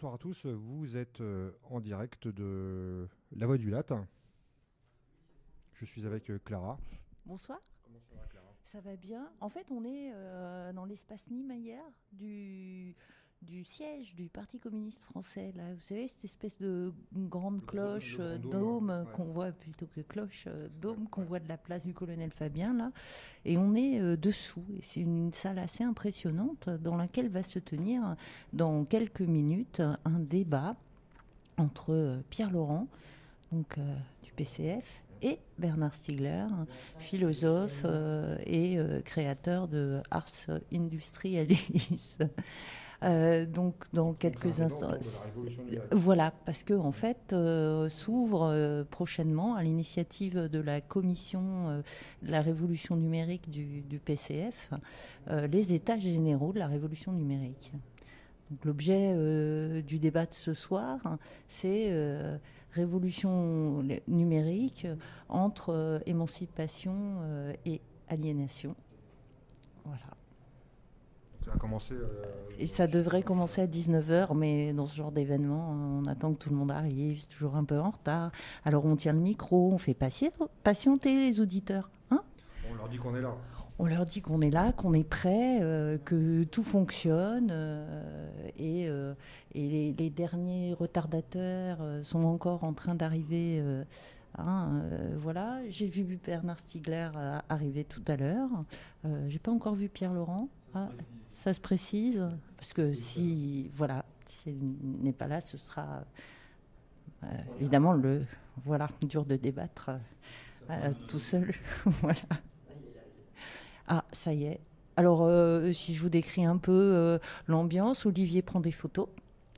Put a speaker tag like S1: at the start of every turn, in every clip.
S1: bonsoir à tous. Vous êtes en direct de La Voix du Lac. Je suis avec Clara.
S2: Bonsoir,
S1: Comment ça va, Clara?
S2: ça va bien. En fait, on est dans l'espace Niemeyer du siège du Parti communiste français. Là. Vous savez, cette espèce de grande cloche,
S1: Le grand
S2: dôme
S1: ouais.
S2: qu'on voit plutôt que cloche, dôme qu'on
S1: Ouais.
S2: voit de la place du colonel Fabien, là. Et on est dessous. Et c'est une salle assez impressionnante dans laquelle va se tenir dans quelques minutes un débat entre Pierre Laurent, donc du PCF, et Bernard Stiegler, philosophe et créateur de Ars Industrialis. Donc, dans quelques instants. Voilà, parce que en fait, s'ouvre prochainement, à l'initiative de la commission de la révolution numérique du PCF, les états généraux de la révolution numérique. Donc, l'objet du débat de ce soir, c'est révolution numérique entre émancipation et aliénation. Voilà.
S1: Ça a commencé.
S2: Et ça devrait commencer à 19h, mais dans ce genre d'événement, on attend que tout le monde arrive, c'est toujours un peu en retard. Alors on tient le micro, on fait patienter les auditeurs. Hein,
S1: on leur dit qu'on est là.
S2: On leur dit qu'on est là, qu'on est prêt, que tout fonctionne, et les derniers retardataires sont encore en train d'arriver. Voilà, j'ai vu Bernard Stiegler arriver tout à l'heure. J'ai pas encore vu Pierre Laurent. Ah, ça se précise, parce que si elle n'est pas là, ce sera évidemment dur de débattre tout seul. Voilà. Ah, ça y est. Alors, si je vous décris un peu l'ambiance, Olivier prend des photos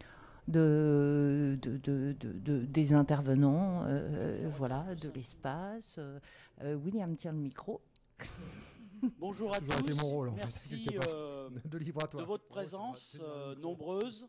S2: des intervenants, de l'espace. William tient le micro.
S3: Bonjour à tous,
S1: mon rôle,
S3: merci de votre présence nombreuse.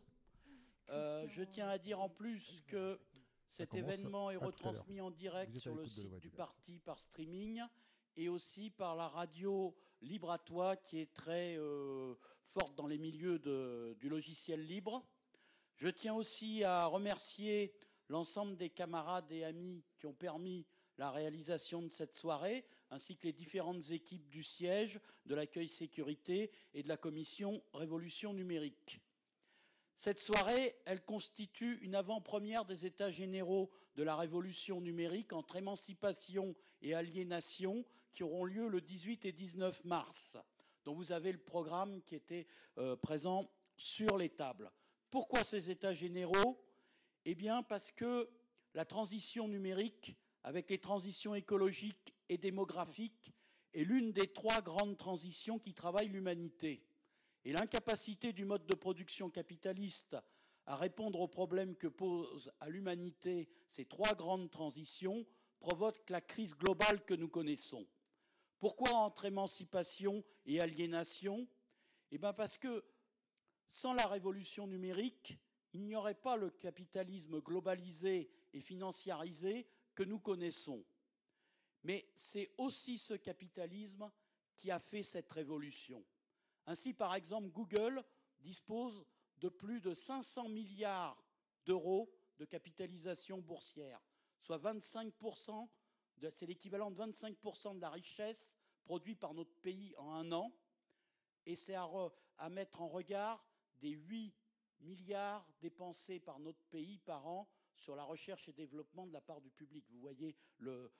S3: Je tiens à dire en plus que cet événement est retransmis en direct sur le site du parti par streaming et aussi par la radio Libre à toi qui est très forte dans les milieux du logiciel libre. Je tiens aussi à remercier l'ensemble des camarades et amis qui ont permis la réalisation de cette soirée, ainsi que les différentes équipes du siège, de l'accueil sécurité et de la commission Révolution numérique. Cette soirée, elle constitue une avant-première des États généraux de la révolution numérique entre émancipation et aliénation qui auront lieu le 18 et 19 mars, dont vous avez le programme qui était présent sur les tables. Pourquoi ces États généraux ? Eh bien, parce que la transition numérique, avec les transitions écologiques et démographiques, est l'une des trois grandes transitions qui travaillent l'humanité. Et l'incapacité du mode de production capitaliste à répondre aux problèmes que posent à l'humanité ces trois grandes transitions provoque la crise globale que nous connaissons. Pourquoi entre émancipation et aliénation ? Eh bien parce que sans la révolution numérique, il n'y aurait pas le capitalisme globalisé et financiarisé que nous connaissons. Mais c'est aussi ce capitalisme qui a fait cette révolution. Ainsi, par exemple, Google dispose de plus de 500 milliards d'euros de capitalisation boursière, soit 25%, c'est l'équivalent de 25% de la richesse produite par notre pays en un an. Et c'est à mettre en regard des 8 milliards dépensés par notre pays par an sur la recherche et développement de la part du public. Vous voyez le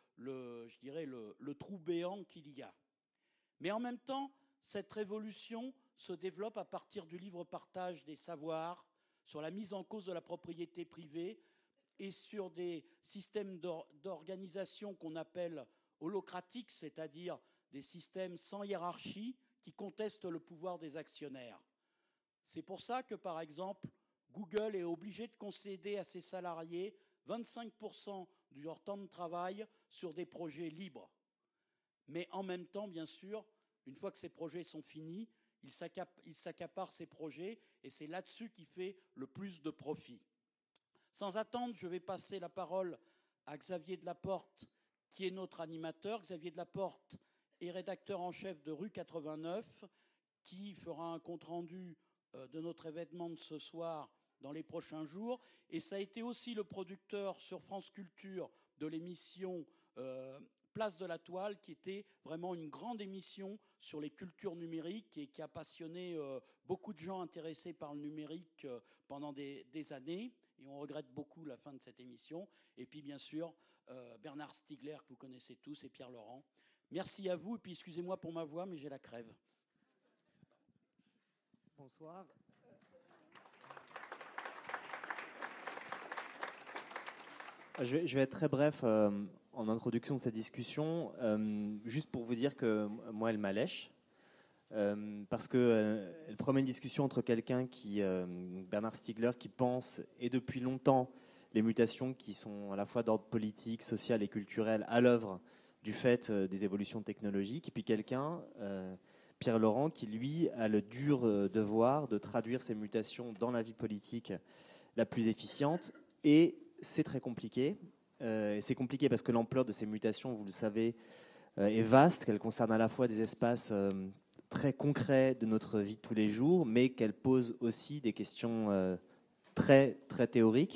S3: trou béant qu'il y a. Mais en même temps, cette révolution se développe à partir du libre-partage des savoirs, sur la mise en cause de la propriété privée et sur des systèmes d'organisation qu'on appelle holocratiques, c'est-à-dire des systèmes sans hiérarchie qui contestent le pouvoir des actionnaires. C'est pour ça que, par exemple, Google est obligé de concéder à ses salariés 25% de leur temps de travail sur des projets libres. Mais en même temps, bien sûr, une fois que ces projets sont finis, il s'accapare ces projets et c'est là-dessus qu'il fait le plus de profit. Sans attendre, je vais passer la parole à Xavier Delaporte, qui est notre animateur. Xavier Delaporte est rédacteur en chef de Rue 89, qui fera un compte-rendu de notre événement de ce soir dans les prochains jours. Et ça a été aussi le producteur sur France Culture de l'émission Place de la Toile, qui était vraiment une grande émission sur les cultures numériques et qui a passionné beaucoup de gens intéressés par le numérique pendant des années. Et on regrette beaucoup la fin de cette émission. Et puis, bien sûr, Bernard Stiegler, que vous connaissez tous, et Pierre Laurent. Merci à vous. Et puis, excusez-moi pour ma voix, mais j'ai la crève.
S4: Bonsoir. Je vais être très bref en introduction de cette discussion, juste pour vous dire que moi, elle m'allèche, parce qu'elle promet une discussion entre quelqu'un Bernard Stiegler, qui pense, et depuis longtemps, les mutations qui sont à la fois d'ordre politique, social et culturel à l'œuvre du fait des évolutions technologiques, et puis quelqu'un, Pierre Laurent, qui lui a le dur devoir de traduire ces mutations dans la vie politique la plus efficiente, et c'est très compliqué. C'est compliqué parce que l'ampleur de ces mutations, vous le savez, est vaste, qu'elle concerne à la fois des espaces très concrets de notre vie de tous les jours, mais qu'elle pose aussi des questions très, très théoriques.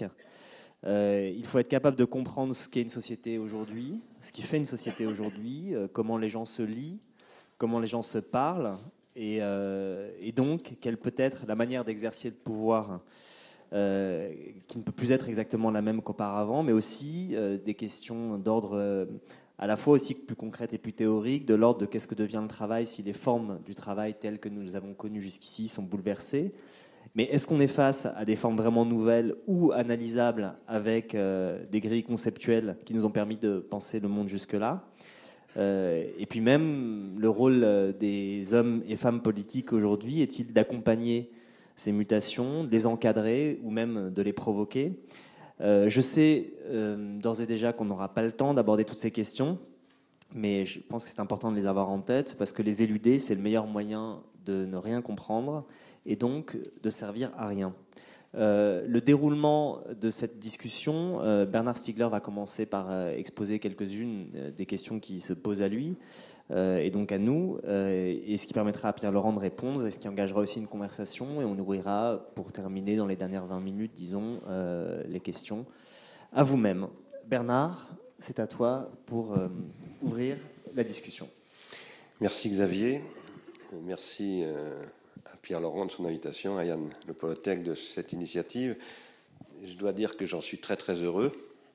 S4: Il faut être capable de comprendre ce qu'est une société aujourd'hui, ce qui fait une société aujourd'hui, comment les gens se lient, comment les gens se parlent, et donc quelle peut être la manière d'exercer le pouvoir qui ne peut plus être exactement la même qu'auparavant, mais aussi des questions d'ordre à la fois aussi plus concrètes et plus théoriques, de l'ordre de qu'est-ce que devient le travail si les formes du travail telles que nous les avons connues jusqu'ici sont bouleversées. Mais est-ce qu'on est face à des formes vraiment nouvelles ou analysables avec des grilles conceptuelles qui nous ont permis de penser le monde jusque-là ? Et puis même, le rôle des hommes et femmes politiques aujourd'hui est-il d'accompagner ces mutations, de les encadrer ou même de les provoquer ? Je sais d'ores et déjà qu'on n'aura pas le temps d'aborder toutes ces questions, mais je pense que c'est important de les avoir en tête parce que les éluder, c'est le meilleur moyen de ne rien comprendre et donc de servir à rien. Le déroulement de cette discussion, Bernard Stiegler va commencer par exposer quelques-unes des questions qui se posent à lui et donc à nous, et ce qui permettra à Pierre Laurent de répondre et ce qui engagera aussi une conversation, et on ouvrira pour terminer dans les dernières 20 minutes, disons, les questions à vous-même. Bernard, c'est à toi pour ouvrir la discussion.
S5: Merci Xavier, merci à Pierre Laurent de son invitation, à Yann Le Pollotec de cette initiative. Je dois dire que j'en suis très très heureux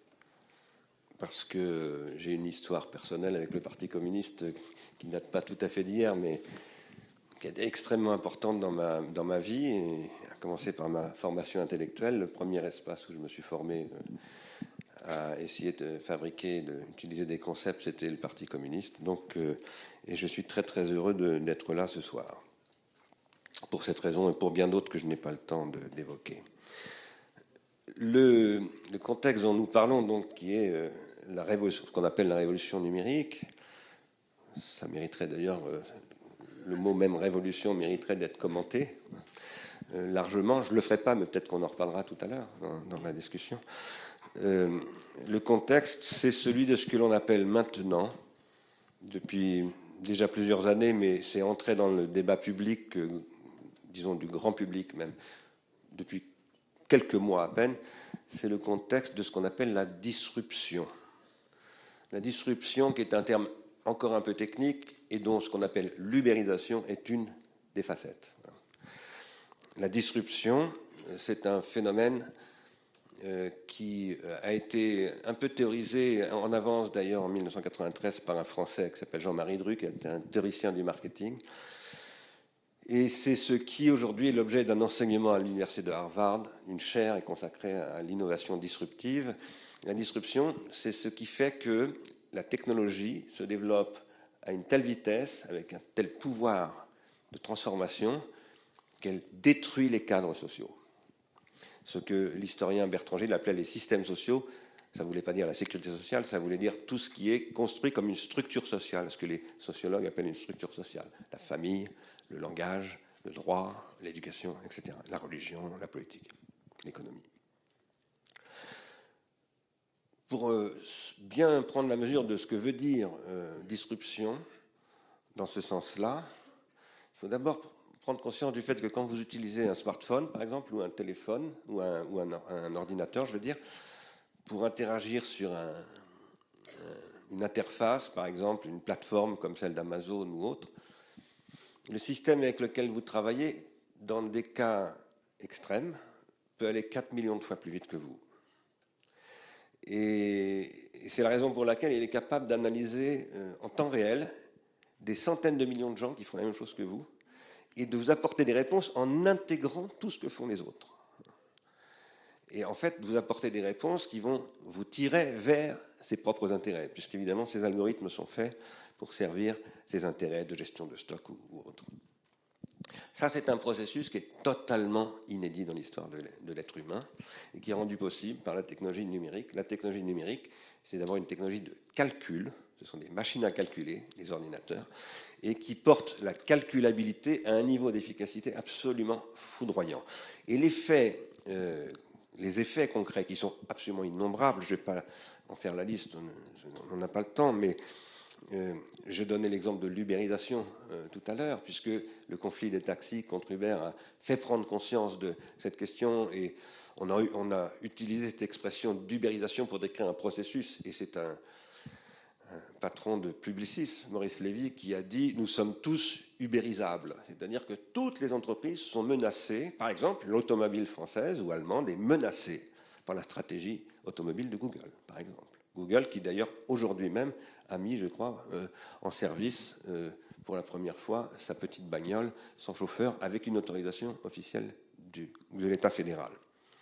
S5: parce que j'ai une histoire personnelle avec le Parti communiste qui ne date pas tout à fait d'hier, mais qui est extrêmement importante dans ma vie, et à commencer par ma formation intellectuelle. Le premier espace où je me suis formé à essayer de fabriquer, d'utiliser des concepts, c'était le Parti communiste. Donc, et je suis très très heureux d'être là ce soir, pour cette raison et pour bien d'autres que je n'ai pas le temps d'évoquer. Le contexte dont nous parlons, donc, qui est ce qu'on appelle la révolution numérique, ça mériterait d'ailleurs, le mot même révolution mériterait d'être commenté largement. Je ne le ferai pas, mais peut-être qu'on en reparlera tout à l'heure dans la discussion. Le contexte, c'est celui de ce que l'on appelle maintenant, depuis déjà plusieurs années, mais c'est entré dans le débat public, disons du grand public même, depuis quelques mois à peine, c'est le contexte de ce qu'on appelle la disruption. La disruption, qui est un terme encore un peu technique et dont ce qu'on appelle l'ubérisation est une des facettes. La disruption, c'est un phénomène qui a été un peu théorisé en avance d'ailleurs en 1993 par un Français qui s'appelle Jean-Marie Dru, qui était un théoricien du marketing. Et c'est ce qui aujourd'hui est l'objet d'un enseignement à l'université de Harvard. Une chaire est consacrée à l'innovation disruptive. La disruption, c'est ce qui fait que la technologie se développe à une telle vitesse, avec un tel pouvoir de transformation, qu'elle détruit les cadres sociaux. Ce que l'historien Bertrand Gilles appelait les systèmes sociaux, ça ne voulait pas dire la sécurité sociale, ça voulait dire tout ce qui est construit comme une structure sociale, ce que les sociologues appellent une structure sociale. La famille, le langage, le droit, l'éducation, etc. La religion, la politique, l'économie. Pour bien prendre la mesure de ce que veut dire disruption, dans ce sens-là, il faut d'abord prendre conscience du fait que quand vous utilisez un smartphone, par exemple, ou un téléphone, ou un ordinateur, je veux dire, pour interagir sur une interface, par exemple, une plateforme comme celle d'Amazon ou autre, le système avec lequel vous travaillez, dans des cas extrêmes, peut aller 4 millions de fois plus vite que vous. Et c'est la raison pour laquelle il est capable d'analyser en temps réel des centaines de millions de gens qui font la même chose que vous, et de vous apporter des réponses en intégrant tout ce que font les autres. Et en fait, vous apportez des réponses qui vont vous tirer vers ses propres intérêts, puisqu'évidemment, ces algorithmes sont faits pour servir ses intérêts de gestion de stock ou autre. Ça, c'est un processus qui est totalement inédit dans l'histoire de l'être humain et qui est rendu possible par la technologie numérique. La technologie numérique, c'est d'abord une technologie de calcul. Ce sont des machines à calculer, les ordinateurs, et qui portent la calculabilité à un niveau d'efficacité absolument foudroyant. Et les effets concrets, qui sont absolument innombrables, je ne vais pas en faire la liste, on n'a pas le temps, mais je donnais l'exemple de l'ubérisation tout à l'heure, puisque le conflit des taxis contre Uber a fait prendre conscience de cette question, et on a utilisé cette expression d'ubérisation pour décrire un processus, et c'est un patron de Publicis, Maurice Lévy, qui a dit « nous sommes tous ubérisables », c'est-à-dire que toutes les entreprises sont menacées, par exemple l'automobile française ou allemande est menacée par la stratégie automobile de Google, par exemple. Google qui d'ailleurs aujourd'hui même a mis, je crois, en service pour la première fois sa petite bagnole sans chauffeur avec une autorisation officielle de l'État fédéral.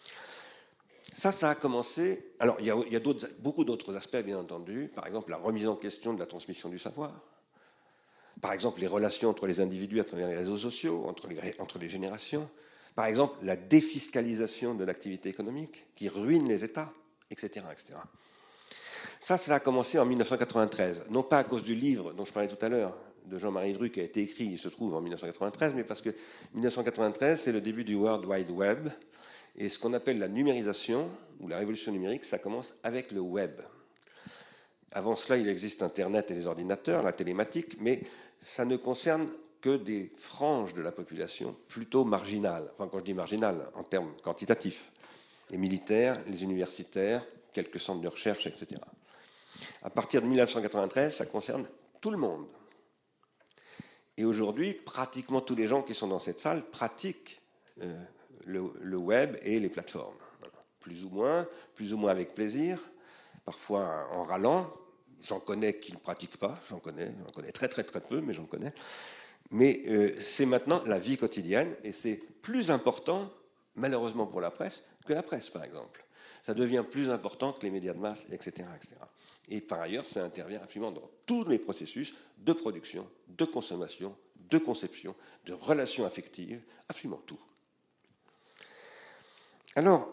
S5: Ça a commencé. Alors, il y a beaucoup d'autres aspects, bien entendu. Par exemple, la remise en question de la transmission du savoir. Par exemple, les relations entre les individus à travers les réseaux sociaux, entre les générations. Par exemple, la défiscalisation de l'activité économique qui ruine les États, etc., etc. Ça a commencé en 1993. Non pas à cause du livre dont je parlais tout à l'heure, de Jean-Marie Dru, qui a été écrit, il se trouve, en 1993, mais parce que 1993, c'est le début du World Wide Web. Et ce qu'on appelle la numérisation, ou la révolution numérique, ça commence avec le web. Avant cela, il existe Internet et les ordinateurs, la télématique, mais ça ne concerne que des franges de la population plutôt marginales. Enfin, quand je dis marginales, en termes quantitatifs. Les militaires, les universitaires, quelques centres de recherche, etc. À partir de 1993, ça concerne tout le monde. Et aujourd'hui, pratiquement tous les gens qui sont dans cette salle pratiquent le web et les plateformes. Voilà. Plus ou moins avec plaisir, parfois en râlant. J'en connais qui ne pratiquent pas, j'en connais très très très peu, mais j'en connais. Mais c'est maintenant la vie quotidienne, et c'est plus important, malheureusement pour la presse, que la presse, par exemple. Ça devient plus important que les médias de masse, etc., etc. Et par ailleurs, ça intervient absolument dans tous les processus de production, de consommation, de conception, de relations affectives, absolument tout. Alors,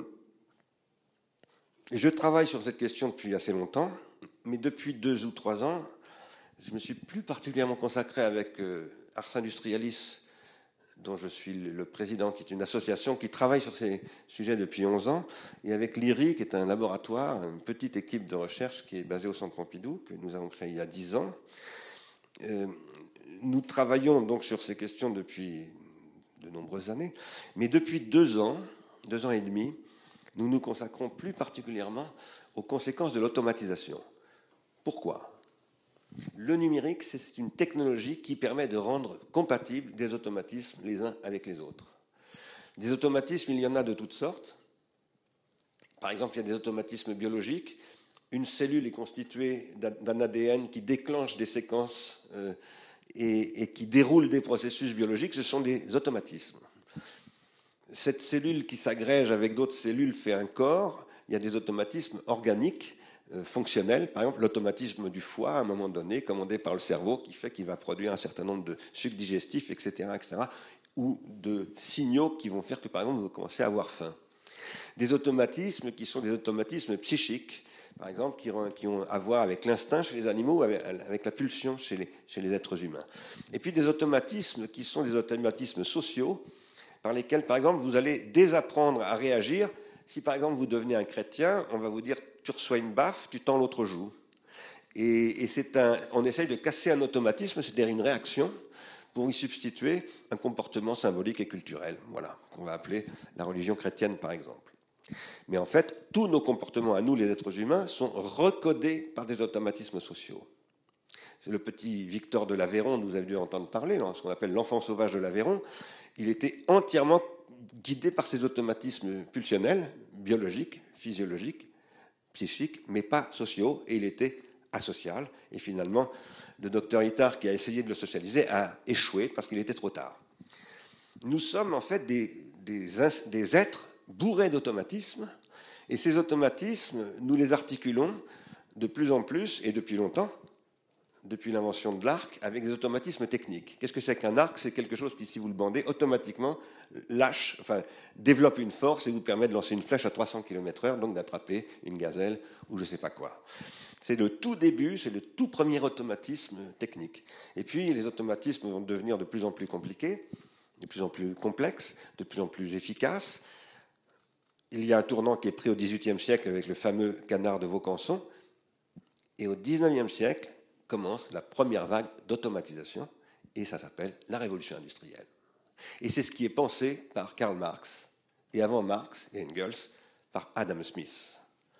S5: je travaille sur cette question depuis assez longtemps, mais depuis 2 ou 3 ans, je me suis plus particulièrement consacré avec Ars Industrialis, dont je suis le président, qui est une association qui travaille sur ces sujets depuis 11 ans, et avec l'IRI, qui est un laboratoire, une petite équipe de recherche qui est basée au Centre Pompidou, que nous avons créé il y a 10 ans. Nous travaillons donc sur ces questions depuis de nombreuses années, mais depuis 2 ans et demi, nous nous consacrons plus particulièrement aux conséquences de l'automatisation. Pourquoi ? Le numérique, c'est une technologie qui permet de rendre compatibles des automatismes les uns avec les autres. Des automatismes, il y en a de toutes sortes. Par exemple, il y a des automatismes biologiques. Une cellule est constituée d'un ADN qui déclenche des séquences et qui déroule des processus biologiques. Ce sont des automatismes. Cette cellule qui s'agrège avec d'autres cellules fait un corps. Il y a des automatismes organiques, fonctionnels. Par exemple, l'automatisme du foie, à un moment donné, commandé par le cerveau, qui fait qu'il va produire un certain nombre de sucs digestifs, etc., ou de signaux qui vont faire que, par exemple, vous commencez à avoir faim. Des automatismes qui sont des automatismes psychiques, par exemple, qui ont à voir avec l'instinct chez les animaux, avec la pulsion chez les êtres humains. Et puis des automatismes qui sont des automatismes sociaux, par lesquels, par exemple, vous allez désapprendre à réagir. Si, par exemple, vous devenez un chrétien, on va vous dire « tu reçois une baffe, tu tends l'autre joue ». Et on essaye de casser un automatisme, c'est-à-dire une réaction, pour y substituer un comportement symbolique et culturel, voilà, qu'on va appeler la religion chrétienne par exemple. Mais en fait, tous nos comportements à nous, les êtres humains, sont recodés par des automatismes sociaux. C'est le petit Victor de l'Aveyron, vous avez dû entendre parler, ce qu'on appelle l'enfant sauvage de l'Aveyron. Il était entièrement guidé par ces automatismes pulsionnels, biologiques, physiologiques, psychiques, mais pas sociaux, et il était asocial. Et finalement, le docteur Itard, qui a essayé de le socialiser, a échoué parce qu'il était trop tard. Nous sommes en fait des êtres bourrés d'automatismes, et ces automatismes, nous les articulons de plus en plus, et depuis longtemps, depuis l'invention de l'arc, avec des automatismes techniques. Qu'est-ce que c'est qu'un arc? C'est quelque chose qui, si vous le bandez, automatiquement développe une force et vous permet de lancer une flèche à 300 km/h, donc d'attraper une gazelle ou je ne sais pas quoi. C'est le tout début, c'est le tout premier automatisme technique. Et puis, les automatismes vont devenir de plus en plus compliqués, de plus en plus complexes, de plus en plus efficaces. Il y a un tournant qui est pris au XVIIIe siècle avec le fameux canard de Vaucanson. Et au XIXe siècle, commence la première vague d'automatisation, et ça s'appelle la révolution industrielle. Et c'est ce qui est pensé par Karl Marx, et avant Marx et Engels, par Adam Smith.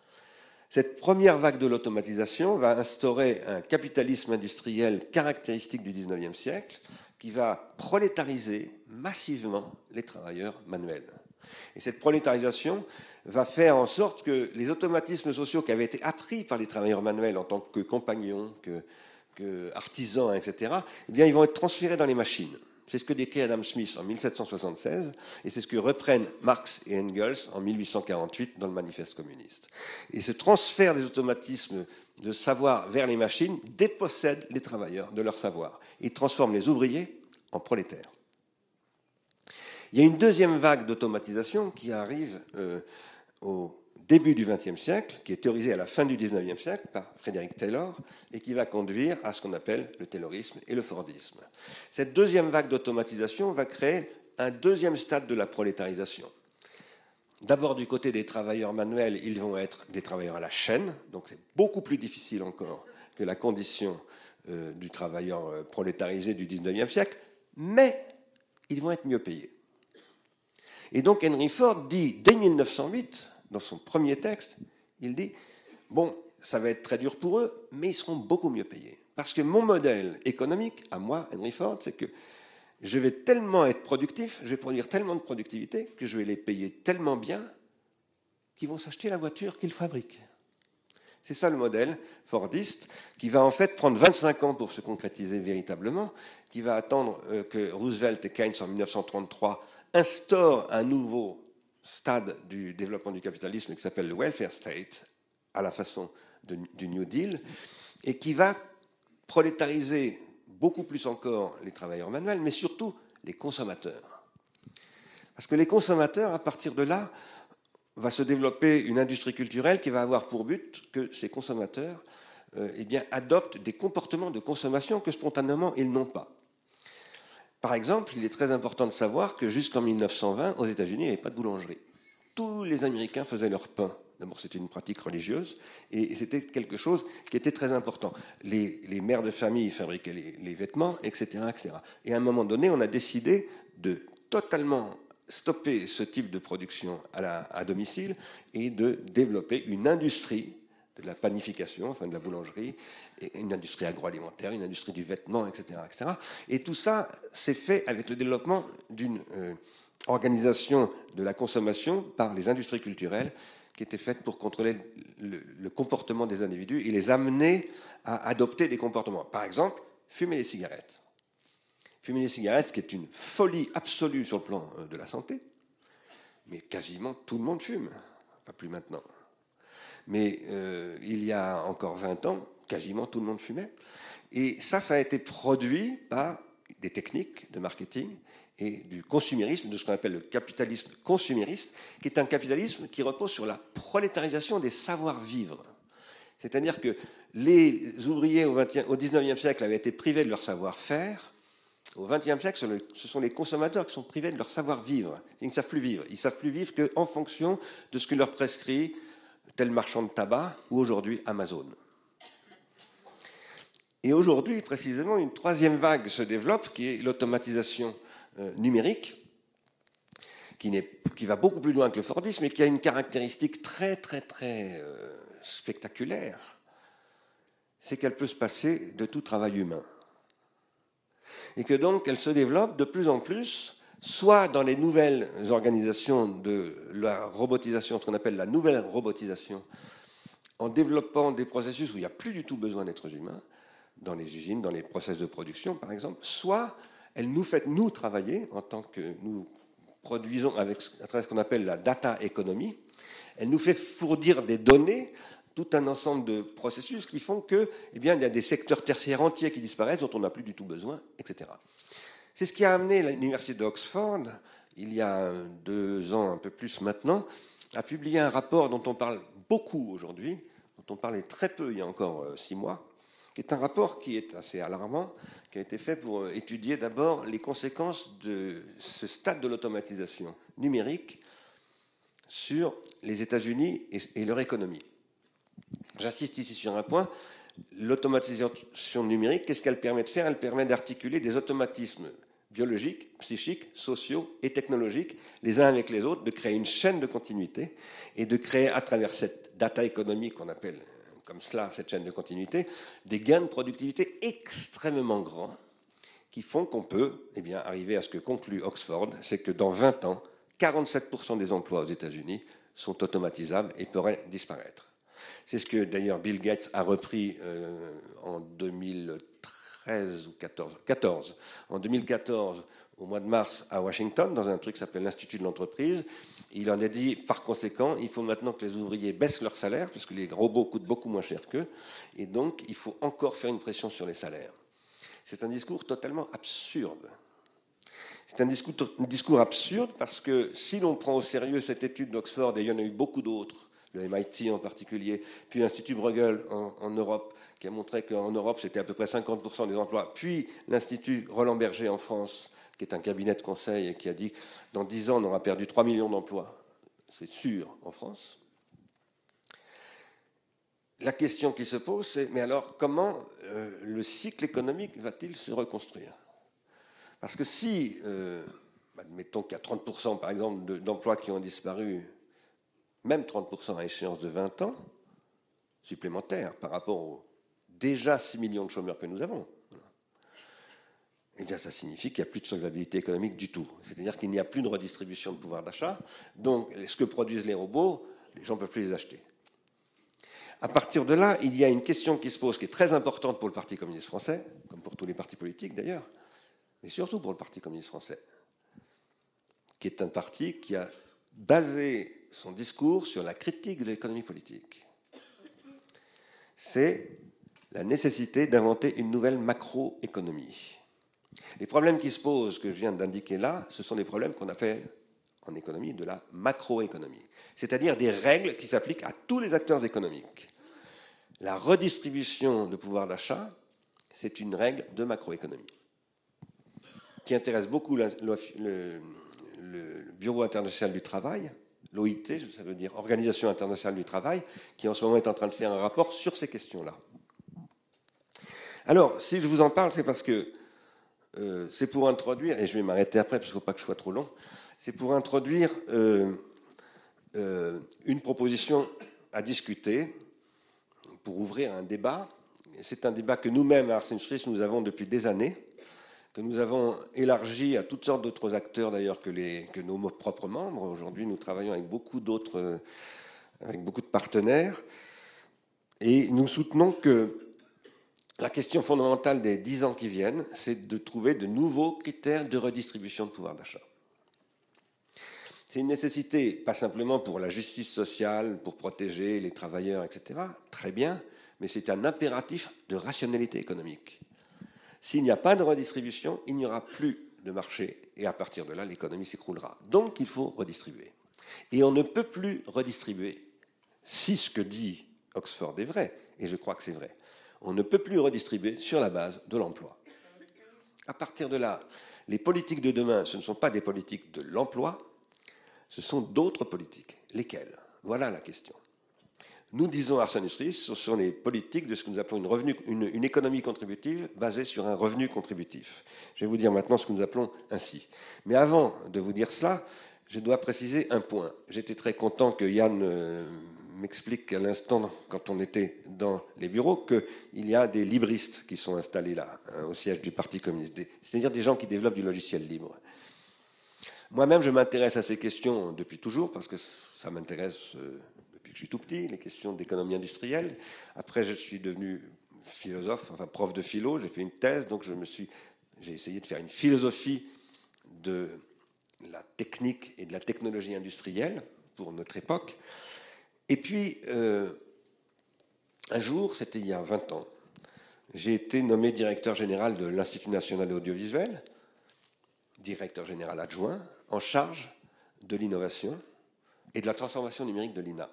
S5: Cette première vague de l'automatisation va instaurer un capitalisme industriel caractéristique du XIXe siècle, qui va prolétariser massivement les travailleurs manuels. Et cette prolétarisation va faire en sorte que les automatismes sociaux qui avaient été appris par les travailleurs manuels en tant que compagnons, que artisans, etc., eh bien, ils vont être transférés dans les machines. C'est ce que décrit Adam Smith en 1776, et c'est ce que reprennent Marx et Engels en 1848 dans le Manifeste communiste. Et ce transfert des automatismes de savoir vers les machines dépossède les travailleurs de leur savoir. Il transforme les ouvriers en prolétaires. Il y a une deuxième vague d'automatisation qui arrive au début du XXe siècle, qui est théorisée à la fin du XIXe siècle par Frédéric Taylor, et qui va conduire à ce qu'on appelle le taylorisme et le fordisme. Cette deuxième vague d'automatisation va créer un deuxième stade de la prolétarisation. D'abord, du côté des travailleurs manuels, ils vont être des travailleurs à la chaîne, donc c'est beaucoup plus difficile encore que la condition du travailleur prolétarisé du XIXe siècle, mais ils vont être mieux payés. Et donc Henry Ford dit, dès 1908, dans son premier texte, il dit, bon, ça va être très dur pour eux, mais ils seront beaucoup mieux payés. Parce que mon modèle économique, à moi, Henry Ford, c'est que je vais tellement être productif, je vais produire tellement de productivité, que je vais les payer tellement bien qu'ils vont s'acheter la voiture qu'ils fabriquent. C'est ça le modèle fordiste, qui va en fait prendre 25 ans pour se concrétiser véritablement, qui va attendre que Roosevelt et Keynes, en 1933, instaurent un nouveau stade du développement du capitalisme qui s'appelle le welfare state, à la façon du New Deal, et qui va prolétariser beaucoup plus encore les travailleurs manuels, mais surtout les consommateurs. Parce que les consommateurs, à partir de là, va se développer une industrie culturelle qui va avoir pour but que ces consommateurs adoptent des comportements de consommation que spontanément ils n'ont pas. Par exemple, il est très important de savoir que jusqu'en 1920, aux États-Unis, il n'y avait pas de boulangerie. Tous les Américains faisaient leur pain. D'abord, c'était une pratique religieuse, et c'était quelque chose qui était très important. Les mères de famille fabriquaient les vêtements, etc., etc. Et à un moment donné, on a décidé de totalement stopper ce type de production à domicile et de développer une industrie de la panification, enfin de la boulangerie, et une industrie agroalimentaire, une industrie du vêtement, etc., etc. Et tout ça s'est fait avec le développement d'une organisation de la consommation par les industries culturelles qui étaient faites pour contrôler le comportement des individus et les amener à adopter des comportements. Par exemple, fumer des cigarettes. Fumer des cigarettes, ce qui est une folie absolue sur le plan de la santé, mais quasiment tout le monde fume, enfin plus maintenant. Mais il y a encore 20 ans, quasiment tout le monde fumait. Et ça a été produit par des techniques de marketing et du consumérisme, de ce qu'on appelle le capitalisme consumériste, qui est un capitalisme qui repose sur la prolétarisation des savoir-vivre. C'est-à-dire que les ouvriers au XIXe siècle avaient été privés de leur savoir-faire. Au XXe siècle, ce sont les consommateurs qui sont privés de leur savoir-vivre. Ils ne savent plus vivre. Ils ne savent plus vivre qu'en fonction de ce que leur prescrit tel marchand de tabac ou aujourd'hui Amazon. Et aujourd'hui, précisément, une troisième vague se développe, qui est l'automatisation numérique, qui va beaucoup plus loin que le Fordisme, mais qui a une caractéristique très, très, très spectaculaire. C'est qu'elle peut se passer de tout travail humain. Et que donc, elle se développe de plus en plus, soit dans les nouvelles organisations de la robotisation, ce qu'on appelle la nouvelle robotisation, en développant des processus où il n'y a plus du tout besoin d'êtres humains, dans les usines, dans les process de production, par exemple, soit elle nous fait, nous, travailler en tant que nous produisons à travers ce qu'on appelle la data economy, elle nous fait fournir des données, tout un ensemble de processus qui font que, eh bien, il y a des secteurs tertiaires entiers qui disparaissent, dont on n'a plus du tout besoin, etc. C'est ce qui a amené l'université d'Oxford, il y a 2 ans, un peu plus maintenant, à publier un rapport dont on parle beaucoup aujourd'hui, dont on parlait très peu il y a encore 6 mois, qui est un rapport qui est assez alarmant, qui a été fait pour étudier d'abord les conséquences de ce stade de l'automatisation numérique sur les États-Unis et leur économie. J'insiste ici sur un point, l'automatisation numérique, qu'est-ce qu'elle permet de faire? Elle permet d'articuler des automatismes biologiques, psychiques, sociaux et technologiques, les uns avec les autres, de créer une chaîne de continuité et de créer à travers cette data économique qu'on appelle comme cela, cette chaîne de continuité, des gains de productivité extrêmement grands qui font qu'on peut arriver à ce que conclut Oxford, c'est que dans 20 ans, 47% des emplois aux États-Unis sont automatisables et pourraient disparaître. C'est ce que d'ailleurs Bill Gates a repris en 2013 ou 2014. En 2014, au mois de mars, à Washington, dans un truc qui s'appelle l'Institut de l'entreprise. Il en a dit, par conséquent, il faut maintenant que les ouvriers baissent leur salaire, parce que les robots coûtent beaucoup moins cher qu'eux, et donc il faut encore faire une pression sur les salaires. C'est un discours totalement absurde. C'est un discours absurde parce que si l'on prend au sérieux cette étude d'Oxford, et il y en a eu beaucoup d'autres, le MIT en particulier, puis l'Institut Bruegel en Europe, qui a montré qu'en Europe, c'était à peu près 50% des emplois, puis l'Institut Roland-Berger en France, qui est un cabinet de conseil et qui a dit que dans 10 ans, on aura perdu 3 millions d'emplois. C'est sûr, en France. La question qui se pose, c'est, mais alors, comment le cycle économique va-t-il se reconstruire? Parce que si, admettons qu'il y a 30%, par exemple, d'emplois qui ont disparu, même 30% à échéance de 20 ans, supplémentaires par rapport aux déjà 6 millions de chômeurs que nous avons, eh bien, ça signifie qu'il n'y a plus de solvabilité économique du tout. C'est-à-dire qu'il n'y a plus de redistribution de pouvoir d'achat. Donc, ce que produisent les robots, les gens ne peuvent plus les acheter. À partir de là, il y a une question qui se pose, qui est très importante pour le Parti communiste français, comme pour tous les partis politiques d'ailleurs, mais surtout pour le Parti communiste français, qui est un parti qui a basé son discours sur la critique de l'économie politique. C'est la nécessité d'inventer une nouvelle macroéconomie. Les problèmes qui se posent, que je viens d'indiquer là, ce sont des problèmes qu'on appelle en économie de la macroéconomie, c'est-à-dire des règles qui s'appliquent à tous les acteurs économiques. La redistribution de pouvoir d'achat, c'est une règle de macroéconomie qui intéresse beaucoup le Bureau international du travail, l'OIT, ça veut dire Organisation internationale du travail, qui en ce moment est en train de faire un rapport sur ces questions-là. Alors, si je vous en parle, c'est parce que c'est pour introduire, et je vais m'arrêter après parce qu'il ne faut pas que je sois trop long, c'est pour introduire une proposition à discuter, pour ouvrir un débat. C'est un débat que nous-mêmes à Ars Industries, nous avons depuis des années, que nous avons élargi à toutes sortes d'autres acteurs d'ailleurs que nos propres membres. Aujourd'hui, nous travaillons avec beaucoup d'autres, avec beaucoup de partenaires, et nous soutenons que la question fondamentale des 10 ans qui viennent, c'est de trouver de nouveaux critères de redistribution de pouvoir d'achat. C'est une nécessité, pas simplement pour la justice sociale, pour protéger les travailleurs, etc. Très bien, mais c'est un impératif de rationalité économique. S'il n'y a pas de redistribution, il n'y aura plus de marché, et à partir de là, l'économie s'écroulera. Donc, il faut redistribuer. Et on ne peut plus redistribuer, si ce que dit Oxford est vrai, et je crois que c'est vrai. On ne peut plus redistribuer sur la base de l'emploi. À partir de là, les politiques de demain, ce ne sont pas des politiques de l'emploi, ce sont d'autres politiques. Lesquelles? Voilà la question. Nous disons Ars Industries, ce sont les politiques de ce que nous appelons une économie contributive basée sur un revenu contributif. Je vais vous dire maintenant ce que nous appelons ainsi. Mais avant de vous dire cela, je dois préciser un point. J'étais très content que Yann m'explique à l'instant, quand on était dans les bureaux, qu'il y a des libristes qui sont installés là, au siège du Parti communiste, c'est-à-dire des gens qui développent du logiciel libre. Moi-même, je m'intéresse à ces questions depuis toujours, parce que ça m'intéresse depuis que je suis tout petit, les questions d'économie industrielle. Après, je suis devenu philosophe, enfin prof de philo, j'ai fait une thèse, donc j'ai essayé de faire une philosophie de la technique et de la technologie industrielle pour notre époque. Et puis, un jour, c'était il y a 20 ans, j'ai été nommé directeur général de l'Institut national de l'audiovisuel, directeur général adjoint, en charge de l'innovation et de la transformation numérique de l'INA.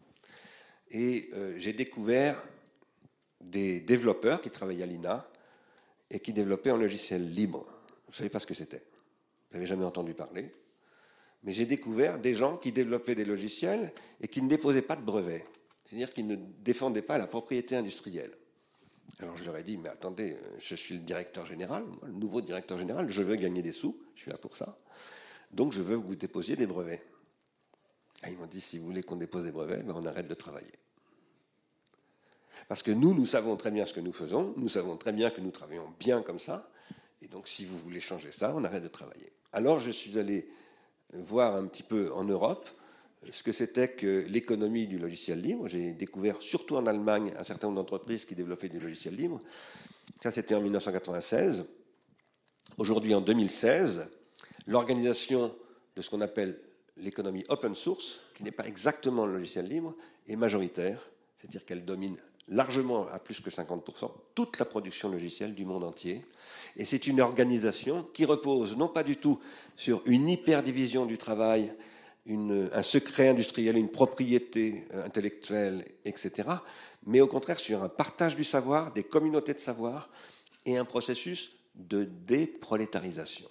S5: Et j'ai découvert des développeurs qui travaillaient à l'INA et qui développaient un logiciel libre. Je ne savais pas ce que c'était. Je n'avais jamais entendu parler. Mais j'ai découvert des gens qui développaient des logiciels et qui ne déposaient pas de brevets. C'est-à-dire qu'ils ne défendaient pas la propriété industrielle. Alors je leur ai dit, mais attendez, je suis le directeur général, moi, le nouveau directeur général, je veux gagner des sous, je suis là pour ça. Donc je veux que vous déposiez des brevets. Et ils m'ont dit, si vous voulez qu'on dépose des brevets, ben on arrête de travailler. Parce que nous savons très bien ce que nous faisons, nous savons très bien que nous travaillons bien comme ça, et donc si vous voulez changer ça, on arrête de travailler. Alors je suis allé voir un petit peu en Europe ce que c'était que l'économie du logiciel libre. J'ai découvert, surtout en Allemagne, un certain nombre d'entreprises qui développaient du logiciel libre. Ça, c'était en 1996. Aujourd'hui, en 2016, l'organisation de ce qu'on appelle l'économie open source, qui n'est pas exactement le logiciel libre, est majoritaire, c'est-à-dire qu'elle domine largement, à plus que 50%, toute la production logicielle du monde entier. Et c'est une organisation qui repose non pas du tout sur une hyperdivision du travail, un secret industriel, une propriété intellectuelle, etc., mais au contraire sur un partage du savoir, des communautés de savoir et un processus de déprolétarisation.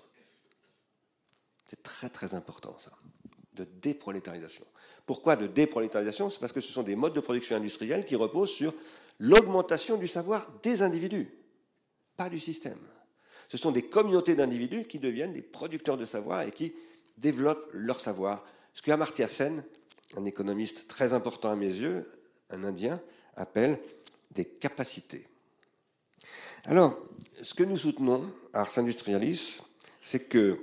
S5: C'est très très important ça, de déprolétarisation. Pourquoi de déprolétarisation? C'est parce que ce sont des modes de production industrielle qui reposent sur l'augmentation du savoir des individus, pas du système. Ce sont des communautés d'individus qui deviennent des producteurs de savoir et qui développent leur savoir. Ce que Amartya Sen, un économiste très important à mes yeux, un Indien, appelle des capacités. Alors, ce que nous soutenons à Ars Industrialis, c'est que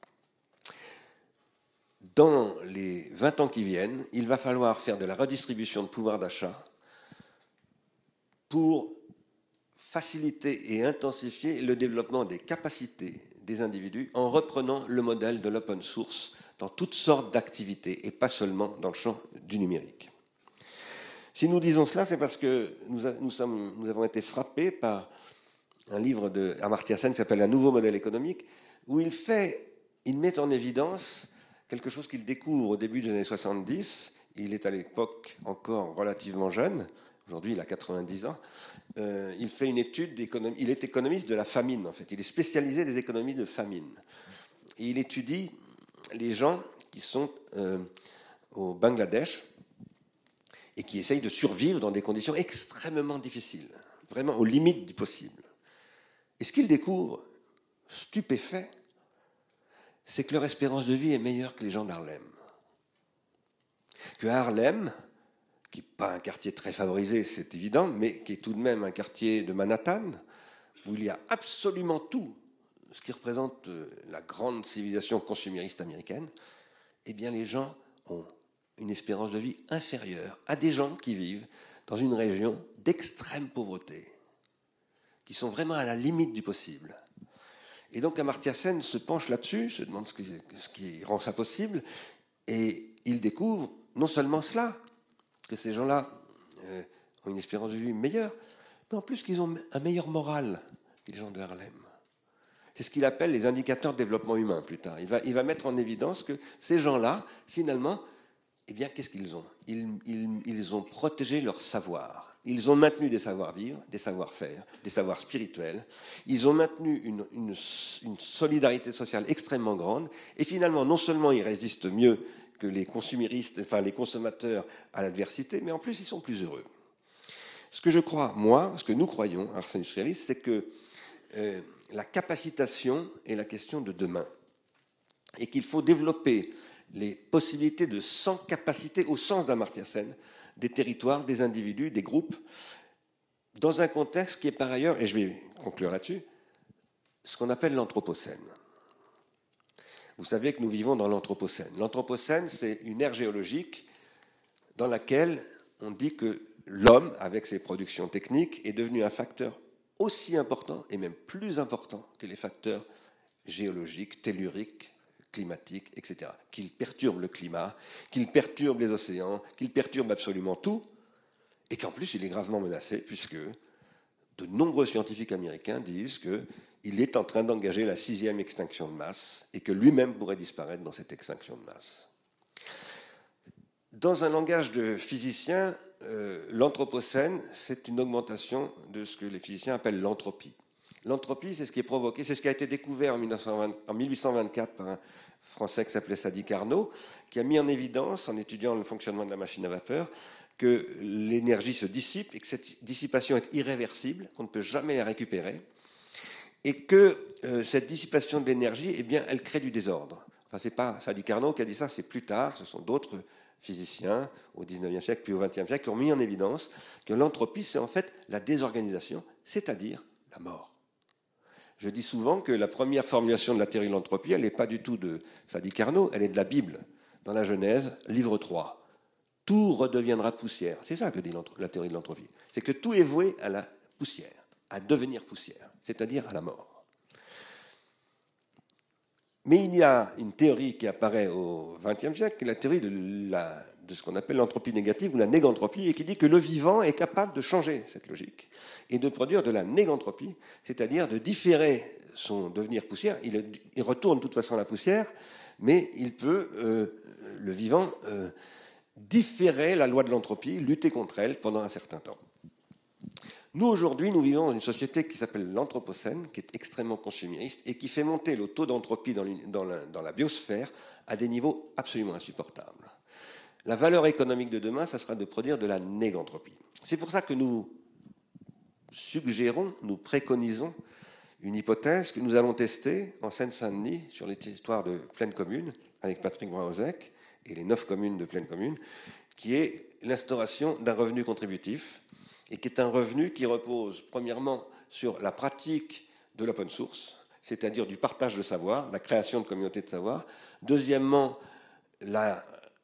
S5: dans les 20 ans qui viennent, il va falloir faire de la redistribution de pouvoir d'achat pour faciliter et intensifier le développement des capacités des individus en reprenant le modèle de l'open source dans toutes sortes d'activités et pas seulement dans le champ du numérique. Si nous disons cela, c'est parce que nous avons été frappés par un livre d'Amartya Sen qui s'appelle « Un nouveau modèle économique » où il met en évidence quelque chose qu'il découvre au début des années 70. Il est à l'époque encore relativement jeune. Aujourd'hui, il a 90 ans. Il fait une étude il est économiste de la famine, en fait. Il est spécialisé des économies de famine. Et il étudie les gens qui sont au Bangladesh et qui essayent de survivre dans des conditions extrêmement difficiles, vraiment aux limites du possible. Et ce qu'il découvre, stupéfait, c'est que leur espérance de vie est meilleure que les gens d'Harlem. Que Harlem, qui n'est pas un quartier très favorisé, c'est évident, mais qui est tout de même un quartier de Manhattan, où il y a absolument tout ce qui représente la grande civilisation consumériste américaine, eh bien les gens ont une espérance de vie inférieure à des gens qui vivent dans une région d'extrême pauvreté, qui sont vraiment à la limite du possible. Et donc Amartya Sen se penche là-dessus, se demande ce qui rend ça possible, et il découvre non seulement cela, que ces gens-là ont une espérance de vie meilleure, mais en plus qu'ils ont un meilleur moral que les gens de Harlem. C'est ce qu'il appelle les indicateurs de développement humain plus tard. Il va mettre en évidence que ces gens-là, finalement, eh bien, qu'est-ce qu'ils ont ? Ils ont protégé leur savoir. Ils ont maintenu des savoir-vivre, des savoir-faire, des savoirs spirituels. Ils ont maintenu une solidarité sociale extrêmement grande. Et finalement, non seulement ils résistent mieux que les consuméristes, enfin les consommateurs à l'adversité, mais en plus ils sont plus heureux. Ce que je crois, moi, ce que nous croyons, Ars Industrialis, c'est que la capacitation est la question de demain et qu'il faut développer les possibilités de sans-capacité au sens d'Amartya Sen, des territoires, des individus, des groupes, dans un contexte qui est par ailleurs, et je vais conclure là-dessus, ce qu'on appelle l'Anthropocène. Vous savez que nous vivons dans l'Anthropocène. L'Anthropocène, c'est une ère géologique dans laquelle on dit que l'homme, avec ses productions techniques, est devenu un facteur aussi important et même plus important que les facteurs géologiques, telluriques, climatiques, etc. Qu'il perturbe le climat, qu'il perturbe les océans, qu'il perturbe absolument tout, et qu'en plus il est gravement menacé, puisque de nombreux scientifiques américains disent qu'il est en train d'engager la 6e extinction de masse, et que lui-même pourrait disparaître dans cette extinction de masse. Dans un langage de physicien, l'Anthropocène, c'est une augmentation de ce que les physiciens appellent l'entropie. L'entropie, c'est ce qui est provoqué, c'est ce qui a été découvert en 1824 par un Français qui s'appelait Sadi Carnot, qui a mis en évidence, en étudiant le fonctionnement de la machine à vapeur, que l'énergie se dissipe et que cette dissipation est irréversible, qu'on ne peut jamais la récupérer, et que cette dissipation de l'énergie, eh bien, elle crée du désordre. Enfin, c'est pas Sadi Carnot qui a dit ça, c'est plus tard, ce sont d'autres physiciens au XIXe siècle, puis au XXe siècle, qui ont mis en évidence que l'entropie, c'est en fait la désorganisation, c'est-à-dire la mort. Je dis souvent que la première formulation de la théorie de l'entropie, elle n'est pas du tout de Sadi Carnot, elle est de la Bible, dans la Genèse, livre 3. Tout redeviendra poussière. C'est ça que dit la théorie de l'entropie. C'est que tout est voué à la poussière, à devenir poussière, c'est-à-dire à la mort. Mais il y a une théorie qui apparaît au XXe siècle, qui est la théorie de ce qu'on appelle l'entropie négative ou la négantropie, et qui dit que le vivant est capable de changer cette logique et de produire de la négantropie, c'est-à-dire de différer son devenir poussière. Il retourne de toute façon à la poussière, mais il peut, le vivant, différer la loi de l'entropie, lutter contre elle pendant un certain temps. Nous, aujourd'hui, nous vivons dans une société qui s'appelle l'Anthropocène, qui est extrêmement consumériste et qui fait monter le taux d'entropie dans la biosphère à des niveaux absolument insupportables. La valeur économique de demain, ça sera de produire de la négantropie. C'est pour ça que nous suggérons, nous préconisons une hypothèse que nous allons tester en Seine-Saint-Denis sur les territoires de Plaine Commune avec Patrick Brun-Ozek et les 9 communes de Plaine Commune, qui est l'instauration d'un revenu contributif et qui est un revenu qui repose premièrement sur la pratique de l'open source, c'est-à-dire du partage de savoir, la création de communautés de savoir. Deuxièmement, la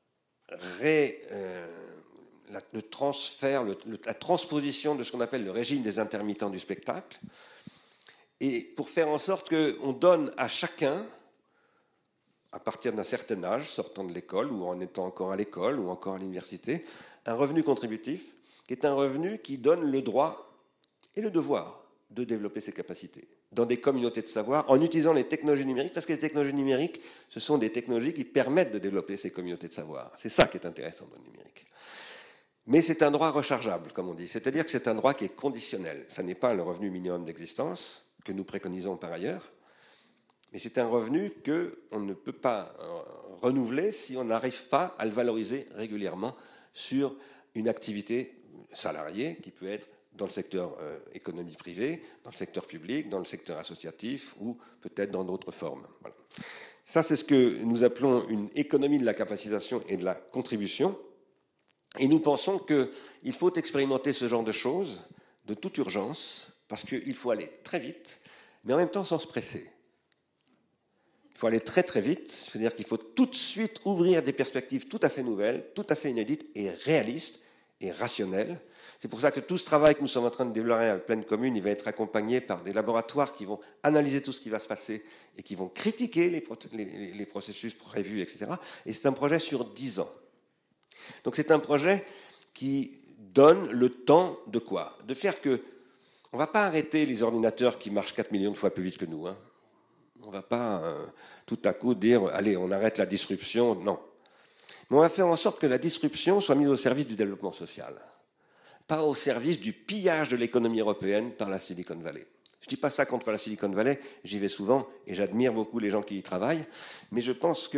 S5: transposition de ce qu'on appelle le régime des intermittents du spectacle, et pour faire en sorte qu'on donne à chacun, à partir d'un certain âge, sortant de l'école, ou en étant encore à l'école, ou encore à l'université, un revenu contributif, qui est un revenu qui donne le droit et le devoir de développer ses capacités dans des communautés de savoir, en utilisant les technologies numériques, parce que les technologies numériques, ce sont des technologies qui permettent de développer ces communautés de savoir. C'est ça qui est intéressant dans le numérique. Mais c'est un droit rechargeable, comme on dit, c'est-à-dire que c'est un droit qui est conditionnel. Ça n'est pas le revenu minimum d'existence, que nous préconisons par ailleurs, mais c'est un revenu qu'on ne peut pas renouveler si on n'arrive pas à le valoriser régulièrement sur une activité salariée qui peut être dans le secteur économie privée, dans le secteur public, dans le secteur associatif ou peut-être dans d'autres formes. Voilà. Ça, c'est ce que nous appelons une économie de la capacitation et de la contribution. Et nous pensons qu'il faut expérimenter ce genre de choses de toute urgence parce qu'il faut aller très vite, mais en même temps sans se presser. Il faut aller très très vite, c'est-à-dire qu'il faut tout de suite ouvrir des perspectives tout à fait nouvelles, tout à fait inédites et réalistes et rationnelles. C'est pour ça que tout ce travail que nous sommes en train de développer à Plaine Commune, il va être accompagné par des laboratoires qui vont analyser tout ce qui va se passer et qui vont critiquer les processus prévus, etc. Et c'est un projet sur 10 ans. Donc c'est un projet qui donne le temps de quoi ? De faire que... On ne va pas arrêter les ordinateurs qui marchent 4 millions de fois plus vite que nous. On ne va pas tout à coup dire « allez, on arrête la disruption ». Non. Mais on va faire en sorte que la disruption soit mise au service du développement social, pas au service du pillage de l'économie européenne par la Silicon Valley. Je ne dis pas ça contre la Silicon Valley, j'y vais souvent et j'admire beaucoup les gens qui y travaillent, mais je pense qu'il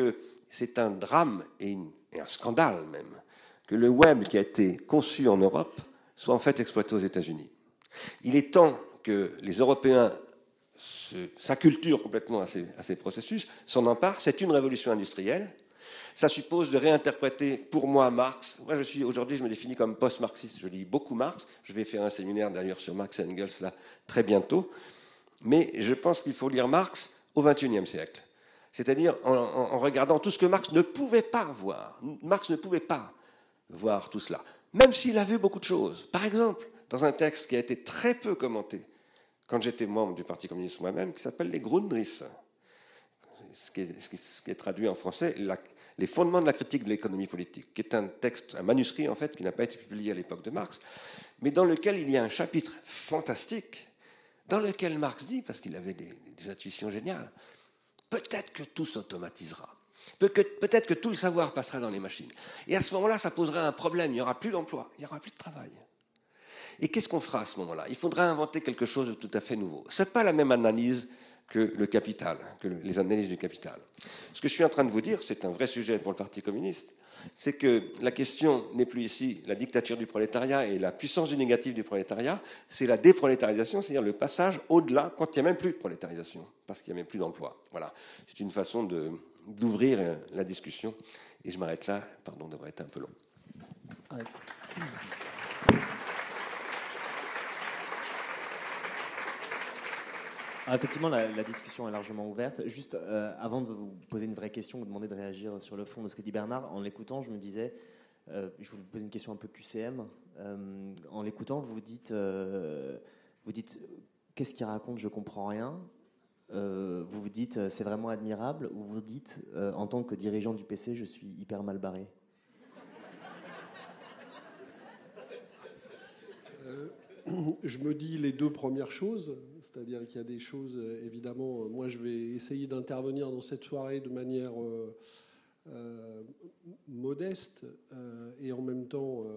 S5: c'est un drame et un scandale même que le web qui a été conçu en Europe soit en fait exploité aux États-Unis. Il est temps que les Européens s'acculturent complètement à ces processus, s'en emparent. C'est une révolution industrielle. Ça suppose de réinterpréter, pour moi, Marx. Moi, aujourd'hui, je me définis comme post-marxiste. Je lis beaucoup Marx. Je vais faire un séminaire, d'ailleurs, sur Marx et Engels, là, très bientôt. Mais je pense qu'il faut lire Marx au XXIe siècle. C'est-à-dire en regardant tout ce que Marx ne pouvait pas voir. Marx ne pouvait pas voir tout cela, même s'il a vu beaucoup de choses. Par exemple, dans un texte qui a été très peu commenté quand j'étais membre du Parti communiste moi-même, qui s'appelle les Grundrisse, ce qui est traduit en français, les fondements de la critique de l'économie politique, qui est un texte, un manuscrit en fait, qui n'a pas été publié à l'époque de Marx, mais dans lequel il y a un chapitre fantastique, dans lequel Marx dit, parce qu'il avait des intuitions géniales, peut-être que tout s'automatisera. Peut-être que tout le savoir passera dans les machines. Et à ce moment-là, ça posera un problème. Il n'y aura plus d'emploi, il n'y aura plus de travail. Et qu'est-ce qu'on fera à ce moment-là? Il faudra inventer quelque chose de tout à fait nouveau. Ce n'est pas la même analyse que le capital, que les analyses du capital. Ce que je suis en train de vous dire, c'est un vrai sujet pour le Parti communiste, c'est que la question n'est plus ici la dictature du prolétariat et la puissance du négatif du prolétariat, c'est la déprolétarisation, c'est-à-dire le passage au-delà quand il n'y a même plus de prolétarisation, parce qu'il n'y a même plus d'emploi. Voilà. C'est une façon d'ouvrir la discussion. Et je m'arrête là, pardon d'avoir été un peu long.
S4: Ouais. Alors effectivement, la discussion est largement ouverte. Juste avant de vous poser une vraie question, vous demander de réagir sur le fond de ce que dit Bernard, en l'écoutant, je me disais, je voulais vous poser une question un peu QCM. En l'écoutant, vous dites qu'est-ce qu'il raconte, je comprends rien. Vous vous dites, c'est vraiment admirable, ou vous dites, en tant que dirigeant du PC, je suis hyper mal barré.
S6: Je me dis les deux premières choses, c'est-à-dire qu'il y a des choses, évidemment, moi je vais essayer d'intervenir dans cette soirée de manière modeste, et en même temps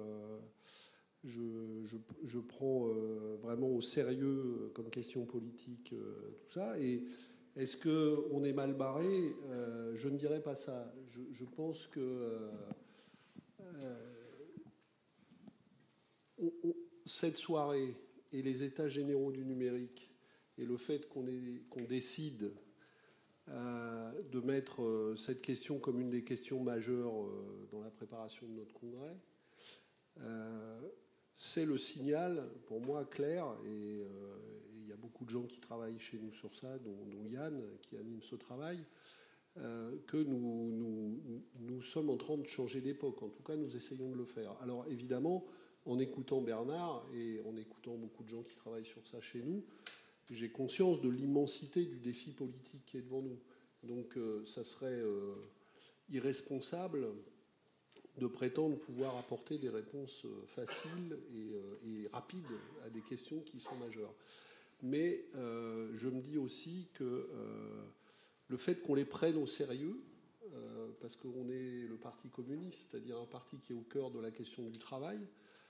S6: je prends vraiment au sérieux comme question politique tout ça. Et est-ce qu'on est mal barré? Je ne dirais pas ça. Je pense que cette soirée et les états généraux du numérique et le fait qu'on décide de mettre cette question comme une des questions majeures dans la préparation de notre congrès, c'est le signal, pour moi, clair, et il y a beaucoup de gens qui travaillent chez nous sur ça, dont Yann, qui anime ce travail, que nous sommes en train de changer d'époque. En tout cas, nous essayons de le faire. Alors, évidemment, en écoutant Bernard et en écoutant beaucoup de gens qui travaillent sur ça chez nous, j'ai conscience de l'immensité du défi politique qui est devant nous. Donc ça serait irresponsable de prétendre pouvoir apporter des réponses faciles et rapides à des questions qui sont majeures. Mais je me dis aussi que le fait qu'on les prenne au sérieux, parce qu'on est le Parti communiste, c'est-à-dire un parti qui est au cœur de la question du travail,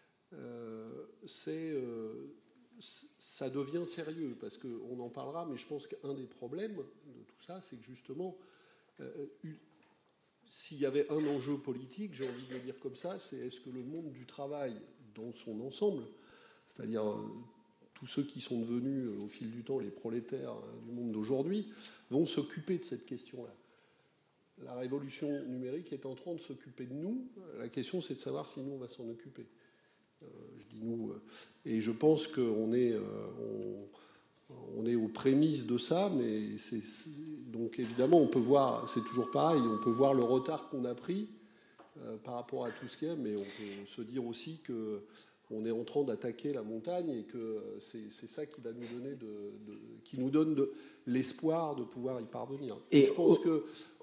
S6: ça devient sérieux, parce qu'on en parlera, mais je pense qu'un des problèmes de tout ça, c'est que justement, s'il y avait un enjeu politique, j'ai envie de le dire comme ça, c'est est-ce que le monde du travail dans son ensemble, c'est-à-dire tous ceux qui sont devenus au fil du temps les prolétaires du monde d'aujourd'hui, vont s'occuper de cette question-là. La révolution numérique est en train de s'occuper de nous. La question, c'est de savoir si nous, on va s'en occuper. Je dis nous, et je pense qu'on est aux prémices de ça, mais donc évidemment on peut voir, c'est toujours pareil, on peut voir le retard qu'on a pris par rapport à tout ce qu'il y a, mais on peut se dire aussi qu'on est en train d'attaquer la montagne et que c'est ça qui va nous donner qui nous donne l'espoir de pouvoir y parvenir. Et je pense que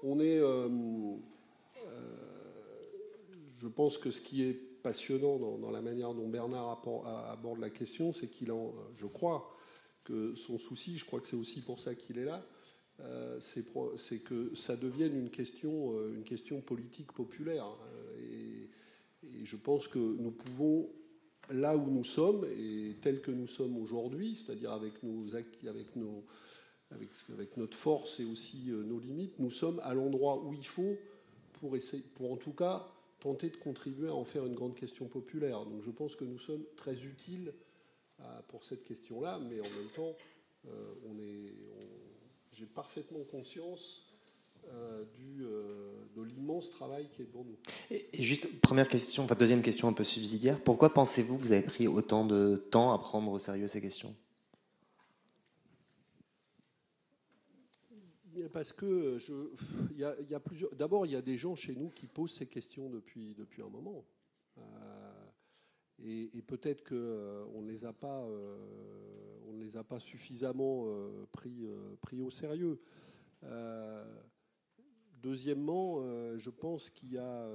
S6: je pense que ce qui est passionnant dans la manière dont Bernard aborde la question, c'est je crois que son souci, je crois que c'est aussi pour ça qu'il est là, c'est que ça devienne une question politique populaire. Et je pense que nous pouvons, là où nous sommes, et tel que nous sommes aujourd'hui, c'est-à-dire avec notre force et aussi nos limites, nous sommes à l'endroit où il faut pour en tout cas tenter de contribuer à en faire une grande question populaire. Donc je pense que nous sommes très utiles pour cette question-là, mais en même temps, j'ai parfaitement conscience de l'immense travail qui est devant nous.
S4: Et juste, deuxième question un peu subsidiaire, pourquoi pensez-vous que vous avez pris autant de temps à prendre au sérieux ces questions ?
S6: Parce que il y a plusieurs. D'abord, il y a des gens chez nous qui posent ces questions depuis un moment, et peut-être que on ne les a pas suffisamment pris au sérieux. Deuxièmement, je pense qu'il y a.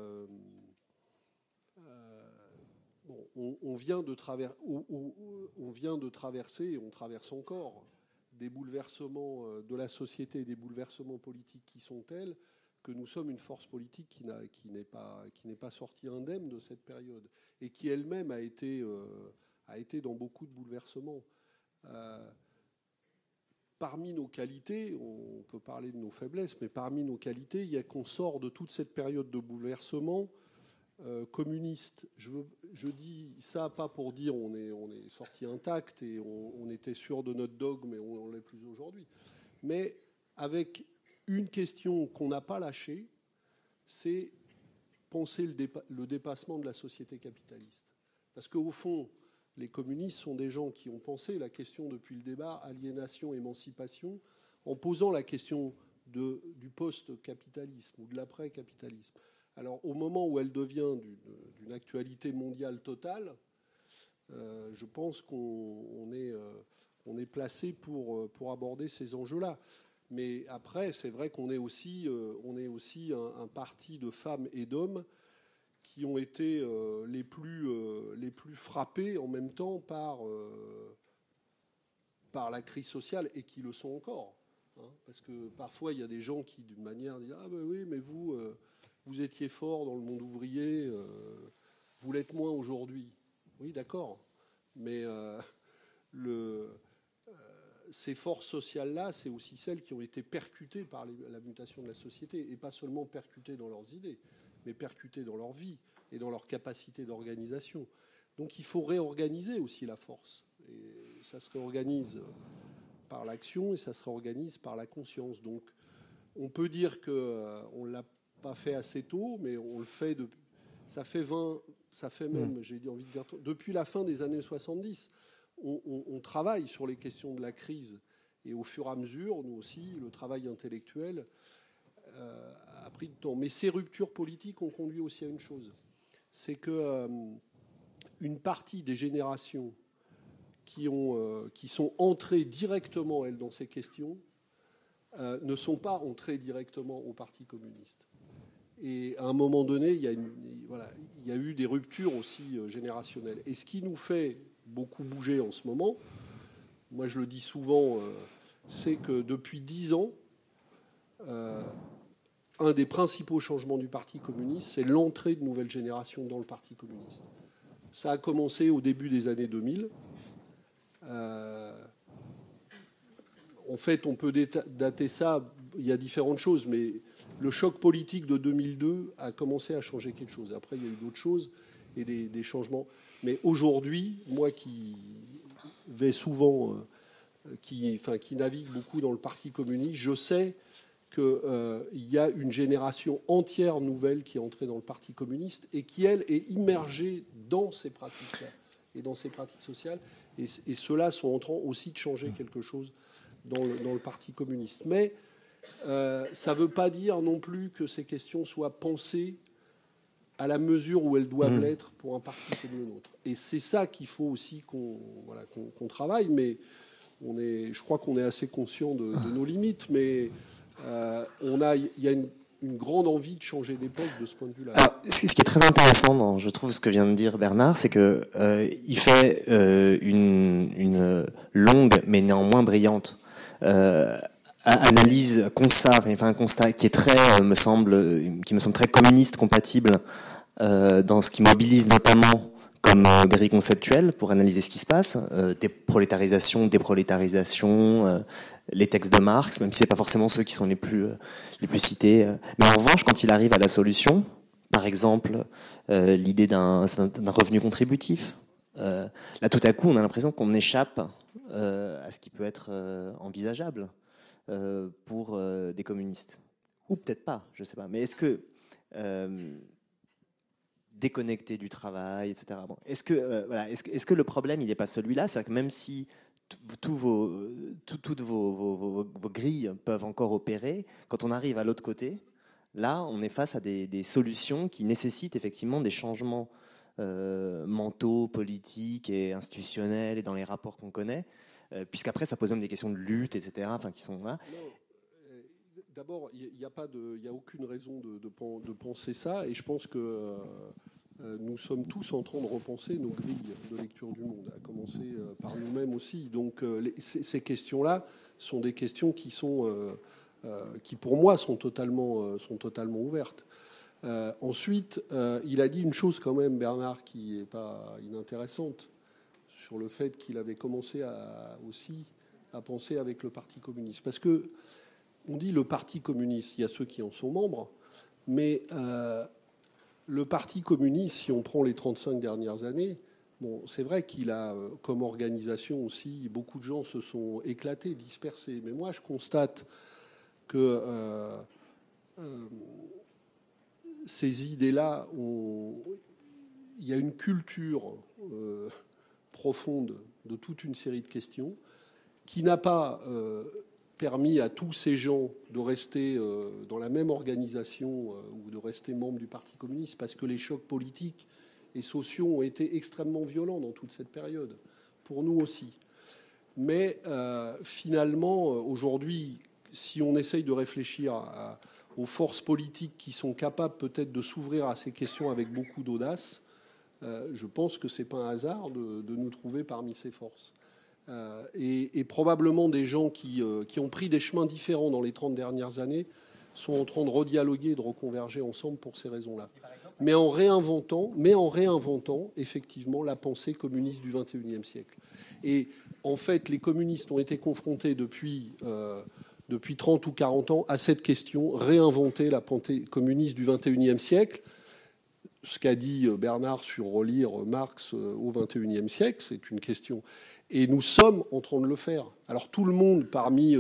S6: On vient de traverser, et on traverse encore, des bouleversements de la société, des bouleversements politiques qui sont tels que nous sommes une force politique qui n'est pas sortie indemne de cette période et qui elle-même a été dans beaucoup de bouleversements. Parmi nos qualités, on peut parler de nos faiblesses, mais parmi nos qualités, il y a qu'on sort de toute cette période de bouleversement communiste. Je dis ça pas pour dire on est sorti intact et on était sûr de notre dogme, mais on ne l'est plus aujourd'hui. Mais avec une question qu'on n'a pas lâchée, c'est penser le dépassement de la société capitaliste. Parce qu'au fond, les communistes sont des gens qui ont pensé la question depuis le débat aliénation, émancipation, en posant la question du post-capitalisme ou de l'après-capitalisme. Alors, au moment où elle devient d'une actualité mondiale totale, je pense qu'on est placé pour aborder ces enjeux-là. Mais après, c'est vrai qu'on est aussi un parti de femmes et d'hommes qui ont été les plus frappés en même temps par la crise sociale et qui le sont encore. Hein, parce que parfois, il y a des gens qui, d'une manière, disent « Ah ben oui, mais vous étiez fort dans le monde ouvrier, vous l'êtes moins aujourd'hui. » Oui, d'accord. Mais ces forces sociales-là, c'est aussi celles qui ont été percutées par la mutation de la société, et pas seulement percutées dans leurs idées, mais percutées dans leur vie et dans leur capacité d'organisation. Donc il faut réorganiser aussi la force. Et ça se réorganise par l'action et ça se réorganise par la conscience. Donc on peut dire qu'on ne l'a pas fait assez tôt, mais on le fait ça fait même, j'ai envie de dire, depuis la fin des années 70. On travaille sur les questions de la crise et au fur et à mesure, nous aussi, le travail intellectuel a pris du temps. Mais ces ruptures politiques ont conduit aussi à une chose, c'est que une partie des générations qui sont entrées directement, elles, dans ces questions, ne sont pas entrées directement au Parti communiste. Et à un moment donné, il y a eu des ruptures aussi générationnelles. Et ce qui nous fait beaucoup bouger en ce moment, moi je le dis souvent, c'est que depuis 10 ans, un des principaux changements du Parti communiste, c'est l'entrée de nouvelles générations dans le Parti communiste. Ça a commencé au début des années 2000. En fait, on peut dater ça, il y a différentes choses, mais le choc politique de 2002 a commencé à changer quelque chose. Après, il y a eu d'autres choses et des changements. Mais aujourd'hui, moi qui vais souvent, qui navigue beaucoup dans le Parti communiste, je sais qu'il y a une génération entière nouvelle qui est entrée dans le Parti communiste et qui, elle, est immergée dans ces pratiques-là et dans ces pratiques sociales. Et ceux-là sont en train aussi de changer quelque chose dans le Parti communiste. Mais ça ne veut pas dire non plus que ces questions soient pensées à la mesure où elles doivent l'être pour un parti comme le nôtre. Et c'est ça qu'il faut aussi qu'on travaille. Mais je crois qu'on est assez conscient de nos limites. Mais il y a une grande envie de changer d'époque de ce point de vue-là.
S4: Alors, ce qui est très intéressant dans, je trouve, ce que vient de dire Bernard, c'est que il fait une longue mais néanmoins brillante analyse, un constat qui est très, qui me semble très communiste compatible dans ce qui mobilise notamment comme grille conceptuelle pour analyser ce qui se passe, déprolétarisation, les textes de Marx, même si c'est pas forcément ceux qui sont les plus cités. Mais en revanche, quand il arrive à la solution, par exemple l'idée d'un revenu contributif, là tout à coup on a l'impression qu'on échappe à ce qui peut être envisageable pour des communistes. Ou peut-être pas, je sais pas. Mais est-ce que déconnecté du travail, etc. Bon, est-ce que le problème il n'est pas celui-là, c'est que même si toutes vos grilles peuvent encore opérer, quand on arrive à l'autre côté, là on est face à des solutions qui nécessitent effectivement des changements mentaux, politiques et institutionnels et dans les rapports qu'on connaît, puisqu'après ça pose même des questions de lutte, etc. Enfin, qui sont là.
S6: D'abord, il n'y a aucune raison de penser ça, et je pense que nous sommes tous en train de repenser nos grilles de lecture du monde, à commencer par nous-mêmes aussi. Donc ces questions-là sont des questions qui pour moi sont totalement ouvertes. Ensuite, il a dit une chose quand même, Bernard, qui n'est pas inintéressante, sur le fait qu'il avait commencé aussi à penser avec le Parti communiste. Parce que on dit le Parti communiste, il y a ceux qui en sont membres, mais le Parti communiste, si on prend les 35 dernières années, bon, c'est vrai qu'il a, comme organisation aussi, beaucoup de gens se sont éclatés, dispersés. Mais moi, je constate que ces idées-là, il y a une culture profonde de toute une série de questions qui n'a pas permis à tous ces gens de rester dans la même organisation ou de rester membres du Parti communiste, parce que les chocs politiques et sociaux ont été extrêmement violents dans toute cette période, pour nous aussi. Mais finalement, aujourd'hui, si on essaye de réfléchir aux forces politiques qui sont capables peut-être de s'ouvrir à ces questions avec beaucoup d'audace, je pense que ce n'est pas un hasard de nous trouver parmi ces forces. Et probablement des gens qui ont pris des chemins différents dans les 30 dernières années sont en train de redialoguer, de reconverger ensemble pour ces raisons-là. Mais en réinventant effectivement la pensée communiste du XXIe siècle. Et en fait, les communistes ont été confrontés depuis 30 ou 40 ans à cette question, réinventer la pensée communiste du XXIe siècle. Ce qu'a dit Bernard sur relire Marx au XXIe siècle, c'est une question. Et nous sommes en train de le faire. Alors tout le monde, parmi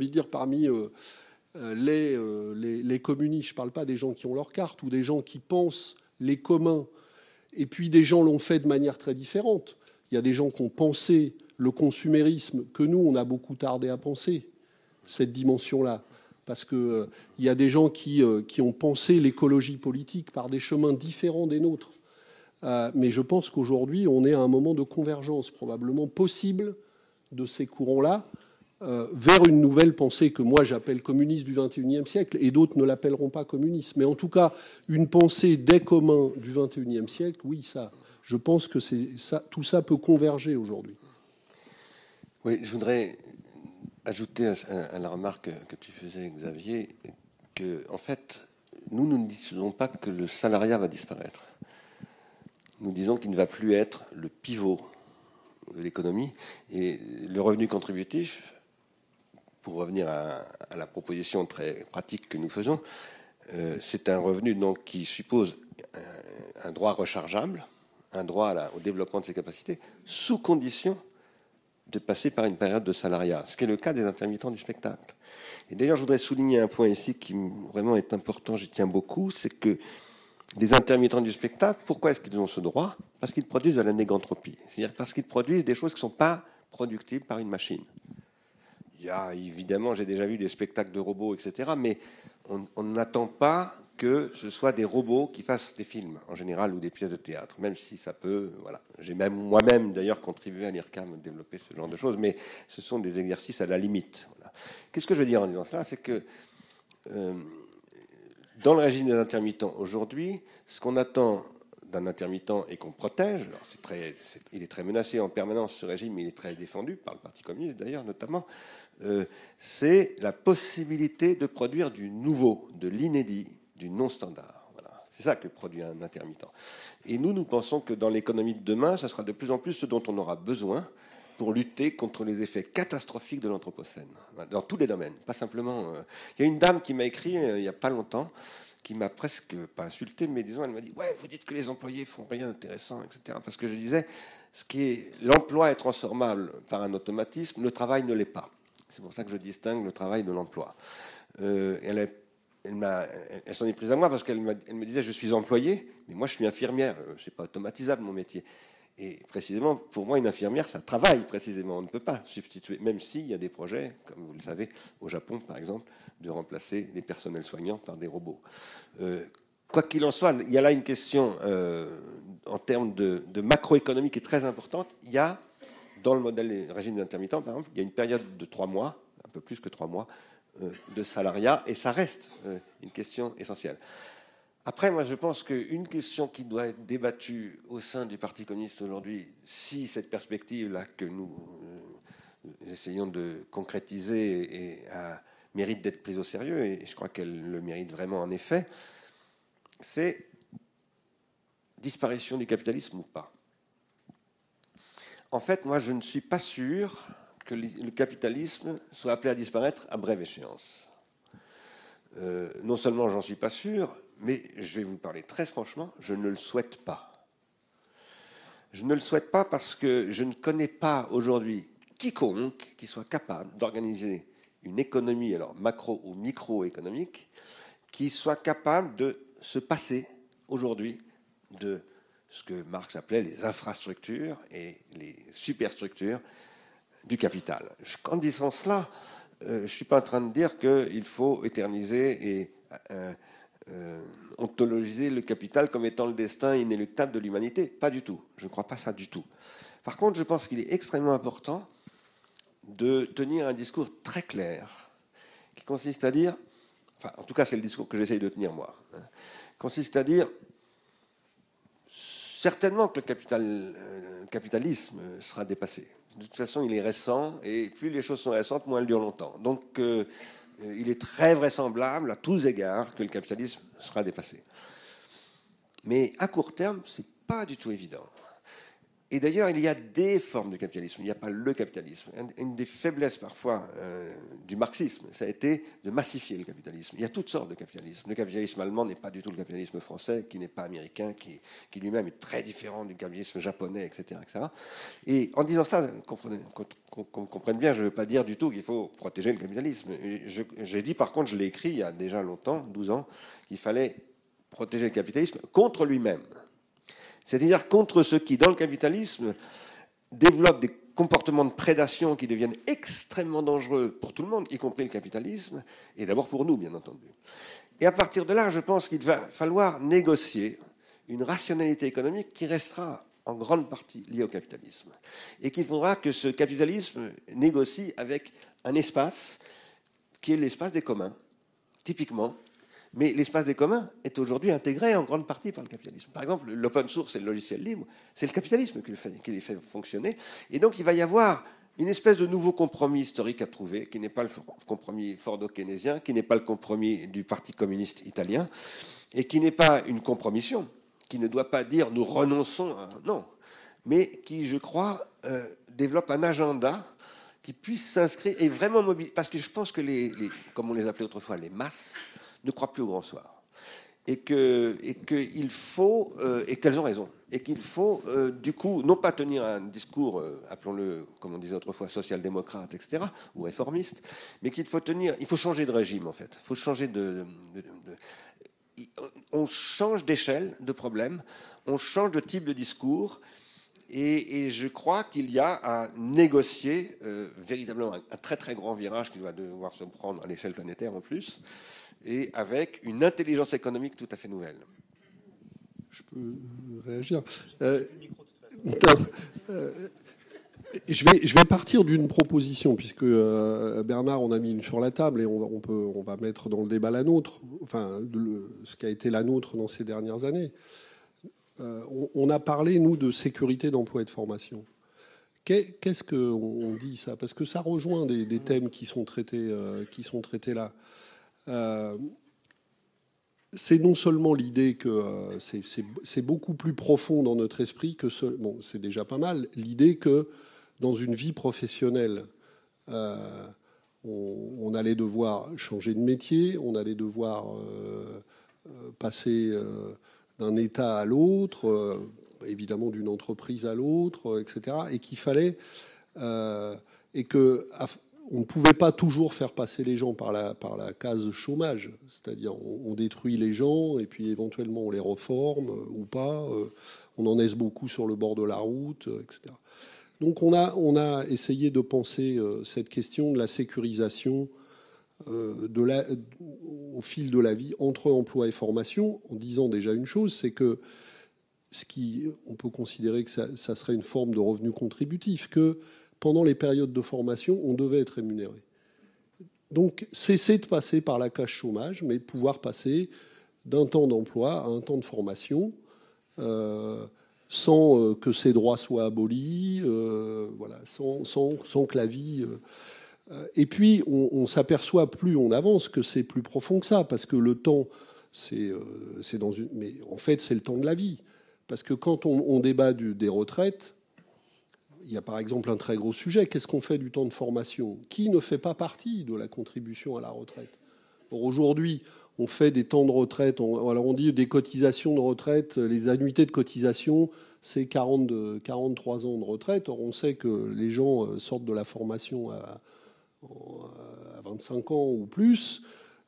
S6: les communistes, je ne parle pas des gens qui ont leur carte, ou des gens qui pensent les communs, et puis des gens l'ont fait de manière très différente. Il y a des gens qui ont pensé le consumérisme que nous, on a beaucoup tardé à penser, cette dimension-là. Parce qu'il y a des gens qui ont pensé l'écologie politique par des chemins différents des nôtres. Mais je pense qu'aujourd'hui, on est à un moment de convergence probablement possible de ces courants-là vers une nouvelle pensée que moi j'appelle communiste du XXIe siècle, et d'autres ne l'appelleront pas communiste. Mais en tout cas, une pensée des communs du XXIe siècle, oui, ça, je pense que tout ça peut converger aujourd'hui.
S5: Oui, je voudrais ajouter à la remarque que tu faisais, Xavier, que en fait, nous ne disons pas que le salariat va disparaître. Nous disons qu'il ne va plus être le pivot de l'économie. Et le revenu contributif, pour revenir à la proposition très pratique que nous faisons, c'est un revenu donc, qui suppose un droit rechargeable, un droit au développement de ses capacités, sous condition de passer par une période de salariat, ce qui est le cas des intermittents du spectacle. Et d'ailleurs, je voudrais souligner un point ici qui vraiment est important, j'y tiens beaucoup, c'est que les intermittents du spectacle, pourquoi est-ce qu'ils ont ce droit ? Parce qu'ils produisent de la négantropie, c'est-à-dire parce qu'ils produisent des choses qui ne sont pas productibles par une machine. Il y a évidemment, j'ai déjà vu des spectacles de robots, etc., mais on n'attend pas que ce soit des robots qui fassent des films, en général, ou des pièces de théâtre, même si ça peut... Voilà. J'ai même moi-même, d'ailleurs, contribué à l'IRCAM à développer ce genre de choses, mais ce sont des exercices à la limite. Voilà. Qu'est-ce que je veux dire en disant cela ? C'est que dans le régime des intermittents, aujourd'hui, ce qu'on attend d'un intermittent et qu'on protège, alors il est très menacé en permanence, ce régime, mais il est très défendu par le Parti communiste, d'ailleurs, notamment, c'est la possibilité de produire du nouveau, de l'inédit, du non-standard. Voilà. C'est ça que produit un intermittent. Et nous pensons que dans l'économie de demain, ce sera de plus en plus ce dont on aura besoin pour lutter contre les effets catastrophiques de l'anthropocène, dans tous les domaines, pas simplement... Il y a une dame qui m'a écrit il n'y a pas longtemps, qui m'a presque, pas insulté, mais disons, elle m'a dit « Ouais, vous dites que les employés font rien d'intéressant, etc. » Parce que je disais, l'emploi est transformable par un automatisme, le travail ne l'est pas. C'est pour ça que je distingue le travail de l'emploi. Elle s'en est prise à moi parce qu'elle me disait « Je suis employée, mais moi je suis infirmière, c'est pas automatisable mon métier. » Et précisément, pour moi, une infirmière, ça travaille précisément. On ne peut pas substituer, même s'il y a des projets, comme vous le savez, au Japon, par exemple, de remplacer les personnels soignants par des robots. Quoi qu'il en soit, il y a là une question en termes de macroéconomie qui est très importante. Il y a, dans le modèle régime d'intermittent, par exemple, il y a une période de 3 mois, un peu plus que 3 mois, de salariat, et ça reste une question essentielle. Après, moi, je pense qu'une question qui doit être débattue au sein du Parti communiste aujourd'hui, si cette perspective-là que nous essayons de concrétiser mérite d'être prise au sérieux, et je crois qu'elle le mérite vraiment en effet, c'est disparition du capitalisme ou pas. En fait, moi, je ne suis pas sûr que le capitalisme soit appelé à disparaître à brève échéance. Non seulement j'en suis pas sûr, mais je vais vous parler très franchement, je ne le souhaite pas. Je ne le souhaite pas parce que je ne connais pas aujourd'hui quiconque qui soit capable d'organiser une économie, alors macro ou microéconomique, qui soit capable de se passer aujourd'hui de ce que Marx appelait les infrastructures et les superstructures du capital. En disant cela, je ne suis pas en train de dire qu'il faut éterniser et ontologiser le capital comme étant le destin inéluctable de l'humanité. Pas du tout. Je ne crois pas ça du tout. Par contre, je pense qu'il est extrêmement important de tenir un discours très clair qui consiste à dire, enfin, en tout cas, c'est le discours que j'essaye de tenir moi, consiste à dire certainement que le capitalisme sera dépassé. De toute façon, il est récent, et plus les choses sont récentes, moins elles durent longtemps. Donc, il est très vraisemblable, à tous égards, que le capitalisme sera dépassé. Mais à court terme, ce n'est pas du tout évident. Et d'ailleurs, il y a des formes de capitalisme, il n'y a pas le capitalisme. Une des faiblesses parfois du marxisme, ça a été de massifier le capitalisme. Il y a toutes sortes de capitalisme. Le capitalisme allemand n'est pas du tout le capitalisme français, qui n'est pas américain, qui lui-même est très différent du capitalisme japonais, etc. etc. Et en disant ça, qu'on comprenne bien, je ne veux pas dire du tout qu'il faut protéger le capitalisme. J'ai dit, par contre, je l'ai écrit il y a déjà longtemps, 12 ans, qu'il fallait protéger le capitalisme contre lui-même. C'est-à-dire contre ceux qui, dans le capitalisme, développent des comportements de prédation qui deviennent extrêmement dangereux pour tout le monde, y compris le capitalisme, et d'abord pour nous, bien entendu. Et à partir de là, je pense qu'il va falloir négocier une rationalité économique qui restera en grande partie liée au capitalisme. Et qu'il faudra que ce capitalisme négocie avec un espace qui est l'espace des communs, typiquement. Mais l'espace des communs est aujourd'hui intégré en grande partie par le capitalisme. Par exemple, l'open source et le logiciel libre, c'est le capitalisme qui les fait fonctionner. Et donc, il va y avoir une espèce de nouveau compromis historique à trouver, qui n'est pas le compromis fordo-keynésien, qui n'est pas le compromis du Parti communiste italien, et qui n'est pas une compromission, qui ne doit pas dire nous renonçons à... Non, mais qui, je crois, développe un agenda qui puisse s'inscrire et vraiment mobiliser. Parce que je pense que comme on les appelait autrefois, les masses, ne croient plus au grand soir. Et qu'il faut, et qu'elles ont raison, et qu'il faut, du coup, non pas tenir un discours, appelons-le, comme on disait autrefois, social-démocrate, etc., ou réformiste, mais il faut changer de régime, en fait. Il faut changer on change d'échelle de problème, on change de type de discours, et je crois qu'il y a à négocier véritablement un très très grand virage qui va devoir se prendre à l'échelle planétaire en plus, et avec une intelligence économique tout à fait nouvelle.
S6: Je peux réagir. Je vais partir d'une proposition, puisque Bernard en a mis une sur la table, et on va mettre dans le débat la nôtre, enfin ce qui a été la nôtre dans ces dernières années. On a parlé, nous, de sécurité d'emploi et de formation. Qu'est-ce qu'on dit ça? Parce que ça rejoint des thèmes qui sont traités là. c'est non seulement l'idée que c'est beaucoup plus profond dans notre esprit que bon, c'est déjà pas mal, l'idée que dans une vie professionnelle, on allait devoir changer de métier, on allait devoir passer d'un état à l'autre, évidemment d'une entreprise à l'autre, etc. Et qu'il fallait et que on ne pouvait pas toujours faire passer les gens par la case chômage, c'est-à-dire on détruit les gens et puis éventuellement on les reforme ou pas, on en laisse beaucoup sur le bord de la route, etc. Donc on a essayé de penser cette question de la sécurisation au fil de la vie entre emploi et formation, en disant déjà une chose, c'est que on peut considérer que ça serait une forme de revenu contributif, que pendant les périodes de formation, on devait être rémunéré. Donc cesser de passer par la case chômage, mais pouvoir passer d'un temps d'emploi à un temps de formation, sans que ces droits soient abolis, voilà, sans que la vie... Et puis, on s'aperçoit plus on avance que c'est plus profond que ça, parce que le temps, c'est dans une... Mais en fait, c'est le temps de la vie. Parce que quand on débat des retraites, il y a par exemple un très gros sujet. Qu'est-ce qu'on fait du temps de formation? Qui ne fait pas partie de la contribution à la retraite? Aujourd'hui, on fait des temps de retraite. Alors on dit des cotisations de retraite, les annuités de cotisation, c'est 43 ans de retraite. Or, on sait que les gens sortent de la formation à 25 ans ou plus.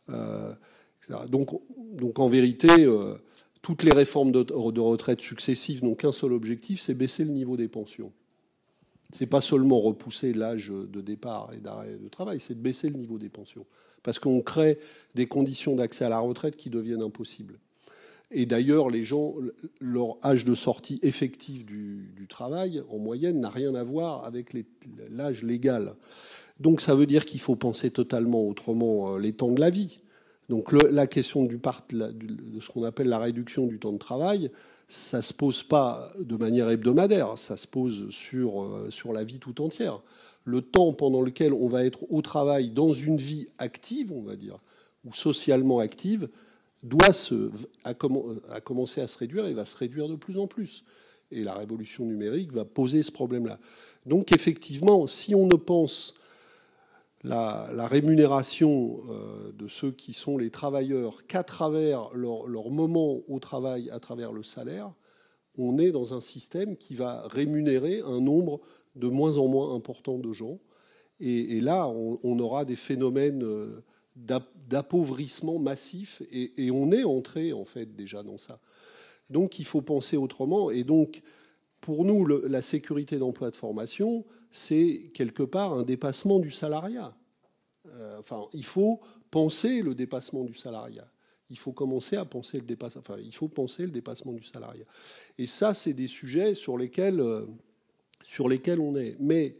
S6: Donc en vérité, toutes les réformes de retraite successives n'ont qu'un seul objectif, c'est baisser le niveau des pensions. C'est pas seulement repousser l'âge de départ et d'arrêt de travail, c'est de baisser le niveau des pensions. Parce qu'on crée des conditions d'accès à la retraite qui deviennent impossibles. Et d'ailleurs, les gens, leur âge de sortie effectif du travail, en moyenne, n'a rien à voir avec l'âge légal. Donc ça veut dire qu'il faut penser totalement autrement les temps de la vie. Donc la question de ce qu'on appelle la réduction du temps de travail, ça ne se pose pas de manière hebdomadaire, ça se pose sur la vie tout entière. Le temps pendant lequel on va être au travail dans une vie active, on va dire, ou socialement active, a commencé à se réduire et va se réduire de plus en plus. Et la révolution numérique va poser ce problème-là. Donc effectivement, si on ne pense la rémunération de ceux qui sont les travailleurs qu'à travers leur moment au travail, à travers le salaire, on est dans un système qui va rémunérer un nombre de moins en moins important de gens. Et là, on aura des phénomènes d'appauvrissement massif. Et on est entré, en fait, déjà dans ça. Donc, il faut penser autrement. Et donc, pour nous, la sécurité d'emploi de formation, c'est quelque part un dépassement du salariat. Il faut penser le dépassement du salariat. Il faut commencer à penser il faut penser le dépassement du salariat. Et ça, c'est des sujets sur lesquels on est. Mais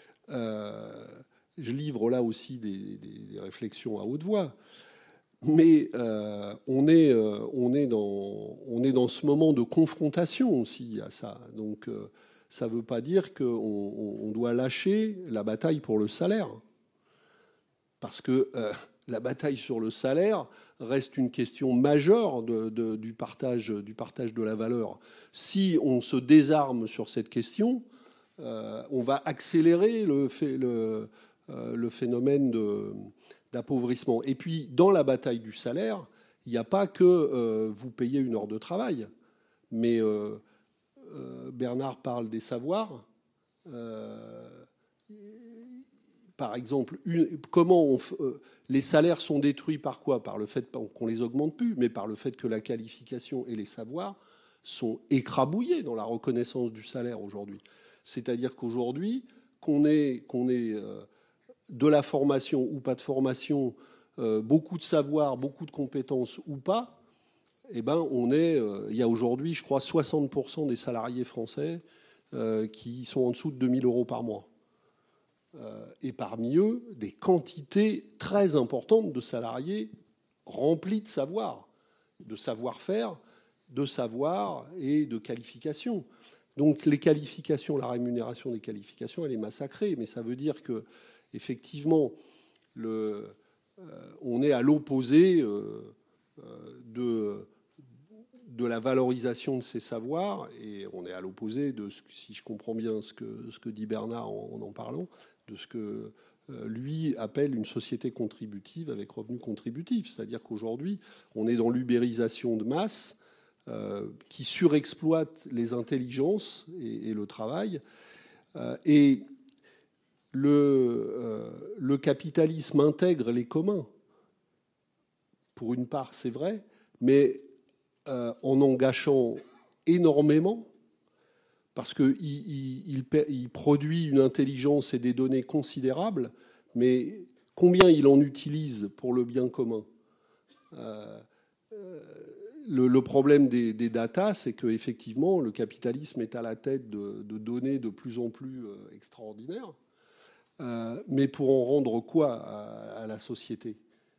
S6: je livre là aussi des réflexions à haute voix. Mais on est dans ce moment de confrontation aussi à ça. Donc ça ne veut pas dire qu'on doit lâcher la bataille pour le salaire. Parce que la bataille sur le salaire reste une question majeure du partage de la valeur. Si on se désarme sur cette question, on va accélérer le phénomène d'appauvrissement. Et puis, dans la bataille du salaire, il n'y a pas que vous payez une heure de travail. Mais Bernard parle des savoirs. Par exemple, comment les salaires sont détruits par quoi? Par le fait qu'on les augmente plus, mais par le fait que la qualification et les savoirs sont écrabouillés dans la reconnaissance du salaire aujourd'hui. C'est-à-dire qu'aujourd'hui, qu'on ait de la formation ou pas de formation, beaucoup de savoir, beaucoup de compétences ou pas, il y a aujourd'hui, je crois, 60% des salariés français qui sont en dessous de 2 000 euros par mois. Et parmi eux, des quantités très importantes de salariés remplis de savoir, de savoir-faire, de savoir et de qualifications. Donc les qualifications, la rémunération des qualifications, elle est massacrée. Mais ça veut dire que effectivement, on est à l'opposé de la valorisation de ces savoirs, et on est à l'opposé de si je comprends bien ce que dit Bernard en parlant, de ce que lui appelle une société contributive avec revenu contributif. C'est-à-dire qu'aujourd'hui, on est dans l'ubérisation de masse qui surexploite les intelligences et le travail. Et le capitalisme intègre les communs. Pour une part, c'est vrai, mais en en gâchant énormément, parce qu'il produit une intelligence et des données considérables, mais combien il en utilise pour le bien commun? Le problème des data, c'est qu'effectivement, le capitalisme est à la tête de données de plus en plus extraordinaires, mais pour en rendre quoi à la société?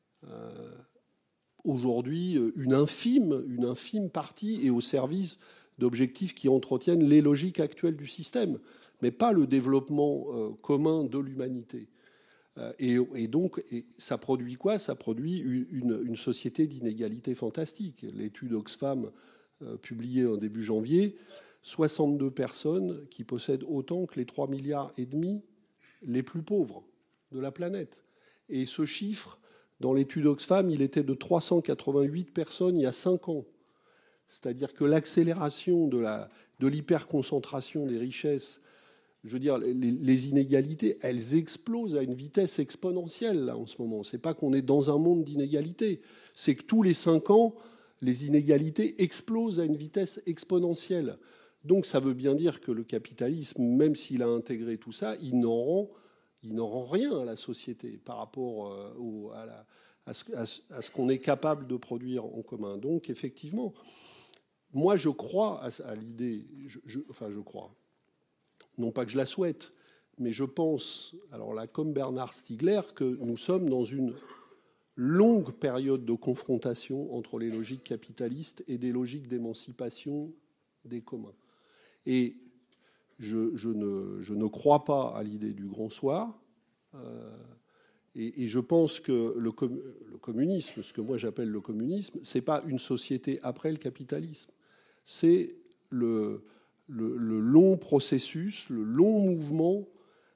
S6: Aujourd'hui, une infime partie est au service d'objectifs qui entretiennent les logiques actuelles du système, mais pas le développement commun de l'humanité. Et donc, ça produit quoi? Ça produit une société d'inégalité fantastique. L'étude Oxfam publiée en début janvier, 62 personnes qui possèdent autant que les 3,5 milliards les plus pauvres de la planète. Et ce chiffre, dans l'étude Oxfam, il était de 388 personnes il y a 5 ans. C'est-à-dire que l'accélération de l'hyperconcentration des richesses, je veux dire, les inégalités, elles explosent à une vitesse exponentielle là, en ce moment. Ce n'est pas qu'on est dans un monde d'inégalités, c'est que tous les 5 ans, les inégalités explosent à une vitesse exponentielle. Donc ça veut bien dire que le capitalisme, même s'il a intégré tout ça, il n'en rend rien à la société par rapport à ce qu'on est capable de produire en commun. Donc effectivement, moi je crois à l'idée, enfin je crois, non pas que je la souhaite, mais je pense, alors là comme Bernard Stiegler, que nous sommes dans une longue période de confrontation entre les logiques capitalistes et des logiques d'émancipation des communs. Et je ne crois pas à l'idée du grand soir. Et je pense que le communisme, ce que moi j'appelle le communisme, ce n'est pas une société après le capitalisme. C'est le long processus, le long mouvement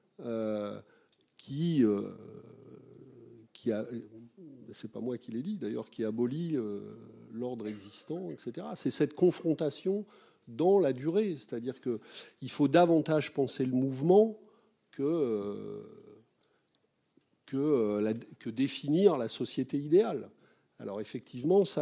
S6: qui a, c'est pas moi qui l'ai dit d'ailleurs, qui abolit l'ordre existant, etc. C'est cette confrontation dans la durée. C'est-à-dire qu'il faut davantage penser le mouvement que définir la société idéale. Alors effectivement, ça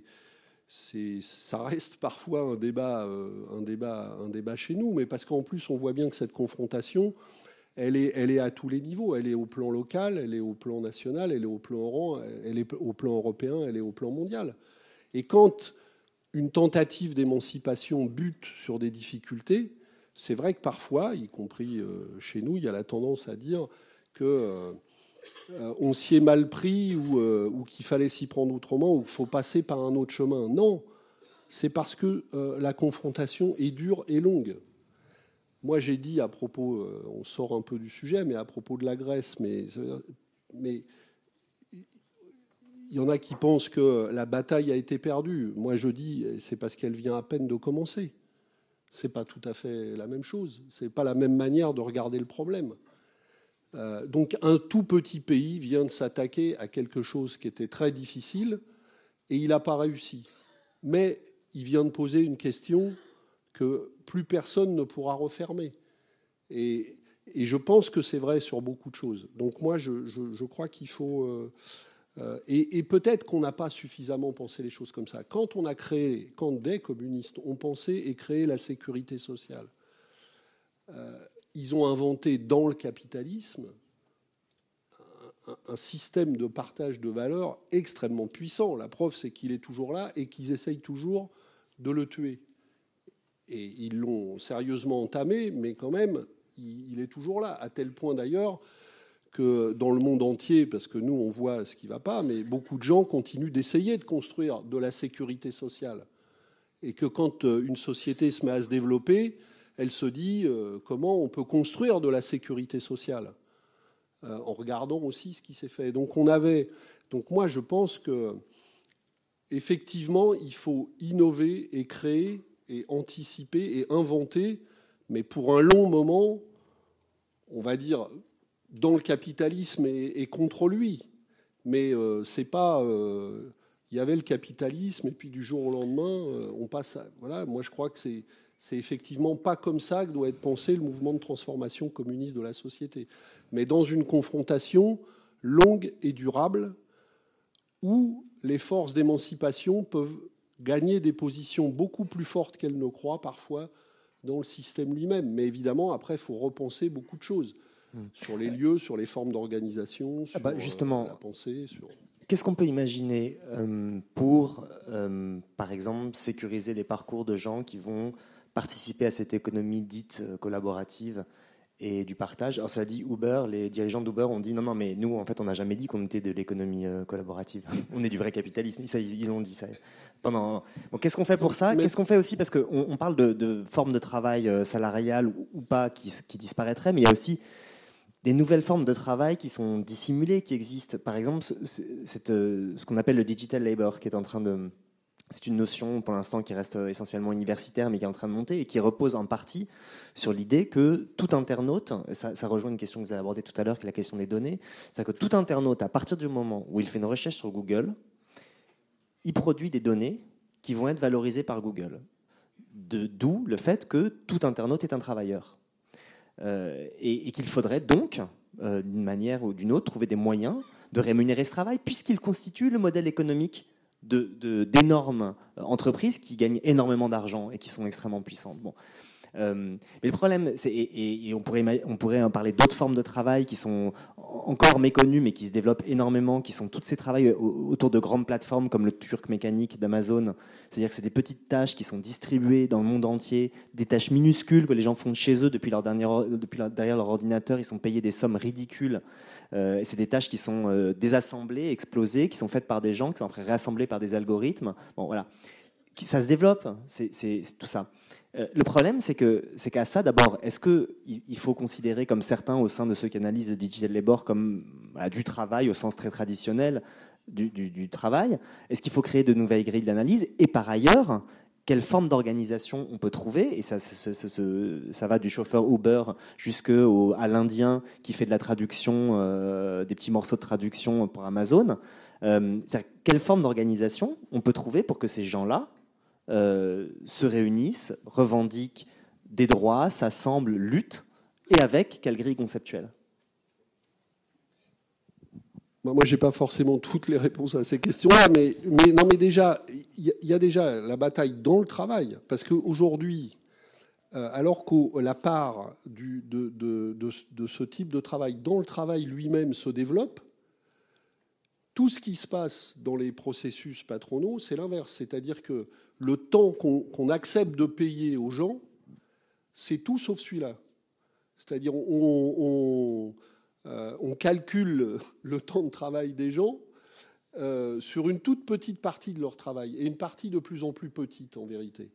S6: reste parfois un débat chez nous, mais parce qu'en plus on voit bien que cette confrontation, elle est à tous les niveaux. Elle est au plan local, elle est au plan national, elle est au plan européen, elle est au plan mondial. Et quand une tentative d'émancipation bute sur des difficultés, c'est vrai que parfois, y compris chez nous, il y a la tendance à dire que on s'y est mal pris ou qu'il fallait s'y prendre autrement ou qu'il faut passer par un autre chemin. Non, c'est parce que la confrontation est dure et longue. Moi, j'ai dit à propos, on sort un peu du sujet, mais à propos de la Grèce, mais il y en a qui pensent que la bataille a été perdue. Moi, je dis, c'est parce qu'elle vient à peine de commencer. C'est pas tout à fait la même chose. C'est pas la même manière de regarder le problème. Donc, un tout petit pays vient de s'attaquer à quelque chose qui était très difficile et il n'a pas réussi. Mais il vient de poser une question que plus personne ne pourra refermer. Et je pense que c'est vrai sur beaucoup de choses. Donc moi, je crois qu'il faut... et peut-être qu'on n'a pas suffisamment pensé les choses comme ça. Quand des communistes ont pensé et créé la sécurité sociale, ils ont inventé dans le capitalisme un système de partage de valeurs extrêmement puissant. La preuve, c'est qu'il est toujours là et qu'ils essayent toujours de le tuer. Et ils l'ont sérieusement entamé, mais quand même, il est toujours là, à tel point d'ailleurs que dans le monde entier, parce que nous, on voit ce qui ne va pas, mais beaucoup de gens continuent d'essayer de construire de la sécurité sociale. Et que quand une société se met à se développer, elle se dit comment on peut construire de la sécurité sociale, en regardant aussi ce qui s'est fait. Donc moi, je pense que effectivement, il faut innover et créer et anticiper et inventer, mais pour un long moment, on va dire, dans le capitalisme et contre lui. Mais c'est pas... il y avait le capitalisme et puis du jour au lendemain, on passe à... Voilà, moi je crois que c'est effectivement pas comme ça que doit être pensé le mouvement de transformation communiste de la société. Mais dans une confrontation longue et durable où les forces d'émancipation peuvent gagner des positions beaucoup plus fortes qu'elles ne croient parfois dans le système lui-même. Mais évidemment, après, il faut repenser beaucoup de choses sur les lieux, sur les formes d'organisation, sur
S4: justement,
S6: la pensée.
S4: Qu'est-ce qu'on peut imaginer pour, par exemple, sécuriser les parcours de gens qui vont participer à cette économie dite collaborative et du partage? Alors, cela dit, Uber, les dirigeants d'Uber ont dit non, mais nous, en fait, on n'a jamais dit qu'on était de l'économie collaborative. On est du vrai capitalisme. Ça, ils ont dit ça. Bon, qu'est-ce qu'on fait pour ça? Qu'est-ce qu'on fait aussi? Parce qu'on parle de formes de travail salariales ou pas qui disparaîtraient, mais il y a aussi des nouvelles formes de travail qui sont dissimulées, qui existent. Par exemple, ce qu'on appelle le digital labor, qui est en train de... C'est une notion, pour l'instant, qui reste essentiellement universitaire, mais qui est en train de monter et qui repose en partie sur l'idée que tout internaute, ça rejoint une question que vous avez abordée tout à l'heure, qui est la question des données, c'est-à-dire que tout internaute, à partir du moment où il fait une recherche sur Google, il produit des données qui vont être valorisées par Google. D'où le fait que tout internaute est un travailleur. Et qu'il faudrait donc, d'une manière ou d'une autre, trouver des moyens de rémunérer ce travail, puisqu'il constitue le modèle économique d'énormes entreprises qui gagnent énormément d'argent et qui sont extrêmement puissantes. Bon. Mais le problème, et on pourrait en parler d'autres formes de travail qui sont encore méconnues, mais qui se développent énormément, qui sont toutes ces travails autour de grandes plateformes comme le Turc mécanique d'Amazon. C'est-à-dire que c'est des petites tâches qui sont distribuées dans le monde entier, des tâches minuscules que les gens font de chez eux derrière leur ordinateur. Ils sont payés des sommes ridicules. Et c'est des tâches qui sont désassemblées, explosées, qui sont faites par des gens, qui sont après réassemblées par des algorithmes. Bon, voilà. Ça se développe, c'est tout ça. Le problème, c'est qu'à ça, d'abord, est-ce qu'il faut considérer, comme certains au sein de ceux qui analysent le digital labor, comme du travail au sens très traditionnel du travail? Est-ce qu'il faut créer de nouvelles grilles d'analyse? Et par ailleurs, quelle forme d'organisation on peut trouver? Et ça va du chauffeur Uber jusqu'à l'Indien qui fait de la traduction, des petits morceaux de traduction pour Amazon. Quelle forme d'organisation on peut trouver pour que ces gens-là se réunissent, revendiquent des droits, s'assemblent, luttent, et avec quelle grille conceptuelle?
S6: Moi, je n'ai pas forcément toutes les réponses à ces questions-là, mais déjà, il y a déjà la bataille dans le travail, parce qu'aujourd'hui, alors que la part de ce type de travail dans le travail lui-même se développe, tout ce qui se passe dans les processus patronaux, c'est l'inverse. C'est-à-dire que le temps qu'on accepte de payer aux gens, c'est tout sauf celui-là. C'est-à-dire on calcule le temps de travail des gens sur une toute petite partie de leur travail, et une partie de plus en plus petite en vérité.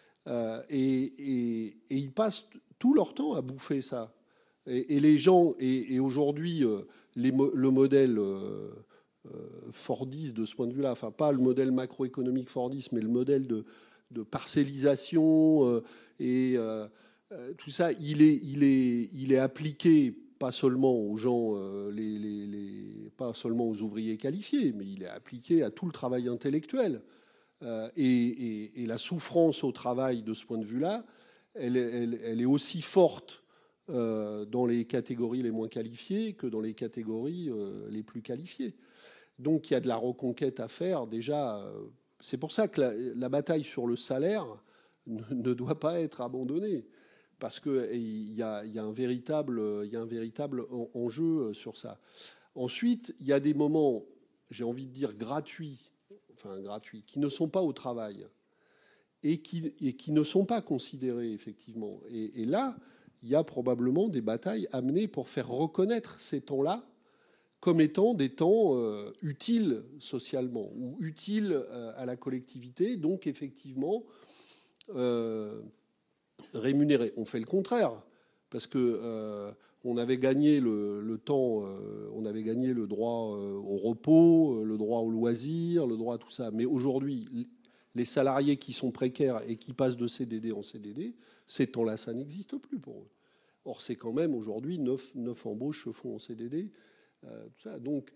S6: Et ils passent tout leur temps à bouffer ça. Et les gens, et aujourd'hui, le modèle... fordiste de ce point de vue-là, enfin pas le modèle macroéconomique fordiste, mais le modèle de parcellisation tout ça, il est appliqué pas seulement aux gens, pas seulement aux ouvriers qualifiés, mais il est appliqué à tout le travail intellectuel. Et la souffrance au travail de ce point de vue-là, elle est aussi forte dans les catégories les moins qualifiées que dans les catégories les plus qualifiées. Donc il y a de la reconquête à faire déjà. C'est pour ça que la bataille sur le salaire ne doit pas être abandonnée, parce qu'il y a un véritable enjeu sur ça. Ensuite, il y a des moments, j'ai envie de dire gratuits, qui ne sont pas au travail et qui ne sont pas considérés effectivement. Et là, il y a probablement des batailles à mener pour faire reconnaître ces temps-là comme étant des temps utiles socialement ou utiles à la collectivité, donc effectivement rémunérés. On fait le contraire, parce que on avait gagné le temps, on avait gagné le droit au repos, le droit au loisir, le droit à tout ça. Mais aujourd'hui, les salariés qui sont précaires et qui passent de CDD en CDD, ces temps-là, ça n'existe plus pour eux. Or, c'est quand même aujourd'hui 9 embauches se font en CDD. Tout ça. Donc,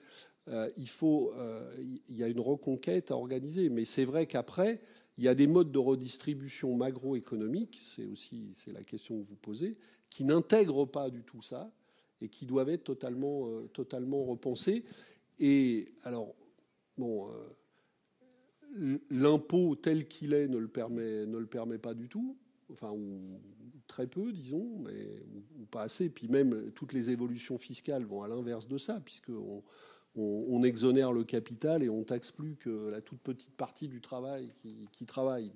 S6: il y a une reconquête à organiser. Mais c'est vrai qu'après, il y a des modes de redistribution macroéconomique, c'est la question que vous posez, qui n'intègrent pas du tout ça et qui doivent être totalement repensés. Et alors, bon, l'impôt tel qu'il est ne le permet pas du tout, enfin, ou très peu, disons, ou pas assez. Puis même, toutes les évolutions fiscales vont à l'inverse de ça, puisqu'on exonère le capital et on taxe plus que la toute petite partie du travail qui travaille.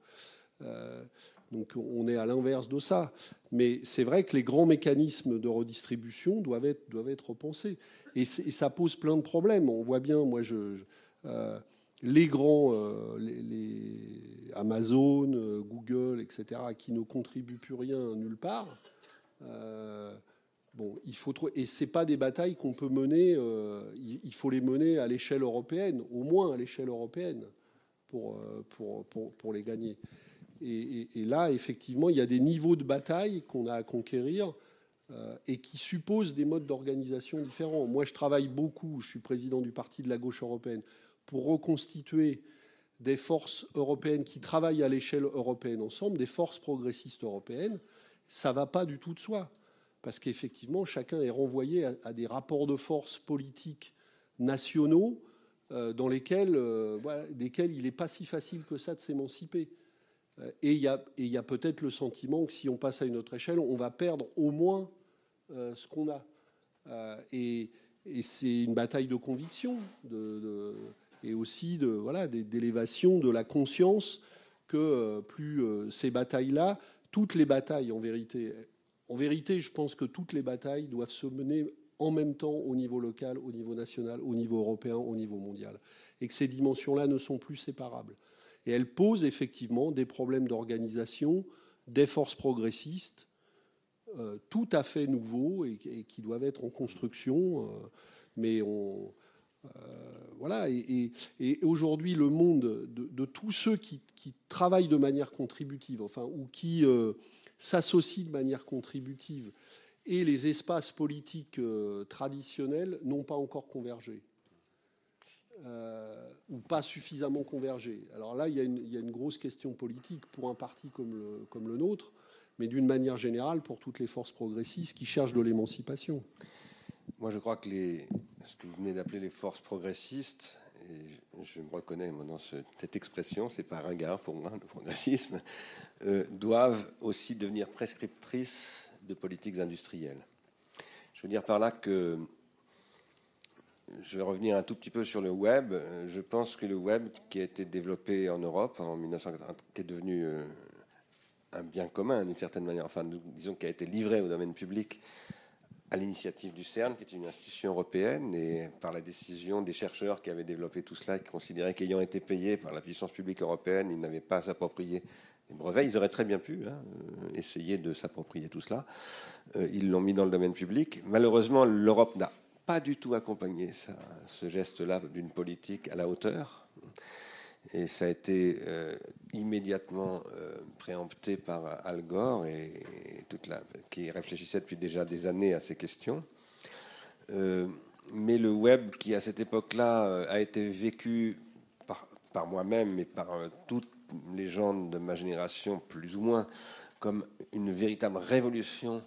S6: Donc on est à l'inverse de ça. Mais c'est vrai que les grands mécanismes de redistribution doivent être repensés. Et ça pose plein de problèmes. On voit bien, moi, les grands, les Amazon, Google, etc., qui ne contribuent plus rien nulle part. Bon, et c'est pas des batailles qu'on peut mener. Il faut les mener à l'échelle européenne, au moins à l'échelle européenne, pour les gagner. Et là, effectivement, il y a des niveaux de bataille qu'on a à conquérir et qui supposent des modes d'organisation différents. Moi, je travaille beaucoup. Je suis président du Parti de la gauche européenne pour reconstituer des forces européennes qui travaillent à l'échelle européenne ensemble, des forces progressistes européennes. Ça va pas du tout de soi. Parce qu'effectivement, chacun est renvoyé à des rapports de force politiques nationaux desquels il n'est pas si facile que ça de s'émanciper. Et il y a peut-être le sentiment que si on passe à une autre échelle, on va perdre au moins ce qu'on a. Et c'est une bataille de conviction et aussi d'élévation de la conscience que plus ces batailles-là, toutes les batailles en vérité, je pense que toutes les batailles doivent se mener en même temps au niveau local, au niveau national, au niveau européen, au niveau mondial. Et que ces dimensions-là ne sont plus séparables. Et elles posent effectivement des problèmes d'organisation, des forces progressistes, tout à fait nouveaux et qui doivent être en construction. Voilà. Et aujourd'hui, le monde de tous ceux qui travaillent de manière contributive, enfin, ou qui s'associent de manière contributive, et les espaces politiques traditionnels n'ont pas encore convergé. Ou pas suffisamment convergé. Alors là, il y a une grosse question politique pour un parti comme le nôtre, mais d'une manière générale pour toutes les forces progressistes qui cherchent de l'émancipation.
S5: Moi, je crois que ce que vous venez d'appeler les forces progressistes, et je me reconnais moi, dans cette expression, c'est pas ringard pour moi, le progressisme, doivent aussi devenir prescriptrices de politiques industrielles. Je veux dire par là que je vais revenir un tout petit peu sur le web. Je pense que le web qui a été développé en Europe en 1940, qui est devenu un bien commun d'une certaine manière, enfin disons qui a été livré au domaine public à l'initiative du CERN, qui est une institution européenne, et par la décision des chercheurs qui avaient développé tout cela, qui considéraient qu'ayant été payés par la puissance publique européenne, ils n'avaient pas à s'approprier les brevets. Ils auraient très bien pu essayer de s'approprier tout cela. Ils l'ont mis dans le domaine public. Malheureusement, l'Europe n'a pas du tout accompagné ce geste-là d'une politique à la hauteur. Et ça a été immédiatement préempté par Al Gore qui réfléchissait depuis déjà des années à ces questions. Mais le web, qui à cette époque-là a été vécu par moi-même et par toutes les gens de ma génération, plus ou moins, comme une véritable révolution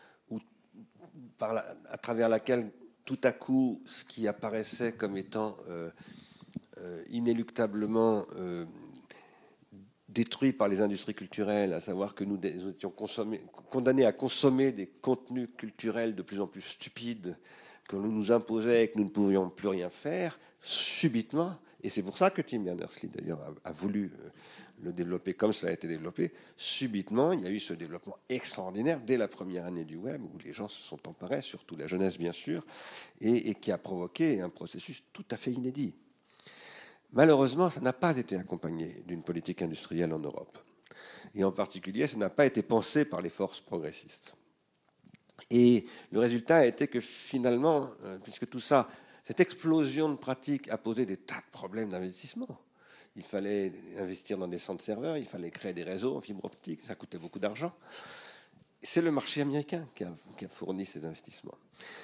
S5: à travers laquelle tout à coup, ce qui apparaissait comme étant inéluctablement détruit par les industries culturelles, à savoir que nous étions condamnés à consommer des contenus culturels de plus en plus stupides que l'on nous imposait et que nous ne pouvions plus rien faire, subitement, et c'est pour ça que Tim Berners-Lee d'ailleurs a voulu le développer comme ça a été développé, subitement, il y a eu ce développement extraordinaire dès la première année du web, où les gens se sont emparés, surtout la jeunesse bien sûr, et qui a provoqué un processus tout à fait inédit. Malheureusement, ça n'a pas été accompagné d'une politique industrielle en Europe. Et en particulier, ça n'a pas été pensé par les forces progressistes. Et le résultat a été que finalement, puisque tout ça, cette explosion de pratiques a posé des tas de problèmes d'investissement. Il fallait investir dans des centres serveurs, il fallait créer des réseaux en fibre optique, ça coûtait beaucoup d'argent. C'est le marché américain qui a fourni ces investissements.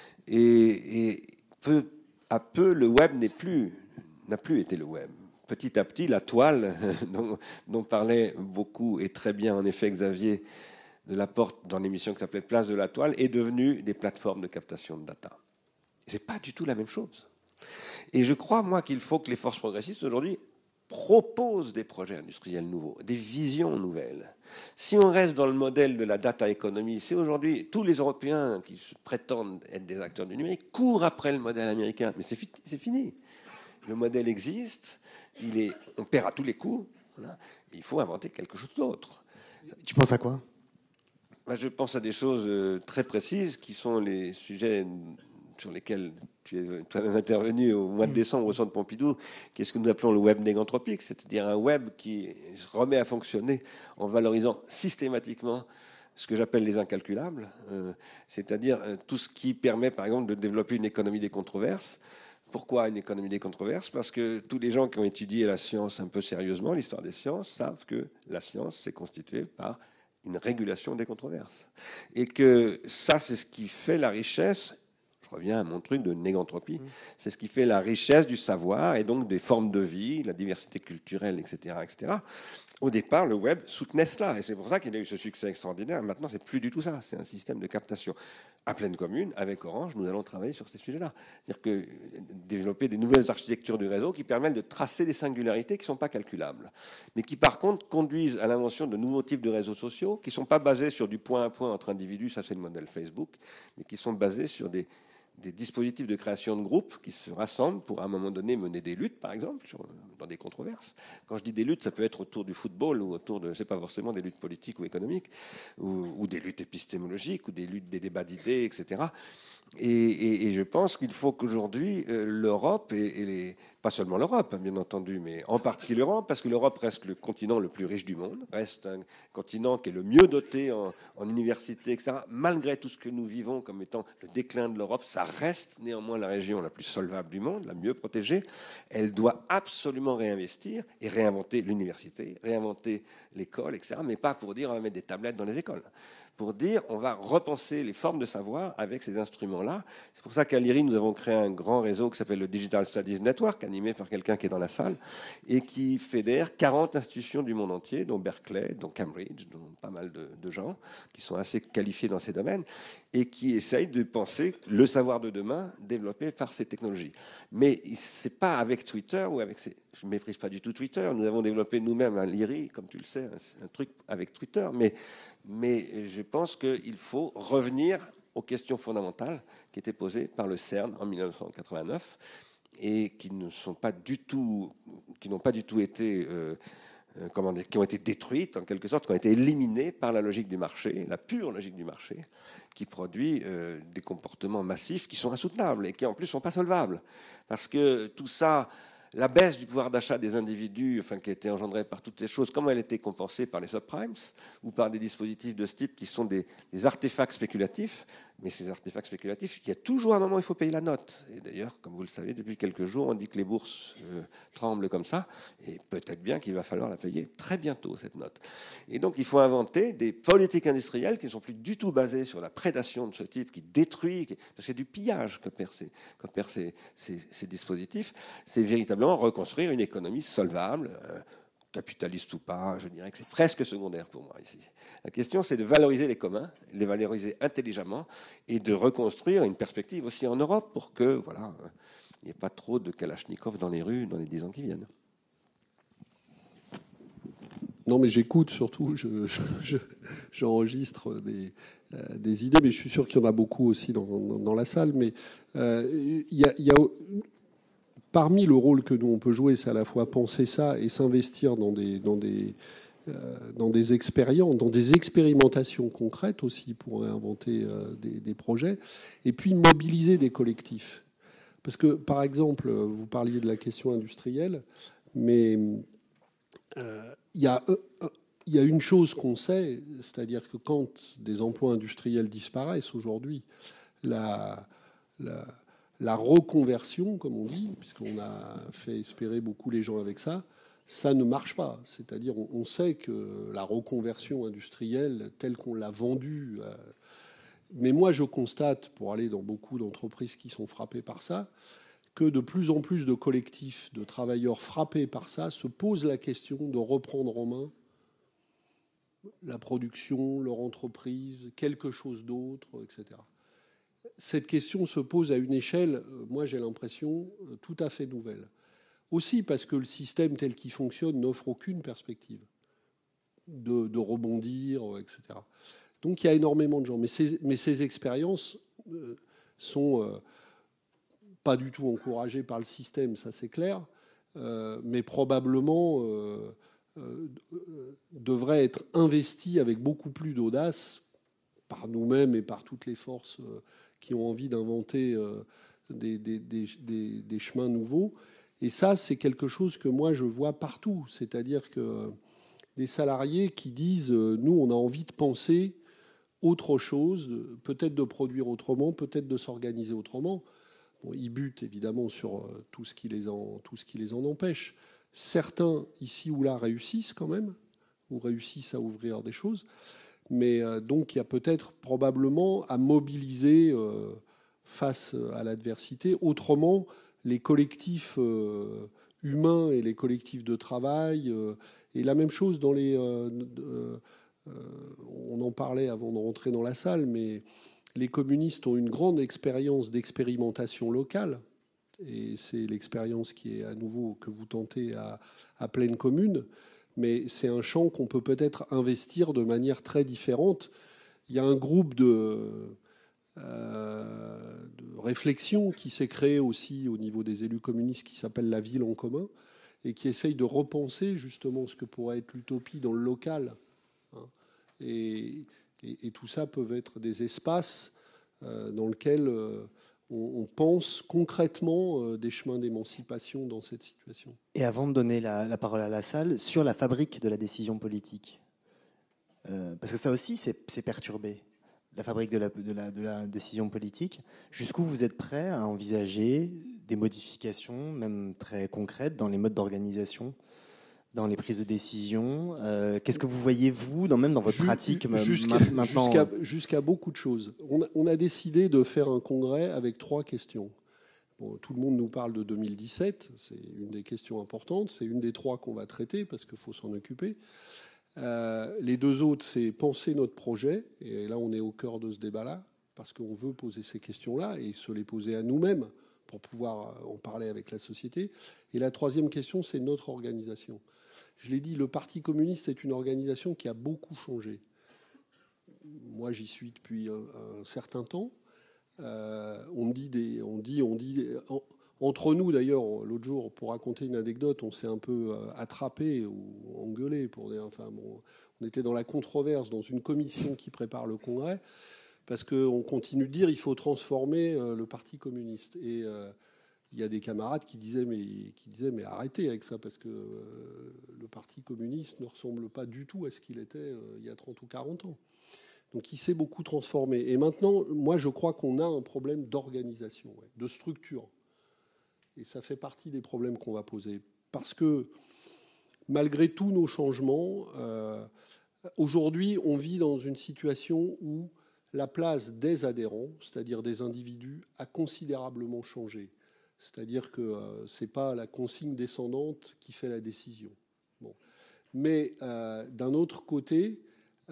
S5: Et peu à peu, le web n'a plus été le web. Petit à petit, la toile, dont parlait beaucoup et très bien en effet Xavier de la Porte dans l'émission qui s'appelait Place de la Toile, est devenue des plateformes de captation de data. Ce n'est pas du tout la même chose. Et je crois, moi, qu'il faut que les forces progressistes aujourd'hui proposent des projets industriels nouveaux, des visions nouvelles. Si on reste dans le modèle de la data economy, c'est aujourd'hui tous les Européens qui prétendent être des acteurs du numérique courent après le modèle américain. Mais c'est fini. Le modèle existe, on perd à tous les coups. Voilà. Il faut inventer quelque chose d'autre.
S7: Tu penses à quoi ?
S5: Je pense à des choses très précises qui sont les sujets sur lesquels tu es toi-même intervenu au mois de décembre au Centre Pompidou, qui est ce que nous appelons le web négantropique, c'est-à-dire un web qui se remet à fonctionner en valorisant systématiquement ce que j'appelle les incalculables, c'est-à-dire tout ce qui permet par exemple de développer une économie des controverses. Pourquoi une économie des controverses ? Parce que tous les gens qui ont étudié la science un peu sérieusement, l'histoire des sciences, savent que la science s'est constituée par une régulation des controverses. Et que ça, c'est ce qui fait la richesse. Je reviens à mon truc de négantropie. C'est ce qui fait la richesse du savoir et donc des formes de vie, la diversité culturelle, etc., etc. Au départ, le web soutenait cela. Et c'est pour ça qu'il a eu ce succès extraordinaire. Maintenant, c'est plus du tout ça. C'est un système de captation. À pleine commune, avec Orange, nous allons travailler sur ces sujets-là. C'est-à-dire que développer des nouvelles architectures du réseau qui permettent de tracer des singularités qui ne sont pas calculables, mais qui, par contre, conduisent à l'invention de nouveaux types de réseaux sociaux qui ne sont pas basés sur du point à point entre individus, ça c'est le modèle Facebook, mais qui sont basés sur des dispositifs de création de groupes qui se rassemblent pour, à un moment donné, mener des luttes, par exemple, dans des controverses. Quand je dis des luttes, ça peut être autour du football ou autour de, c'est pas forcément des luttes politiques ou économiques, ou des luttes épistémologiques, ou des luttes, des débats d'idées, etc. Et je pense qu'il faut qu'aujourd'hui, l'Europe pas seulement l'Europe, bien entendu, mais en particulier l'Europe, parce que l'Europe reste le continent le plus riche du monde, reste un continent qui est le mieux doté en université, etc. Malgré tout ce que nous vivons comme étant le déclin de l'Europe, ça reste néanmoins la région la plus solvable du monde, la mieux protégée. Elle doit absolument réinvestir et réinventer l'université, réinventer l'école, etc. Mais pas pour dire on va mettre des tablettes dans les écoles. Pour dire on va repenser les formes de savoir avec ces instruments-là. C'est pour ça qu'à l'IRI, nous avons créé un grand réseau qui s'appelle le Digital Studies Network, animé par quelqu'un qui est dans la salle, et qui fédère 40 institutions du monde entier, dont Berkeley, dont Cambridge, dont pas mal de gens qui sont assez qualifiés dans ces domaines, et qui essayent de penser le savoir de demain développé par ces technologies. Mais c'est pas avec Twitter ou avec ces... Je ne méprise pas du tout Twitter. Nous avons développé nous-mêmes à l'IRI, comme tu le sais, un truc avec Twitter. Mais je pense qu'il faut revenir aux questions fondamentales qui étaient posées par le CERN en 1989 et qui n'ont pas du tout été... qui ont été détruites en quelque sorte, qui ont été éliminées par la logique du marché, la pure logique du marché, qui produit des comportements massifs qui sont insoutenables et qui en plus ne sont pas solvables. Parce que tout ça, la baisse du pouvoir d'achat des individus, qui a été engendrée par toutes ces choses, comment elle a été compensée par les subprimes ou par des dispositifs de ce type qui sont des artefacts spéculatifs. Mais ces artefacts spéculatifs, il y a toujours un moment où il faut payer la note. Et d'ailleurs, comme vous le savez, depuis quelques jours, on dit que les bourses tremblent comme ça. Et peut-être bien qu'il va falloir la payer très bientôt, cette note. Et donc, il faut inventer des politiques industrielles qui ne sont plus du tout basées sur la prédation de ce type, qui détruit, parce qu'il y a du pillage que perd ces dispositifs. C'est véritablement reconstruire une économie solvable, capitaliste ou pas, je dirais que c'est presque secondaire pour moi ici. La question, c'est de valoriser les communs, les valoriser intelligemment et de reconstruire une perspective aussi en Europe pour que, voilà, il n'y ait pas trop de Kalachnikov dans les rues dans les 10 ans qui viennent.
S6: Non, mais j'écoute surtout, j'enregistre des idées, mais je suis sûr qu'il y en a beaucoup aussi dans la salle. Mais il y a parmi le rôle que nous on peut jouer, c'est à la fois penser ça et s'investir dans des expériences, dans des expérimentations concrètes aussi pour inventer des projets, et puis mobiliser des collectifs. Parce que, par exemple, vous parliez de la question industrielle, mais il y a il y a une chose qu'on sait, c'est-à-dire que quand des emplois industriels disparaissent aujourd'hui, la reconversion, comme on dit, puisqu'on a fait espérer beaucoup les gens avec ça, ça ne marche pas. C'est-à-dire, on sait que la reconversion industrielle, telle qu'on l'a vendue, mais moi je constate, pour aller dans beaucoup d'entreprises qui sont frappées par ça, que de plus en plus de collectifs de travailleurs frappés par ça se posent la question de reprendre en main la production, leur entreprise, quelque chose d'autre, etc. Cette question se pose à une échelle, moi j'ai l'impression, tout à fait nouvelle. Aussi parce que le système tel qu'il fonctionne n'offre aucune perspective de rebondir, etc. Donc il y a énormément de gens. Mais ces expériences sont pas du tout encouragées par le système, ça c'est clair, mais probablement devraient être investies avec beaucoup plus d'audace par nous-mêmes et par toutes les forces qui ont envie d'inventer des chemins nouveaux. Et ça, c'est quelque chose que moi, je vois partout. C'est-à-dire que des salariés qui disent, nous, on a envie de penser autre chose, peut-être de produire autrement, peut-être de s'organiser autrement. Bon, ils butent évidemment sur tout ce qui les en empêche. Certains, ici ou là, réussissent quand même, ou réussissent à ouvrir des choses. Mais donc, il y a peut-être probablement à mobiliser face à l'adversité. Autrement, les collectifs humains et les collectifs de travail, et la même chose dans les... on en parlait avant de rentrer dans la salle, mais les communistes ont une grande expérience d'expérimentation locale. Et c'est l'expérience qui est à nouveau que vous tentez à pleine commune. Mais c'est un champ qu'on peut peut-être investir de manière très différente. Il y a un groupe de réflexion qui s'est créé aussi au niveau des élus communistes qui s'appelle la ville en commun et qui essaye de repenser justement ce que pourrait être l'utopie dans le local. Et tout ça peuvent être des espaces dans lesquels on pense concrètement des chemins d'émancipation dans cette situation.
S4: Et avant de donner la parole à la salle, sur la fabrique de la décision politique, parce que ça aussi c'est perturbé, la fabrique de la décision politique, jusqu'où vous êtes prêt à envisager des modifications, même très concrètes, dans les modes d'organisation, dans les prises de décision. Qu'est-ce que vous voyez, vous, même dans votre pratique maintenant
S6: jusqu'à beaucoup de choses. On a décidé de faire un congrès avec 3 questions. Bon, tout le monde nous parle de 2017, c'est une des questions importantes, c'est une des 3 qu'on va traiter parce qu'il faut s'en occuper. Les 2 autres, c'est penser notre projet, et là on est au cœur de ce débat-là, parce qu'on veut poser ces questions-là et se les poser à nous-mêmes pour pouvoir en parler avec la société. Et la 3e question, c'est notre organisation. Je l'ai dit, le Parti communiste est une organisation qui a beaucoup changé. Moi, j'y suis depuis un certain temps. On dit entre nous d'ailleurs, l'autre jour, pour raconter une anecdote, on s'est un peu attrapé ou engueulé pour dire, enfin bon, on était dans la controverse dans une commission qui prépare le congrès parce qu'on continue de dire il faut transformer le Parti communiste. Et il y a des camarades qui disaient mais arrêtez avec ça parce que le Parti communiste ne ressemble pas du tout à ce qu'il était il y a 30 ou 40 ans. Donc il s'est beaucoup transformé. Et maintenant, moi je crois qu'on a un problème d'organisation, de structure. Et ça fait partie des problèmes qu'on va poser. Parce que malgré tous nos changements, aujourd'hui on vit dans une situation où la place des adhérents, c'est-à-dire des individus, a considérablement changé. C'est-à-dire que ce n'est pas la consigne descendante qui fait la décision. Bon. Mais d'un autre côté,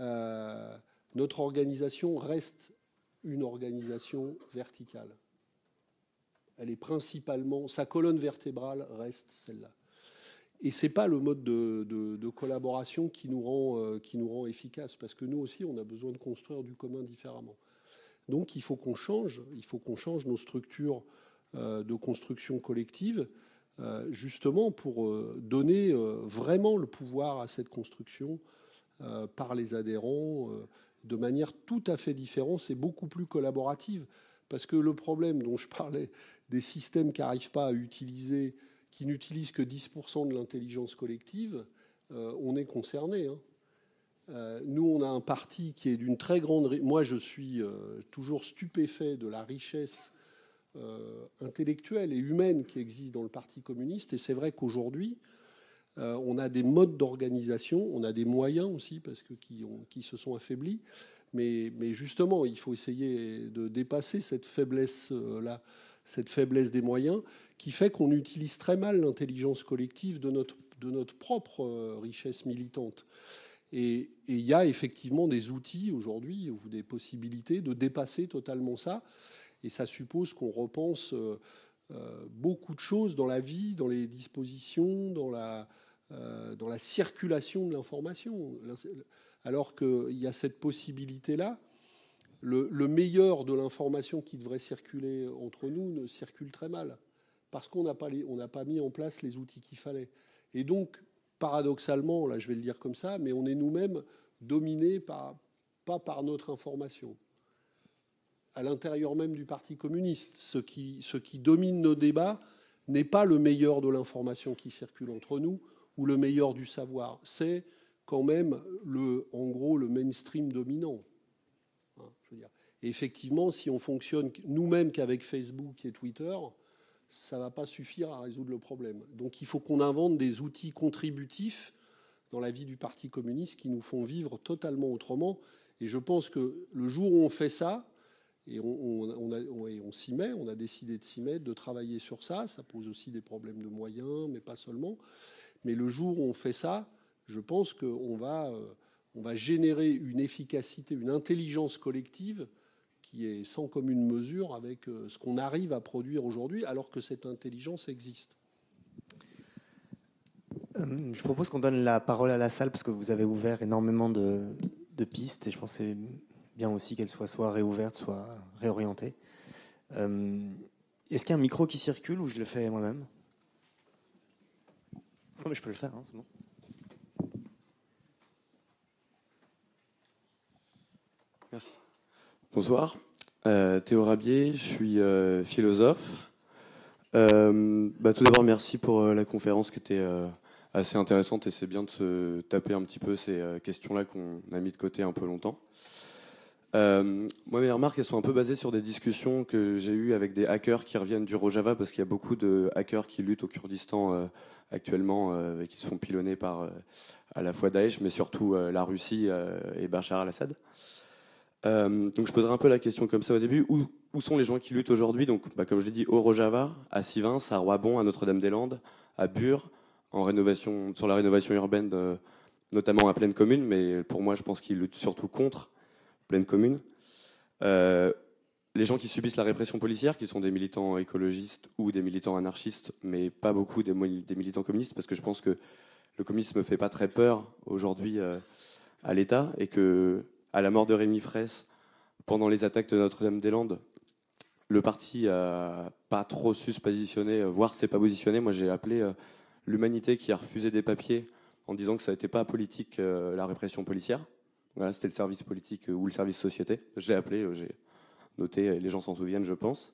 S6: notre organisation reste une organisation verticale. Elle est principalement, sa colonne vertébrale reste celle-là. Et ce n'est pas le mode de collaboration qui nous rend efficace, parce que nous aussi, on a besoin de construire du commun différemment. Donc il faut qu'on change nos structures de construction collective, justement pour donner vraiment le pouvoir à cette construction par les adhérents de manière tout à fait différente et beaucoup plus collaborative. Parce que le problème dont je parlais, des systèmes qui n'arrivent pas à utiliser, qui n'utilisent que 10% de l'intelligence collective, on est concerné. Nous, on a un parti qui est d'une très grande... Moi, je suis toujours stupéfait de la richesse intellectuelle et humaine qui existe dans le Parti communiste. Et c'est vrai qu'aujourd'hui, on a des modes d'organisation, on a des moyens aussi, parce que qui se sont affaiblis. Mais justement, il faut essayer de dépasser cette faiblesse-là, cette faiblesse des moyens, qui fait qu'on utilise très mal l'intelligence collective de notre propre richesse militante. Et il y a effectivement des outils aujourd'hui, ou des possibilités de dépasser totalement ça. Et ça suppose qu'on repense beaucoup de choses dans la vie, dans les dispositions, dans la circulation de l'information. Alors qu'il y a cette possibilité-là, le meilleur de l'information qui devrait circuler entre nous ne circule très mal, parce qu'on n'a pas mis en place les outils qu'il fallait. Et donc, paradoxalement, là je vais le dire comme ça, mais on est nous-mêmes dominés pas par notre information. À l'intérieur même du Parti communiste, ce qui domine nos débats n'est pas le meilleur de l'information qui circule entre nous ou le meilleur du savoir. C'est quand même en gros le mainstream dominant. Je veux dire. Et effectivement, si on fonctionne nous-mêmes qu'avec Facebook et Twitter, ça ne va pas suffire à résoudre le problème. Donc il faut qu'on invente des outils contributifs dans la vie du Parti communiste qui nous font vivre totalement autrement. Et je pense que le jour où on fait ça, et on s'y met, on a décidé de s'y mettre, de travailler sur ça, ça pose aussi des problèmes de moyens, mais pas seulement. Mais le jour où on fait ça, je pense qu'on va générer une efficacité, une intelligence collective qui est sans commune mesure avec ce qu'on arrive à produire aujourd'hui, alors que cette intelligence existe.
S4: Je propose qu'on donne la parole à la salle, parce que vous avez ouvert énormément de pistes, et je pense que c'est bien aussi qu'elles soient soit réouvertes, soit réorientées. Est-ce qu'il y a un micro qui circule, ou je le fais moi-même ? Non, mais je peux le faire, hein, c'est bon.
S7: Merci. Bonsoir, Théo Rabier, je suis philosophe. Tout d'abord, merci pour la conférence qui était assez intéressante, et c'est bien de se taper un petit peu ces questions-là qu'on a mis de côté un peu longtemps. Moi, mes remarques, elles sont un peu basées sur des discussions que j'ai eues avec des hackers qui reviennent du Rojava, parce qu'il y a beaucoup de hackers qui luttent au Kurdistan actuellement et qui se font pilonner par à la fois Daesh, mais surtout la Russie et Bachar al-Assad. Donc je poserai un peu la question comme ça au début. Où sont les gens qui luttent aujourd'hui ? Donc, comme je l'ai dit, au Rojava, à Sivins, à Roibon, à Notre-Dame-des-Landes, à Bure, sur la rénovation urbaine, notamment à Plaine Commune, mais pour moi, je pense qu'ils luttent surtout contre Plaine Commune. Les gens qui subissent la répression policière, qui sont des militants écologistes ou des militants anarchistes, mais pas beaucoup des militants communistes, parce que je pense que le communisme ne fait pas très peur aujourd'hui à l'État, et que à la mort de Rémi Fraisse, pendant les attaques de Notre-Dame-des-Landes, le parti n'a pas trop su se positionner, voire s'est pas positionné. Moi, j'ai appelé l'Humanité qui a refusé des papiers en disant que ça n'était pas politique, la répression policière. Voilà, c'était le service politique ou le service société. J'ai appelé, j'ai noté, les gens s'en souviennent, je pense.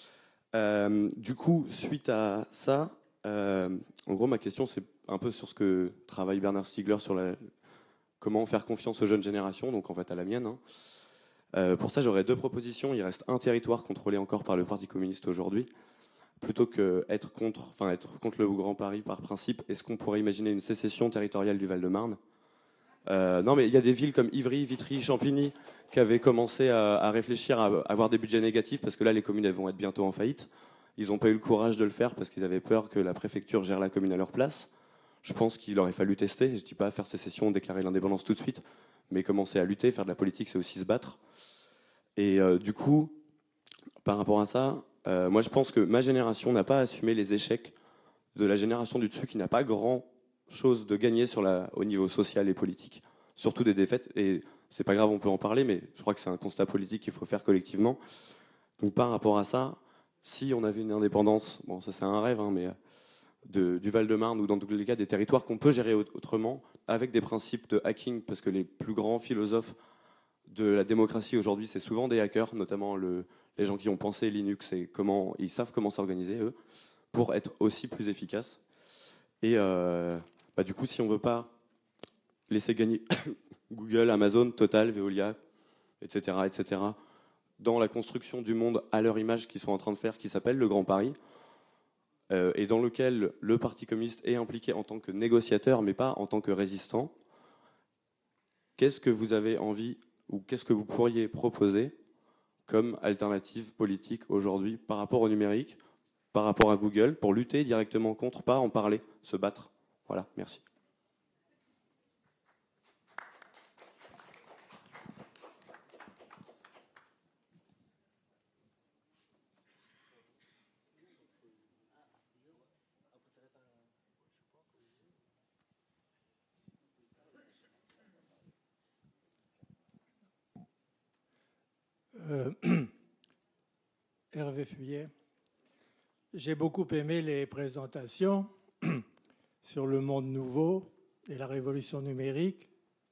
S7: Du coup, suite à ça, en gros, ma question, c'est un peu sur ce que travaille Bernard Stiegler sur comment faire confiance aux jeunes générations, donc en fait à la mienne. Pour ça, j'aurais deux propositions. Il reste un territoire contrôlé encore par le Parti communiste aujourd'hui. Plutôt qu'être contre le Grand Paris par principe, est-ce qu'on pourrait imaginer une sécession territoriale du Val-de-Marne ? Non, mais il y a des villes comme Ivry, Vitry, Champigny qui avaient commencé à réfléchir à avoir des budgets négatifs, parce que là, les communes elles vont être bientôt en faillite. Ils n'ont pas eu le courage de le faire parce qu'ils avaient peur que la préfecture gère la commune à leur place. Je pense qu'il aurait fallu tester. Je ne dis pas faire sécession, déclarer l'indépendance tout de suite, mais commencer à lutter, faire de la politique, c'est aussi se battre. Et du coup, par rapport à ça, moi je pense que ma génération n'a pas assumé les échecs de la génération du dessus, qui n'a pas grand-chose de gagné au niveau social et politique. Surtout des défaites, et c'est pas grave, on peut en parler, mais je crois que c'est un constat politique qu'il faut faire collectivement. Donc par rapport à ça, si on avait une indépendance, bon ça c'est un rêve, hein, mais du Val-de-Marne, ou dans tous les cas des territoires qu'on peut gérer autrement, avec des principes de hacking, parce que les plus grands philosophes de la démocratie aujourd'hui, c'est souvent des hackers, notamment les gens qui ont pensé Linux, et ils savent comment s'organiser, eux, pour être aussi plus efficaces. Et du coup, si on ne veut pas laisser gagner Google, Amazon, Total, Veolia, etc., etc., dans la construction du monde à leur image qu'ils sont en train de faire, qui s'appelle le Grand Paris, et dans lequel le Parti communiste est impliqué en tant que négociateur, mais pas en tant que résistant. Qu'est-ce que vous avez envie, ou qu'est-ce que vous pourriez proposer comme alternative politique aujourd'hui par rapport au numérique, par rapport à Google, pour lutter directement contre, pas en parler, se battre? Voilà, merci.
S8: Hervé Fuyet. J'ai beaucoup aimé les présentations sur le monde nouveau et la révolution numérique.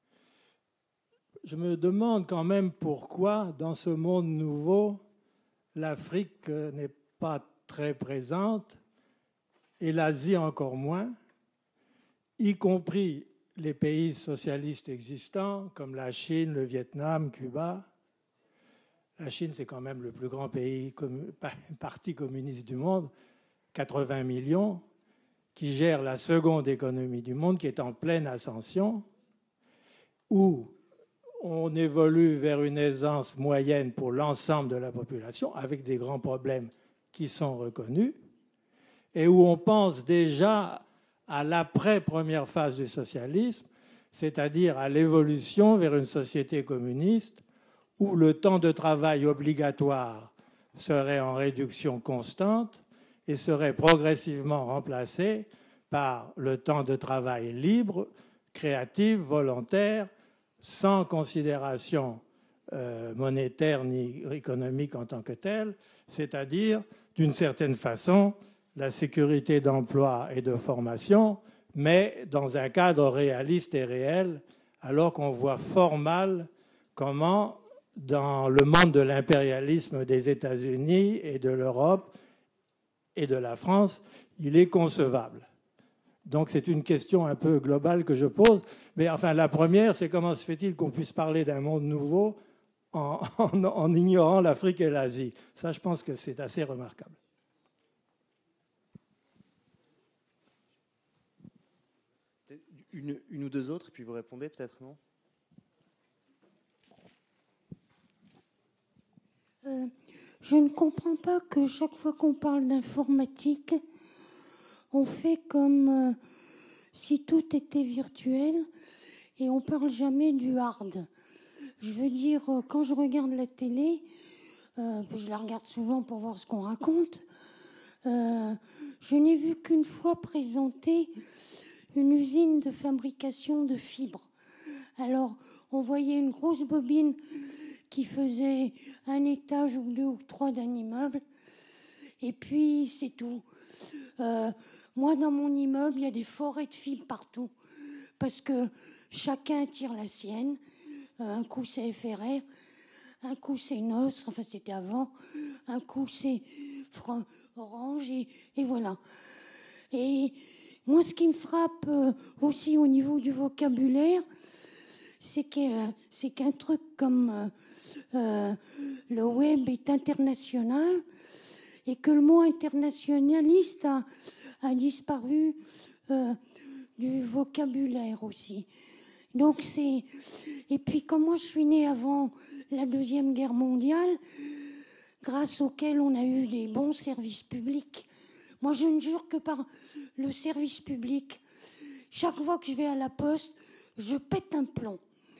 S8: Je me demande quand même pourquoi, dans ce monde nouveau, l'Afrique n'est pas très présente et l'Asie encore moins, y compris les pays socialistes existants comme la Chine, le Vietnam, Cuba. La Chine, c'est quand même le plus grand parti communiste du monde, 80 millions, qui gère la seconde économie du monde, qui est en pleine ascension, où on évolue vers une aisance moyenne pour l'ensemble de la population, avec des grands problèmes qui sont reconnus, et où on pense déjà à l'après-première phase du socialisme, c'est-à-dire à l'évolution vers une société communiste, où le temps de travail obligatoire serait en réduction constante et serait progressivement remplacé par le temps de travail libre, créatif, volontaire, sans considération monétaire ni économique en tant que telle, c'est-à-dire, d'une certaine façon, la sécurité d'emploi et de formation, mais dans un cadre réaliste et réel, alors qu'on voit fort mal comment, dans le monde de l'impérialisme des États-Unis et de l'Europe et de la France, il est concevable. Donc c'est une question un peu globale que je pose. Mais enfin, la première, c'est comment se fait-il qu'on puisse parler d'un monde nouveau en ignorant l'Afrique et l'Asie? Ça, je pense que c'est assez remarquable.
S4: Une ou deux autres, puis vous répondez peut-être, non?
S9: Je ne comprends pas que chaque fois qu'on parle d'informatique, on fait comme si tout était virtuel et on ne parle jamais du hard. Je veux dire, quand je regarde la télé, je la regarde souvent pour voir ce qu'on raconte, je n'ai vu qu'une fois présenter une usine de fabrication de fibres. Alors, on voyait une grosse bobine qui faisait un étage ou deux ou trois d'un immeuble. Et puis, c'est tout. Moi, dans mon immeuble, il y a des forêts de fibres partout. Parce que chacun tire la sienne. Un coup, c'est FRR. Un coup, c'est NOS. Enfin, c'était avant. Un coup, c'est Orange. Et voilà. Et moi, ce qui me frappe aussi au niveau du vocabulaire, c'est qu'un truc comme le web est international et que le mot internationaliste a disparu du vocabulaire aussi. Donc et puis comme moi je suis née avant la Deuxième Guerre mondiale, grâce auquel on a eu des bons services publics. Moi je ne jure que par le service public. Chaque fois que je vais à la poste, je pète un plomb.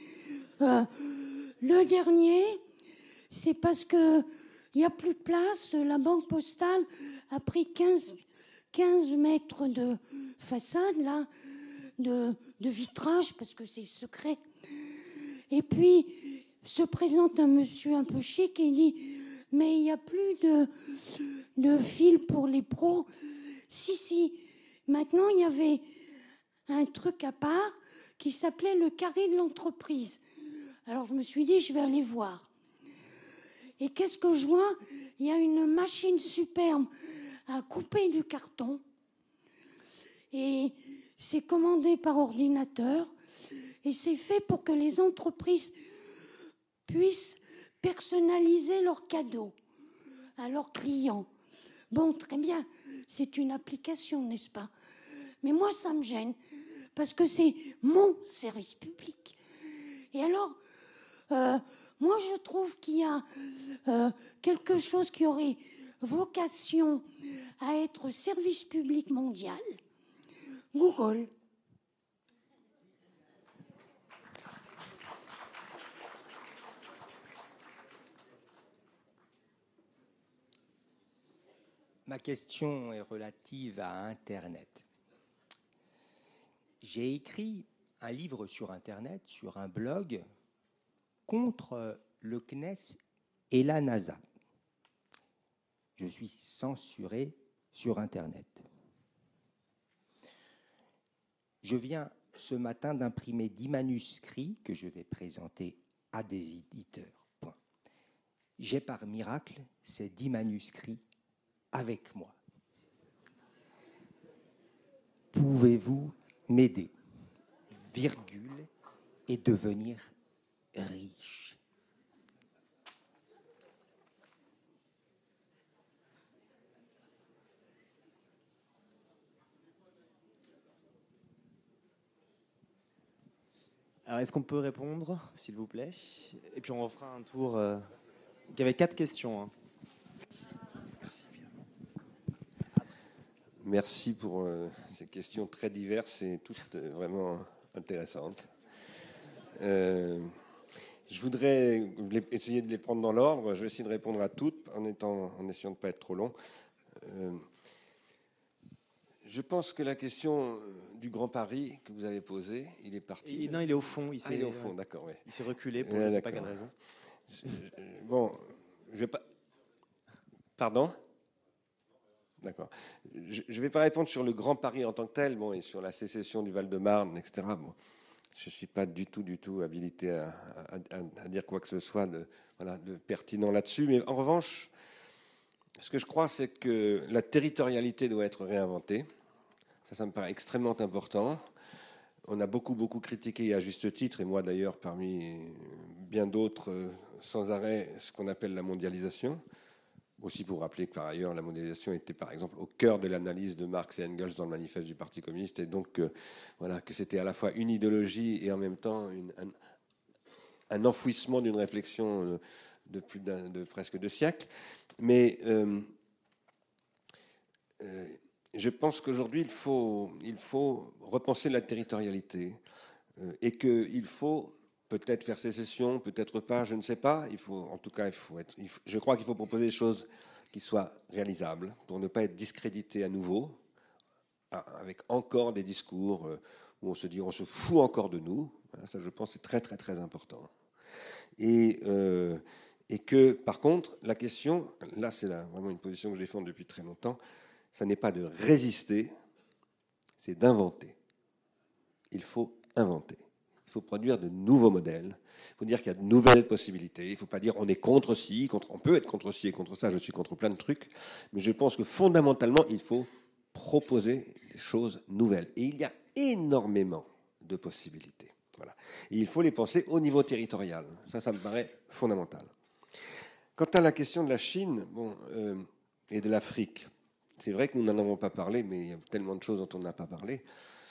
S9: Le dernier, c'est parce qu'il n'y a plus de place. La banque postale a pris 15 mètres de façade, là, de vitrage, parce que c'est secret. Et puis, se présente un monsieur un peu chic et il dit « Mais il n'y a plus de fil pour les pros. » Si. Maintenant, il y avait un truc à part qui s'appelait le carré de l'entreprise. Alors, je me suis dit, je vais aller voir. Et qu'est-ce que je vois? Il y a une machine superbe à couper du carton. Et c'est commandé par ordinateur. Et c'est fait pour que les entreprises puissent personnaliser leurs cadeaux à leurs clients. Bon, très bien, c'est une application, n'est-ce pas? Mais moi, ça me gêne, parce que c'est mon service public. Et alors, moi, je trouve qu'il y a quelque chose qui aurait vocation à être service public mondial. Google.
S10: Ma question est relative à Internet. J'ai écrit un livre sur Internet, sur un blog, contre le CNES et la NASA. Je suis censuré sur Internet. Je viens ce matin d'imprimer 10 manuscrits que je vais présenter à des éditeurs. Point. J'ai par miracle ces 10 manuscrits avec moi. Pouvez-vous m'aider, virgule, et devenir riche?
S4: Alors, est-ce qu'on peut répondre, s'il vous plaît? Et puis on refera un tour. Il y avait 4 questions. Hein.
S5: Merci pour ces questions très diverses et toutes vraiment intéressantes. Je voudrais essayer de les prendre dans l'ordre. Je vais essayer de répondre à toutes en essayant de ne pas être trop long. Je pense que la question du Grand Paris que vous avez posée, il est parti.
S4: Non, il est au fond.
S5: Il est au fond, d'accord. Ouais.
S4: Il s'est reculé pour je ne sais pas quelle raison.
S5: Bon, je vais pas. Pardon? D'accord. Je ne vais pas répondre sur le Grand Paris en tant que tel, bon, et sur la sécession du Val-de-Marne, etc. Bon, je ne suis pas du tout habilité à dire quoi que ce soit de pertinent là-dessus. Mais en revanche, ce que je crois, c'est que la territorialité doit être réinventée. Ça me paraît extrêmement important. On a beaucoup critiqué, et à juste titre, et moi d'ailleurs, parmi bien d'autres, sans arrêt, ce qu'on appelle la mondialisation. Aussi pour rappeler que par ailleurs, la mondialisation était par exemple au cœur de l'analyse de Marx et Engels dans le manifeste du Parti communiste, et donc que c'était à la fois une idéologie et en même temps un enfouissement d'une réflexion de presque 2 siècles. Mais je pense qu'aujourd'hui, il faut repenser la territorialité et qu'il faut peut-être faire sécession, peut-être pas, je ne sais pas. Je crois qu'il faut proposer des choses qui soient réalisables pour ne pas être discrédité à nouveau avec encore des discours où on se dit on se fout encore de nous. Ça, je pense, c'est très très important. Et que par contre, la question, là, c'est vraiment une position que je défends depuis très longtemps. Ça n'est pas de résister, c'est d'inventer. Il faut inventer. Il faut produire de nouveaux modèles. Il faut dire qu'il y a de nouvelles possibilités. Il ne faut pas dire on est contre ci, on peut être contre ci et contre ça. Je suis contre plein de trucs. Mais je pense que fondamentalement, il faut proposer des choses nouvelles. Et il y a énormément de possibilités. Voilà. Et il faut les penser au niveau territorial. Ça me paraît fondamental. Quant à la question de la Chine et de l'Afrique, c'est vrai que nous n'en avons pas parlé, mais il y a tellement de choses dont on n'a pas parlé.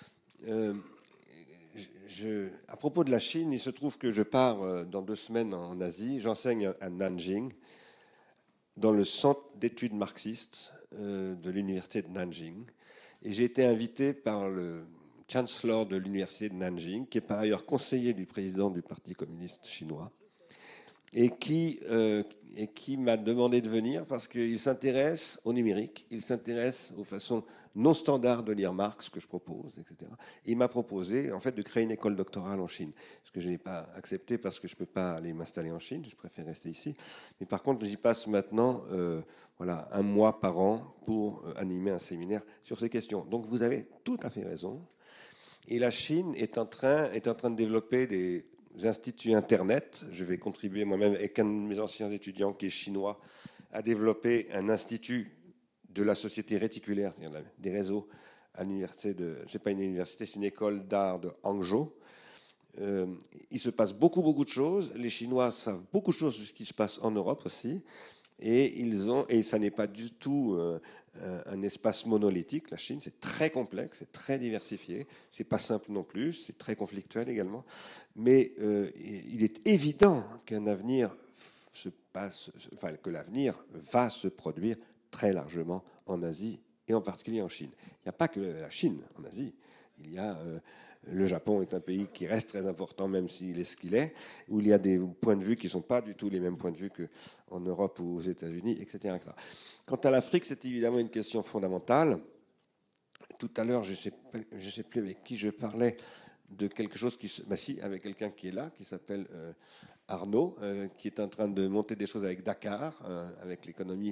S5: À propos de la Chine, il se trouve que je pars dans 2 semaines en Asie. J'enseigne à Nanjing, dans le centre d'études marxistes de l'université de Nanjing. Et j'ai été invité par le chancellor de l'université de Nanjing, qui est par ailleurs conseiller du président du Parti communiste chinois, et qui m'a demandé de venir parce qu'il s'intéresse au numérique, il s'intéresse aux façons non standards de lire Marx que je propose, etc. Et il m'a proposé en fait de créer une école doctorale en Chine, ce que je n'ai pas accepté parce que je ne peux pas aller m'installer en Chine, je préfère rester ici. Mais par contre, j'y passe maintenant 1 mois par an pour animer un séminaire sur ces questions. Donc vous avez tout à fait raison. Et la Chine est en train de développer des instituts Internet. Je vais contribuer moi-même avec un de mes anciens étudiants qui est chinois à développer un institut de la société réticulaire, c'est-à-dire des réseaux à l'université c'est pas une université, c'est une école d'art de Hangzhou. il se passe beaucoup de choses. Les Chinois savent beaucoup de choses de ce qui se passe en Europe aussi. Et ça n'est pas du tout un espace monolithique. La Chine, c'est très complexe, c'est très diversifié. C'est pas simple non plus, c'est très conflictuel également. Mais il est évident qu'un avenir que l'avenir va se produire très largement en Asie et en particulier en Chine. Il n'y a pas que la Chine en Asie. Il y a le Japon est un pays qui reste très important, même s'il est ce qu'il est, où il y a des points de vue qui ne sont pas du tout les mêmes points de vue qu'en Europe ou aux États-Unis, etc. Quant à l'Afrique, c'est évidemment une question fondamentale. Tout à l'heure, je ne sais plus avec qui je parlais de quelque chose avec quelqu'un qui est là, qui s'appelle Arnaud, qui est en train de monter des choses avec Dakar, avec l'économie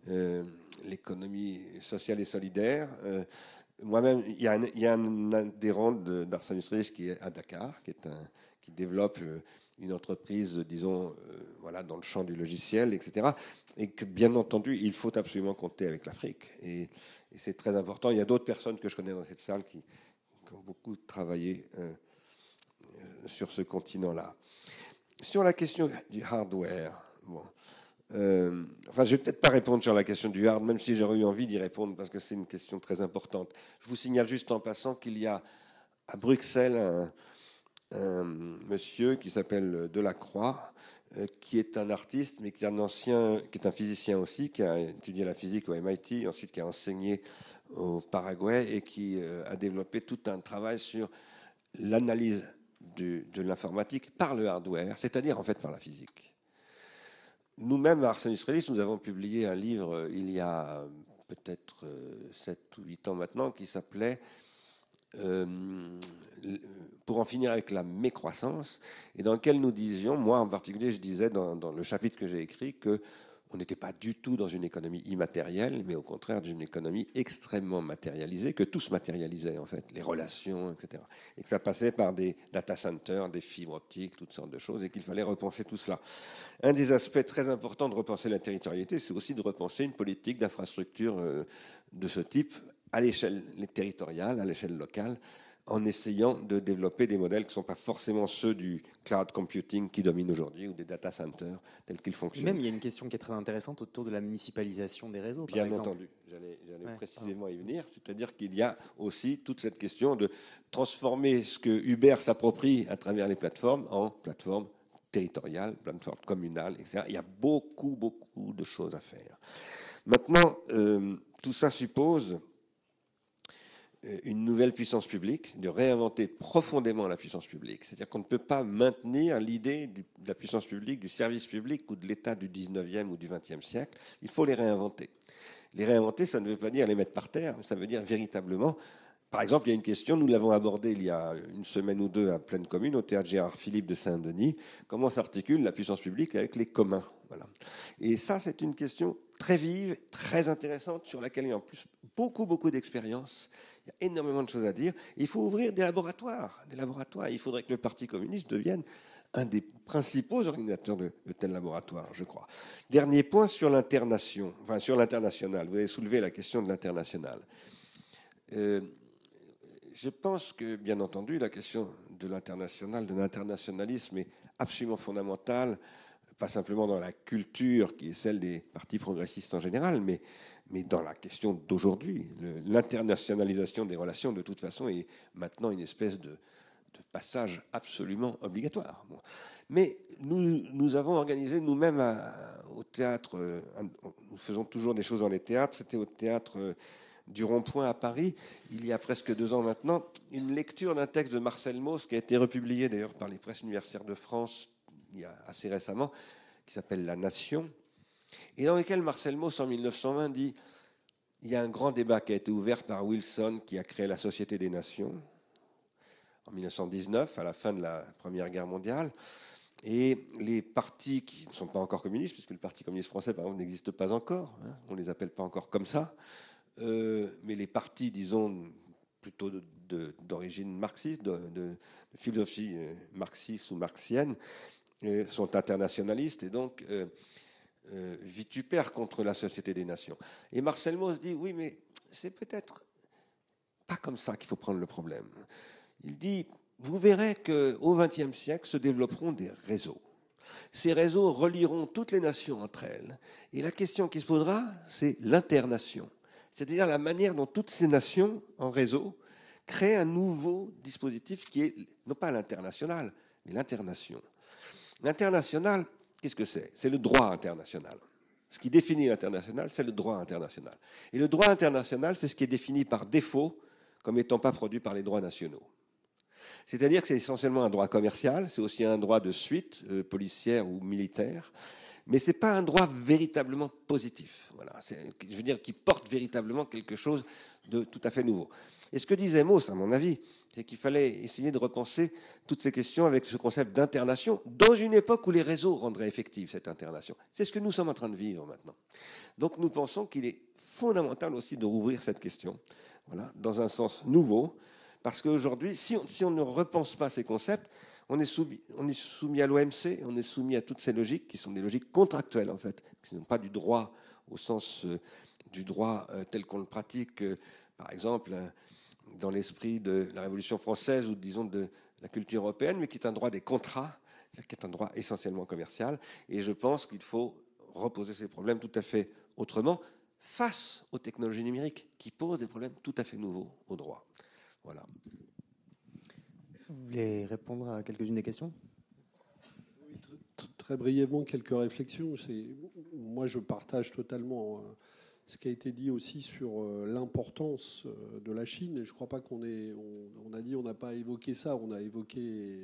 S5: sociale et solidaire. Moi-même, il y a un adhérent d'Ars Industrialis qui est à Dakar, qui développe une entreprise, disons, dans le champ du logiciel, etc. Et que, bien entendu, il faut absolument compter avec l'Afrique. Et c'est très important. Il y a d'autres personnes que je connais dans cette salle qui ont beaucoup travaillé sur ce continent-là. Sur la question du hardware, je ne vais peut-être pas répondre sur la question du hard, même si j'aurais eu envie d'y répondre, parce que c'est une question très importante. Je vous signale juste en passant qu'il y a à Bruxelles un monsieur qui s'appelle Delacroix, qui est un artiste, mais qui est un physicien aussi, qui a étudié la physique au MIT, ensuite qui a enseigné au Paraguay, et qui a développé tout un travail sur l'analyse de l'informatique par le hardware, c'est-à-dire en fait par la physique. Nous-mêmes, à Ars Industrialis, nous avons publié un livre il y a peut-être 7 ou 8 ans maintenant qui s'appelait Pour en finir avec la mécroissance, et dans lequel nous disions, moi en particulier, je disais dans le chapitre que j'ai écrit qu'on n'était pas du tout dans une économie immatérielle, mais au contraire d'une économie extrêmement matérialisée, que tout se matérialisait en fait, les relations, etc. Et que ça passait par des data centers, des fibres optiques, toutes sortes de choses, et qu'il fallait repenser tout cela. Un des aspects très importants de repenser la territorialité, c'est aussi de repenser une politique d'infrastructure de ce type à l'échelle territoriale, à l'échelle locale, en essayant de développer des modèles qui ne sont pas forcément ceux du cloud computing qui domine aujourd'hui ou des data centers tels qu'ils fonctionnent.
S4: Même, il y a une question qui est très intéressante autour de la municipalisation des réseaux, par exemple.
S5: Bien entendu, j'allais précisément y venir, c'est-à-dire qu'il y a aussi toute cette question de transformer ce que Uber s'approprie à travers les plateformes en plateformes territoriales, plateformes communales, etc. Il y a beaucoup de choses à faire. Maintenant, tout ça suppose une nouvelle puissance publique, de réinventer profondément la puissance publique. C'est-à-dire qu'on ne peut pas maintenir l'idée de la puissance publique, du service public ou de l'État du 19e ou du 20e siècle. Il faut les réinventer. Les réinventer, ça ne veut pas dire les mettre par terre, ça veut dire véritablement... Par exemple, il y a une question, nous l'avons abordée il y a une semaine ou deux à Pleine Commune, au théâtre Gérard Philippe de Saint-Denis. Comment s'articule la puissance publique avec les communs? Voilà. Et ça, c'est une question très vive, très intéressante, sur laquelle il y a en plus beaucoup d'expérience. Il y a énormément de choses à dire. Il faut ouvrir des laboratoires. Il faudrait que le Parti communiste devienne un des principaux organisateurs de tels laboratoires, je crois. Dernier point sur sur l'international. Vous avez soulevé la question de l'international. Je pense que, bien entendu, la question de l'international, de l'internationalisme est absolument fondamentale, pas simplement dans la culture qui est celle des partis progressistes en général, mais dans la question d'aujourd'hui. L'internationalisation des relations, de toute façon, est maintenant une espèce de passage absolument obligatoire. Bon. Mais nous avons organisé nous-mêmes au théâtre, nous faisons toujours des choses dans les théâtres, c'était au théâtre du Rond-Point à Paris, il y a presque 2 ans maintenant, une lecture d'un texte de Marcel Mauss, qui a été republié d'ailleurs par les presses universitaires de France il y a assez récemment, qui s'appelle La Nation, et dans lequel Marcel Mauss, en 1920, dit « Il y a un grand débat qui a été ouvert par Wilson, qui a créé la Société des Nations, en 1919, à la fin de la Première Guerre mondiale, et les partis qui ne sont pas encore communistes, puisque le Parti communiste français, par exemple, n'existe pas encore, hein, on ne les appelle pas encore comme ça, mais les partis, disons, plutôt d'origine marxiste, de philosophie marxiste ou marxienne, sont internationalistes et donc vitupèrent contre la Société des Nations. Et Marcel Mauss dit, oui, mais c'est peut-être pas comme ça qu'il faut prendre le problème. Il dit, vous verrez qu'au XXe siècle se développeront des réseaux. Ces réseaux relieront toutes les nations entre elles. Et la question qui se posera, c'est l'internation. C'est-à-dire la manière dont toutes ces nations en réseau créent un nouveau dispositif qui est, non pas l'international, mais l'internation. L'international, qu'est-ce que c'est? C'est le droit international. Ce qui définit l'international, c'est le droit international. Et le droit international, c'est ce qui est défini par défaut comme n'étant pas produit par les droits nationaux. C'est-à-dire que c'est essentiellement un droit commercial, c'est aussi un droit de suite, policière ou militaire, mais ce n'est pas un droit véritablement positif. Voilà. Je veux dire, qui porte véritablement quelque chose de tout à fait nouveau. Et ce que disait Mauss, à mon avis, c'est qu'il fallait essayer de repenser toutes ces questions avec ce concept d'internation dans une époque où les réseaux rendraient effective cette internation. C'est ce que nous sommes en train de vivre maintenant. Donc nous pensons qu'il est fondamental aussi de rouvrir cette question, voilà, dans un sens nouveau, parce qu'aujourd'hui, si on ne repense pas ces concepts, on est soumis à l'OMC, on est soumis à toutes ces logiques qui sont des logiques contractuelles, en fait, qui ne sont pas du droit au sens du droit tel qu'on le pratique, par exemple, dans l'esprit de la Révolution française ou, disons, de la culture européenne, mais qui est un droit des contrats, qui est un droit essentiellement commercial. Et je pense qu'il faut reposer ces problèmes tout à fait autrement, face aux technologies numériques, qui posent des problèmes tout à fait nouveaux au droit. Voilà.
S4: Vous voulez répondre à quelques-unes des questions?
S6: Très brièvement, quelques réflexions. Moi, je partage totalement ce qui a été dit aussi sur l'importance de la Chine. Et je ne crois pas qu'on a dit on n'a pas évoqué ça. On a évoqué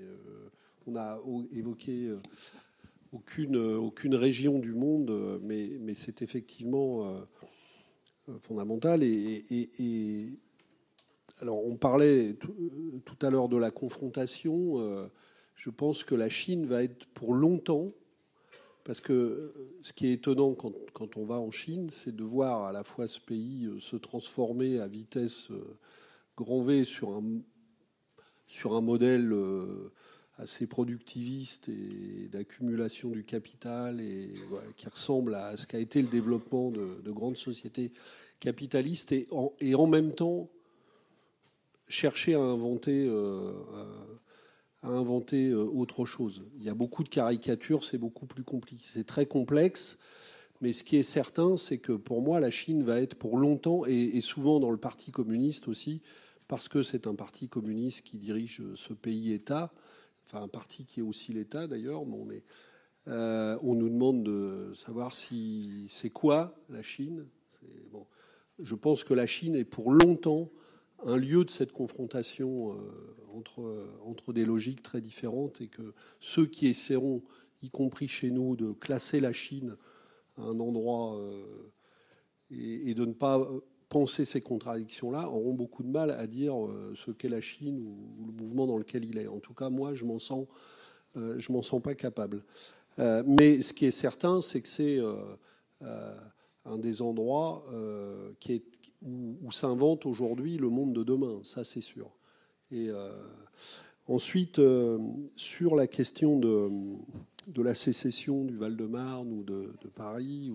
S6: aucune région du monde, mais c'est effectivement fondamental. Et alors, on parlait tout à l'heure de la confrontation. Je pense que la Chine va être pour longtemps, parce que ce qui est étonnant quand on va en Chine, c'est de voir à la fois ce pays se transformer à vitesse grand V sur un modèle assez productiviste et d'accumulation du capital, et voilà, qui ressemble à ce qu'a été le développement de grandes sociétés capitalistes, et en même temps chercher à inventer autre chose. Il y a beaucoup de caricatures, c'est beaucoup plus compliqué, c'est très complexe, mais ce qui est certain, c'est que pour moi, la Chine va être pour longtemps, et souvent dans le Parti communiste aussi, parce que c'est un parti communiste qui dirige ce pays-État, enfin un parti qui est aussi l'État d'ailleurs, mais on nous demande de savoir si c'est quoi la Chine. Bon. Je pense que la Chine est pour longtemps un lieu de cette confrontation entre des logiques très différentes, et que ceux qui essaieront, y compris chez nous, de classer la Chine à un endroit et de ne pas penser ces contradictions-là, auront beaucoup de mal à dire ce qu'est la Chine ou le mouvement dans lequel il est. En tout cas, moi, je m'en sens pas capable. Mais ce qui est certain, c'est que c'est un des endroits où s'invente aujourd'hui le monde de demain, ça c'est sûr. Et ensuite, sur la question de la sécession du Val-de-Marne ou de Paris,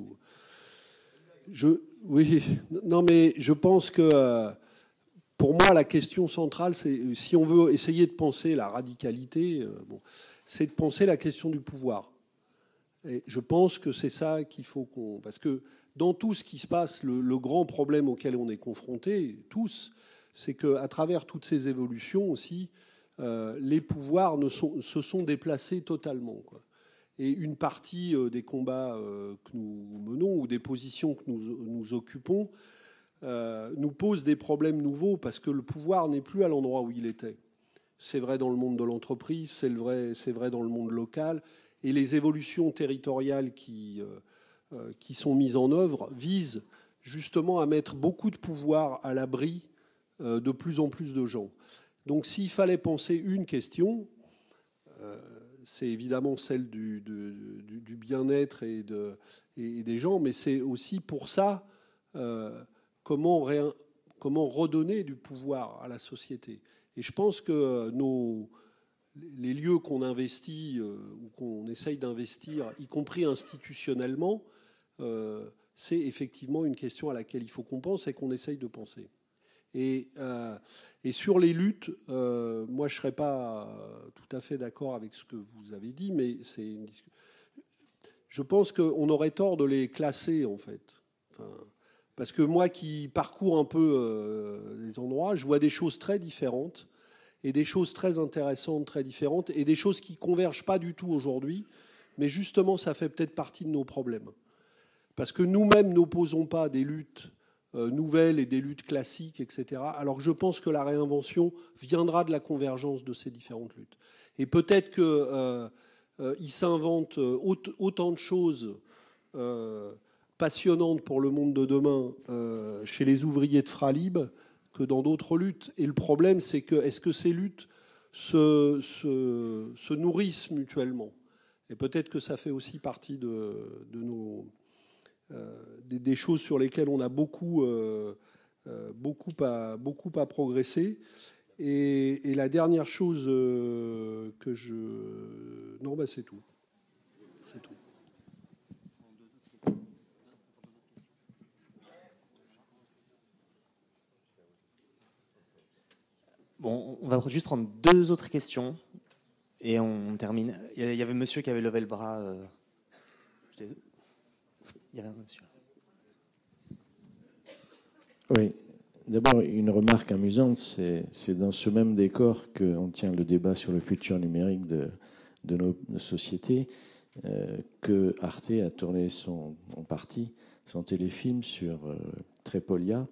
S6: mais je pense que pour moi la question centrale, c'est, si on veut essayer de penser la radicalité, c'est de penser la question du pouvoir. Et je pense que c'est ça qu'il faut parce que dans tout ce qui se passe, le grand problème auquel on est confrontés tous, c'est qu'à travers toutes ces évolutions aussi, les pouvoirs se sont déplacés totalement, quoi. Et une partie des combats que nous menons ou des positions que nous occupons nous pose des problèmes nouveaux, parce que le pouvoir n'est plus à l'endroit où il était. C'est vrai dans le monde de l'entreprise, c'est vrai dans le monde local, et les évolutions territoriales qui sont mises en œuvre visent justement à mettre beaucoup de pouvoir à l'abri de plus en plus de gens. Donc s'il fallait penser une question, c'est évidemment celle du bien-être et des gens, mais c'est aussi pour ça comment redonner du pouvoir à la société. Et je pense que les lieux qu'on investit ou qu'on essaye d'investir, y compris institutionnellement, c'est effectivement une question à laquelle il faut qu'on pense et qu'on essaye de penser. Et sur les luttes, moi je ne serais pas tout à fait d'accord avec ce que vous avez dit, mais je pense qu'on aurait tort de les classer en fait. Parce que moi qui parcours un peu les endroits, je vois des choses très différentes et des choses très intéressantes, très différentes, et des choses qui ne convergent pas du tout aujourd'hui, mais justement ça fait peut-être partie de nos problèmes. Parce que nous-mêmes n'opposons pas des luttes nouvelles et des luttes classiques, etc. Alors que je pense que la réinvention viendra de la convergence de ces différentes luttes. Et peut-être qu'il s'invente autant de choses passionnantes pour le monde de demain chez les ouvriers de Fralib que dans d'autres luttes. Et le problème, c'est que est-ce que ces luttes se nourrissent mutuellement? Et peut-être que ça fait aussi partie de nos... des choses sur lesquelles on a beaucoup à progresser. Et la dernière chose que je... Non, c'est tout. C'est tout.
S4: Bon, on va juste prendre 2 autres questions et on termine. Il y avait monsieur qui avait levé le bras. Il y avait un monsieur.
S11: Oui. D'abord, une remarque amusante, c'est dans ce même décor qu'on tient le débat sur le futur numérique de nos sociétés, que Arte a tourné en partie son téléfilm sur Trépolia,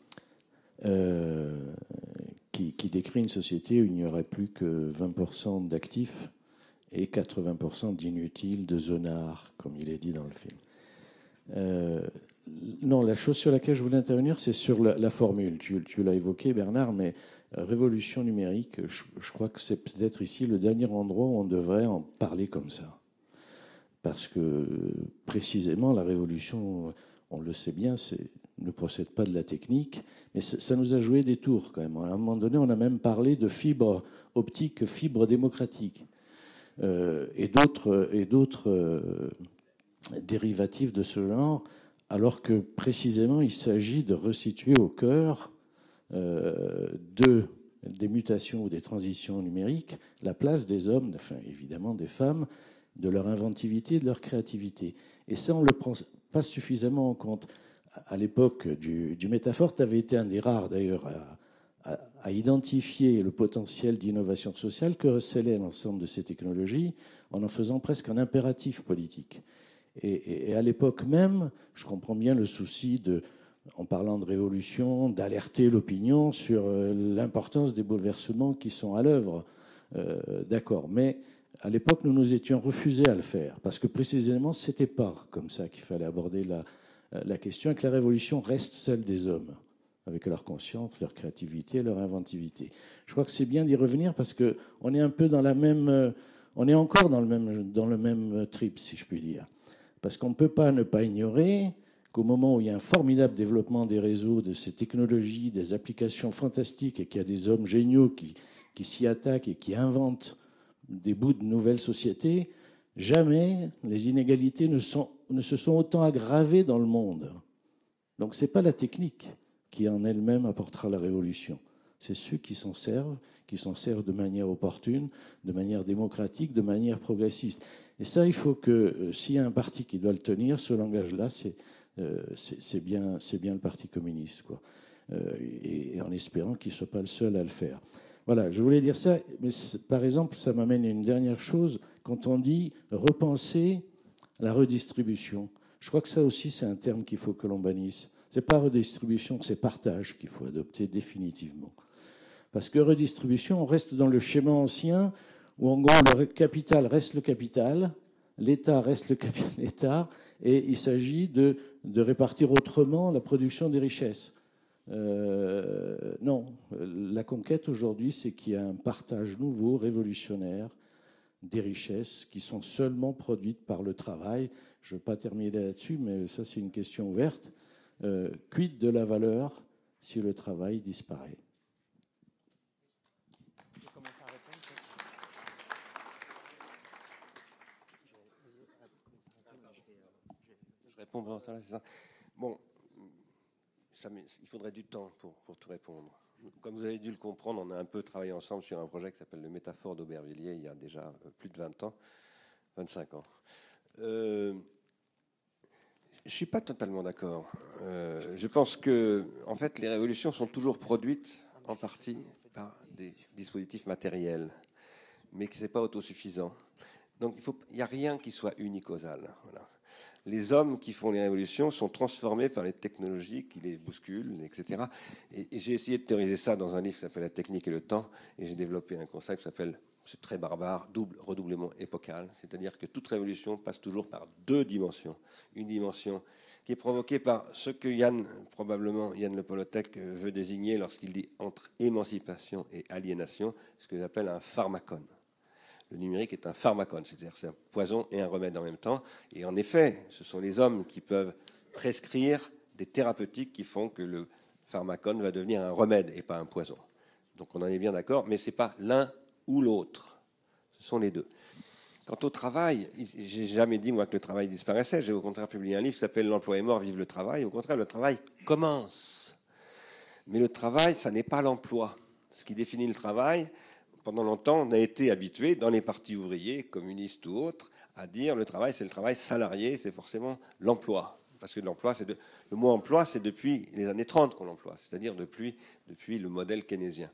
S11: qui décrit une société où il n'y aurait plus que 20% d'actifs et 80% d'inutiles, de zonards, comme il est dit dans le film. Non, la chose sur laquelle je voulais intervenir, c'est sur la formule. Tu l'as évoqué, Bernard, mais révolution numérique, je crois que c'est peut-être ici le dernier endroit où on devrait en parler comme ça. Parce que, précisément, la révolution, on le sait bien, ne procède pas de la technique, mais ça nous a joué des tours, quand même. À un moment donné, on a même parlé de fibre optique, fibre démocratique, et d'autres dérivatifs de ce genre, alors que précisément il s'agit de resituer au cœur des mutations ou des transitions numériques la place des hommes, enfin évidemment des femmes, de leur inventivité et de leur créativité. Et ça, on ne le prend pas suffisamment en compte. À l'époque du Métaphore, tu avais été un des rares d'ailleurs à identifier le potentiel d'innovation sociale que recélait l'ensemble de ces technologies en faisant presque un impératif politique. Et à l'époque même, je comprends bien le souci en parlant de révolution, d'alerter l'opinion sur l'importance des bouleversements qui sont à l'œuvre. D'accord, mais à l'époque, nous nous étions refusés à le faire, parce que précisément, ce n'était pas comme ça qu'il fallait aborder la question, et que la révolution reste celle des hommes, avec leur conscience, leur créativité, leur inventivité. Je crois que c'est bien d'y revenir, parce qu'on est un peu dans la même... on est encore dans le même trip, si je puis dire. Parce qu'on ne peut pas ne pas ignorer qu'au moment où il y a un formidable développement des réseaux, de ces technologies, des applications fantastiques, et qu'il y a des hommes géniaux qui s'y attaquent et qui inventent des bouts de nouvelles sociétés, jamais les inégalités ne se sont autant aggravées dans le monde. Donc ce n'est pas la technique qui en elle-même apportera la révolution. C'est ceux qui s'en servent de manière opportune, de manière démocratique, de manière progressiste. Et ça, il faut que, s'il y a un parti qui doit le tenir, ce langage-là, c'est bien le Parti communiste, quoi. Et en espérant qu'il ne soit pas le seul à le faire. Voilà, je voulais dire ça, mais par exemple, ça m'amène à une dernière chose. Quand on dit repenser la redistribution, je crois que ça aussi, c'est un terme qu'il faut que l'on bannisse. Ce n'est pas redistribution, c'est partage qu'il faut adopter définitivement. Parce que redistribution, on reste dans le schéma ancien où, en gros, le capital reste le capital, l'État reste l'État, et il s'agit de répartir autrement la production des richesses. Non, la conquête aujourd'hui, c'est qu'il y a un partage nouveau, révolutionnaire, des richesses qui sont seulement produites par le travail. Je ne veux pas terminer là-dessus, mais ça, c'est une question ouverte. Quid de la valeur si le travail disparaît ?
S5: Je réponds pendant ça, c'est ça. Bon, il faudrait du temps pour tout répondre. Comme vous avez dû le comprendre, on a un peu travaillé ensemble sur un projet qui s'appelle le Métaphore d'Aubervilliers il y a déjà plus de 20 ans, 25 ans. Je ne suis pas totalement d'accord. Je pense que, en fait, les révolutions sont toujours produites en partie par des dispositifs matériels, mais que ce n'est pas autosuffisant. Donc il n'y a rien qui soit unicausal. Voilà. Les hommes qui font les révolutions sont transformés par les technologies qui les bousculent, etc. Et j'ai essayé de théoriser ça dans un livre qui s'appelle La technique et le temps, et j'ai développé un concept qui s'appelle, c'est très barbare, redoublement épocal. C'est-à-dire que toute révolution passe toujours par deux dimensions. Une dimension qui est provoquée par ce que probablement Yann Le Polothek veut désigner lorsqu'il dit entre émancipation et aliénation, ce que j'appelle un pharmacone. Le numérique est un pharmacone, c'est-à-dire c'est un poison et un remède en même temps. Et en effet, ce sont les hommes qui peuvent prescrire des thérapeutiques qui font que le pharmacone va devenir un remède et pas un poison. Donc on en est bien d'accord, mais ce n'est pas l'un ou l'autre. Ce sont les deux. Quant au travail, j'ai jamais dit moi que le travail disparaissait. J'ai au contraire publié un livre qui s'appelle « L'emploi est mort, vive le travail ». Au contraire, le travail commence. Mais le travail, ça n'est pas l'emploi. Ce qui définit le travail... Pendant longtemps, on a été habitué, dans les partis ouvriers, communistes ou autres, à dire le travail, c'est le travail salarié, c'est forcément l'emploi. Parce que l'emploi, le mot emploi, c'est depuis les années 30 qu'on l'emploie, c'est-à-dire depuis le modèle keynésien.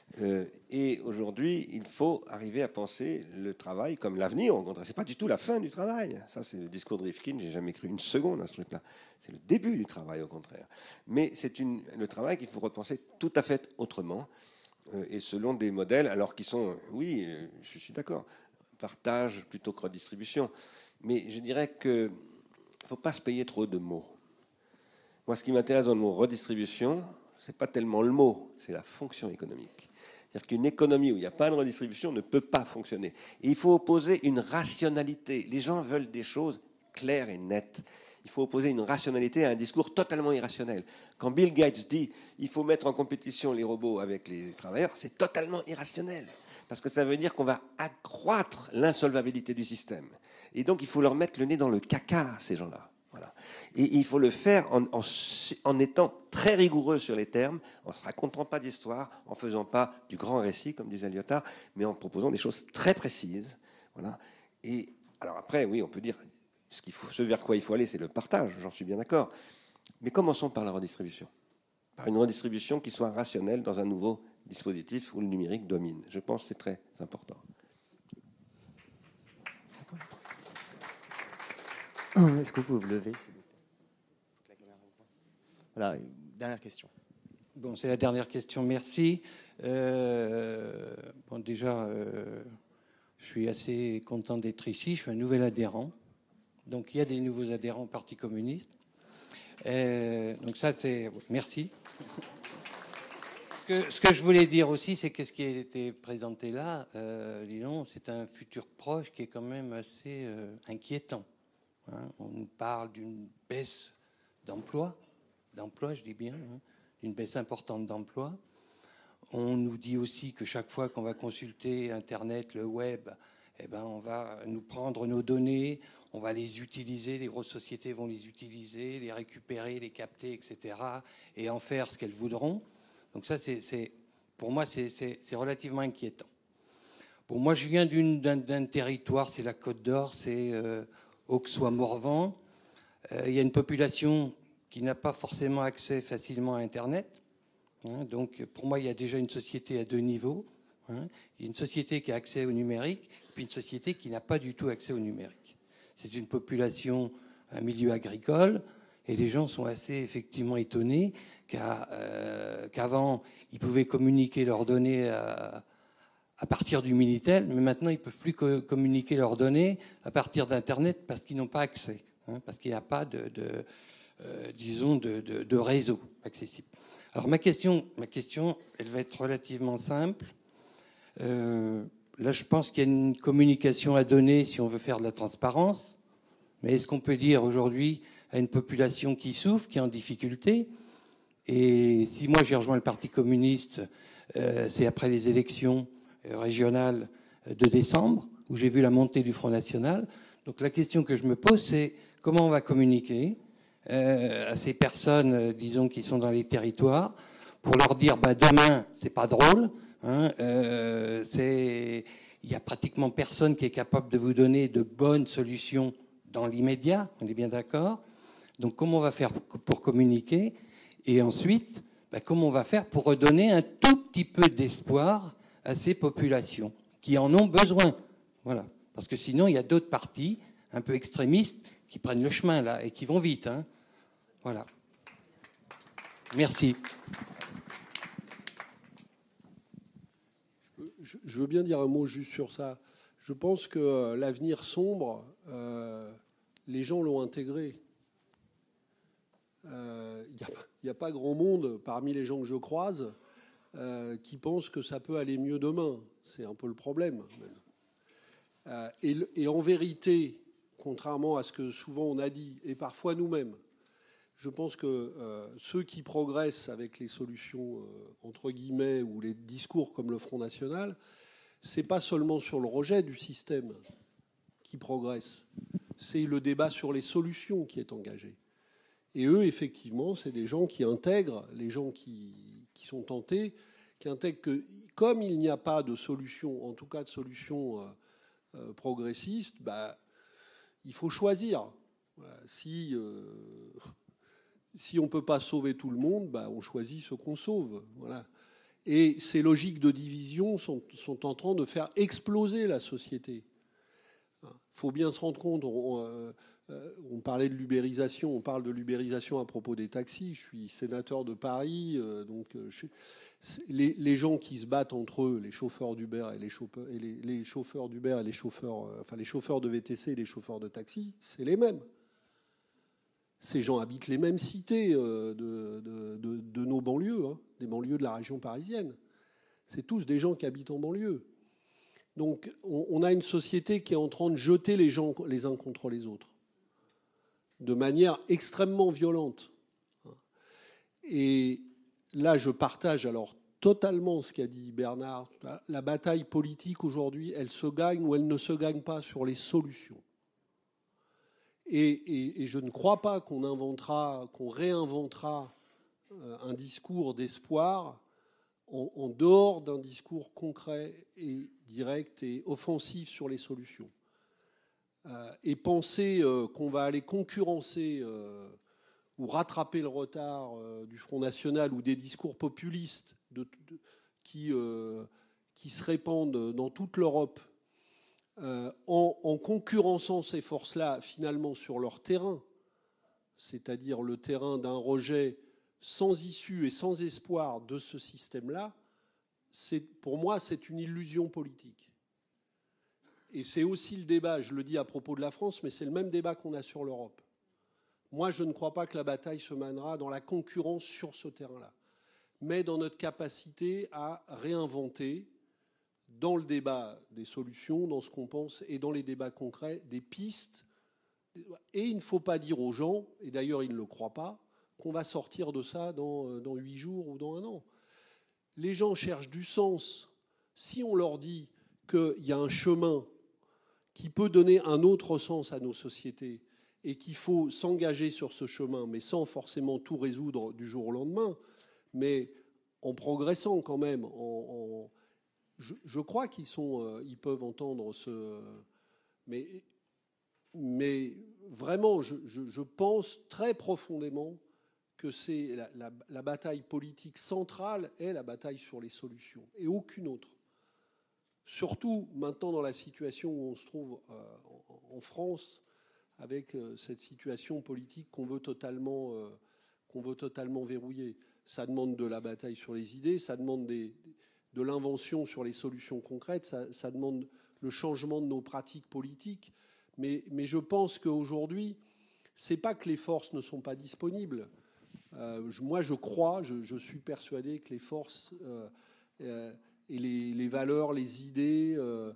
S5: Et aujourd'hui, il faut arriver à penser le travail comme l'avenir, au contraire. Ce n'est pas du tout la fin du travail. Ça, c'est le discours de Rifkin, j'ai jamais cru une seconde à ce truc-là. C'est le début du travail, au contraire. Mais c'est le travail qu'il faut repenser tout à fait autrement. Et selon des modèles, alors qui sont, oui, je suis d'accord, partage plutôt que redistribution. Mais je dirais qu'il ne faut pas se payer trop de mots. Moi, ce qui m'intéresse dans le mot redistribution, ce n'est pas tellement le mot, c'est la fonction économique. C'est-à-dire qu'une économie où il n'y a pas de redistribution ne peut pas fonctionner. Et il faut opposer une rationalité. Les gens veulent des choses claires et nettes. Il faut opposer une rationalité à un discours totalement irrationnel. Quand Bill Gates dit il faut mettre en compétition les robots avec les travailleurs, c'est totalement irrationnel. Parce que ça veut dire qu'on va accroître l'insolvabilité du système. Et donc il faut leur mettre le nez dans le caca, ces gens-là. Voilà. Et il faut le faire en étant très rigoureux sur les termes, en ne se racontant pas d'histoire, en ne faisant pas du grand récit, comme disait Lyotard, mais en proposant des choses très précises. Voilà. Et alors après, oui, on peut dire... Ce vers quoi il faut aller, c'est le partage, j'en suis bien d'accord. Mais commençons par la redistribution. Par une redistribution qui soit rationnelle dans un nouveau dispositif où le numérique domine. Je pense que c'est très important.
S4: Est-ce que vous pouvez vous lever, s'il vous plaît ? Voilà, dernière question.
S12: Bon, c'est la dernière question, merci. Bon, déjà, je suis assez content d'être ici. Je suis un nouvel adhérent. Donc il y a des nouveaux adhérents au Parti communiste. Donc ça, c'est... Merci. Ce que je voulais dire aussi, c'est que ce qui a été présenté là, disons, c'est un futur proche qui est quand même assez inquiétant. Hein. On nous parle d'une baisse d'emploi, je dis bien, hein, d'une baisse importante d'emploi. On nous dit aussi que chaque fois qu'on va consulter Internet, le web, eh ben, on va nous prendre nos données, on va les utiliser, les grosses sociétés vont les utiliser, les récupérer, les capter, etc., et en faire ce qu'elles voudront. Donc ça, pour moi, c'est relativement inquiétant. Bon, moi, je viens d'un territoire, c'est la Côte d'Or, c'est Auxois-Morvan. Il y a une population qui n'a pas forcément accès facilement à Internet. Hein, donc, pour moi, il y a déjà une société à deux niveaux. Hein. Il y a une société qui a accès au numérique, puis une société qui n'a pas du tout accès au numérique. C'est une population, un milieu agricole, et les gens sont assez effectivement étonnés qu'avant, ils pouvaient communiquer leurs données à partir du Minitel, mais maintenant, ils ne peuvent plus communiquer leurs données à partir d'Internet parce qu'ils n'ont pas accès, hein, parce qu'il n'y a pas de réseau accessible. Alors ma question, elle va être relativement simple. Là, je pense qu'il y a une communication à donner si on veut faire de la transparence. Mais est-ce qu'on peut dire aujourd'hui à une population qui souffre, qui est en difficulté, et si moi j'ai rejoint le Parti communiste, c'est après les élections régionales de décembre, où j'ai vu la montée du Front National. Donc la question que je me pose, c'est comment on va communiquer, à ces personnes, disons, qui sont dans les territoires, pour leur dire demain, c'est pas drôle. Hein, il n'y a pratiquement personne qui est capable de vous donner de bonnes solutions dans l'immédiat, on est bien d'accord. Donc comment on va faire pour communiquer? Et ensuite, comment on va faire pour redonner un tout petit peu d'espoir à ces populations qui en ont besoin? Voilà. Parce que sinon, il y a d'autres partis un peu extrémistes qui prennent le chemin là et qui vont vite. Hein. Voilà. Merci.
S6: Je veux bien dire un mot juste sur ça. Je pense que l'avenir sombre, les gens l'ont intégré. Il n'y a pas grand monde parmi les gens que je croise qui pensent que ça peut aller mieux demain. C'est un peu le problème. Et en vérité, contrairement à ce que souvent on a dit, et parfois nous-mêmes, je pense que ceux qui progressent avec les solutions entre guillemets ou les discours comme le Front National, c'est pas seulement sur le rejet du système qui progresse, c'est le débat sur les solutions qui est engagé. Et eux, effectivement, c'est des gens qui intègrent, les gens qui sont tentés, qui intègrent que comme il n'y a pas de solution, en tout cas de solution progressiste, il faut choisir. Voilà. Si on ne peut pas sauver tout le monde, on choisit ce qu'on sauve. Voilà. Et ces logiques de division sont en train de faire exploser la société. Il faut bien se rendre compte, on parlait de l'ubérisation, on parle de l'ubérisation à propos des taxis. Je suis sénateur de Paris, les gens qui se battent entre eux, les chauffeurs d'Uber et les chauffeurs d'Uber et les chauffeurs de VTC et les chauffeurs de taxi, c'est les mêmes. Ces gens habitent les mêmes cités de nos banlieues, hein, des banlieues de la région parisienne. C'est tous des gens qui habitent en banlieue. Donc on a une société qui est en train de jeter les gens les uns contre les autres, de manière extrêmement violente. Et là, je partage alors totalement ce qu'a dit Bernard. La bataille politique aujourd'hui, elle se gagne ou elle ne se gagne pas sur les solutions. Et je ne crois pas qu'on réinventera un discours d'espoir en dehors d'un discours concret et direct et offensif sur les solutions. Et penser qu'on va aller concurrencer ou rattraper le retard du Front National ou des discours populistes qui se répandent dans toute l'Europe, en concurrençant ces forces-là finalement sur leur terrain, c'est-à-dire le terrain d'un rejet sans issue et sans espoir de ce système-là, pour moi c'est une illusion politique. Et c'est aussi le débat, je le dis à propos de la France, mais c'est le même débat qu'on a sur l'Europe. Moi je ne crois pas que la bataille se mènera dans la concurrence sur ce terrain-là, mais dans notre capacité à réinventer dans le débat des solutions, dans ce qu'on pense, et dans les débats concrets, des pistes. Et il ne faut pas dire aux gens, et d'ailleurs ils ne le croient pas, qu'on va sortir de ça dans 8 jours ou dans 1 an. Les gens cherchent du sens. Si on leur dit qu'il y a un chemin qui peut donner un autre sens à nos sociétés et qu'il faut s'engager sur ce chemin, mais sans forcément tout résoudre du jour au lendemain, mais en progressant quand même, je crois ils peuvent entendre ce... Mais vraiment, je pense très profondément que c'est la bataille politique centrale est la bataille sur les solutions, et aucune autre. Surtout maintenant dans la situation où on se trouve en France, avec cette situation politique qu'on veut totalement verrouiller. Ça demande de la bataille sur les idées, ça demande de l'invention sur les solutions concrètes, ça demande le changement de nos pratiques politiques. Mais je pense qu'aujourd'hui, c'est pas que les forces ne sont pas disponibles. Moi, je suis persuadé que les forces et les valeurs, les idées,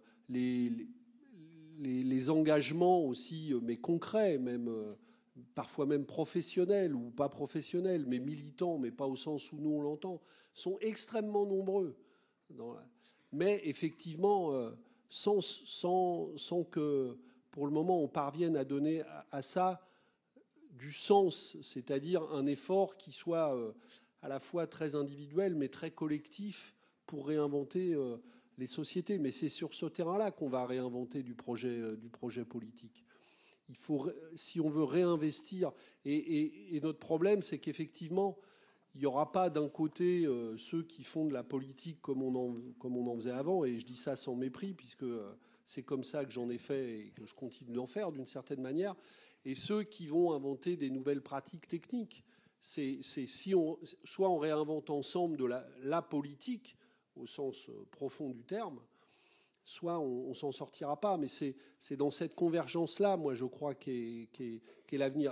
S6: les engagements aussi, mais concrets, même parfois même professionnels ou pas professionnels, mais militants, mais pas au sens où nous on l'entend, sont extrêmement nombreux. Mais effectivement, sans que pour le moment on parvienne à donner à ça du sens, c'est-à-dire un effort qui soit à la fois très individuel mais très collectif pour réinventer les sociétés. Mais c'est sur ce terrain-là qu'on va réinventer du projet politique. Il faut, si on veut réinvestir, et notre problème, c'est qu'effectivement, il n'y aura pas d'un côté ceux qui font de la politique comme on en faisait avant, et je dis ça sans mépris, puisque c'est comme ça que j'en ai fait et que je continue d'en faire d'une certaine manière, et ceux qui vont inventer des nouvelles pratiques techniques. Soit on réinvente ensemble de la politique, au sens profond du terme, soit on s'en sortira pas. Mais c'est dans cette convergence-là, moi, je crois, qu'est l'avenir.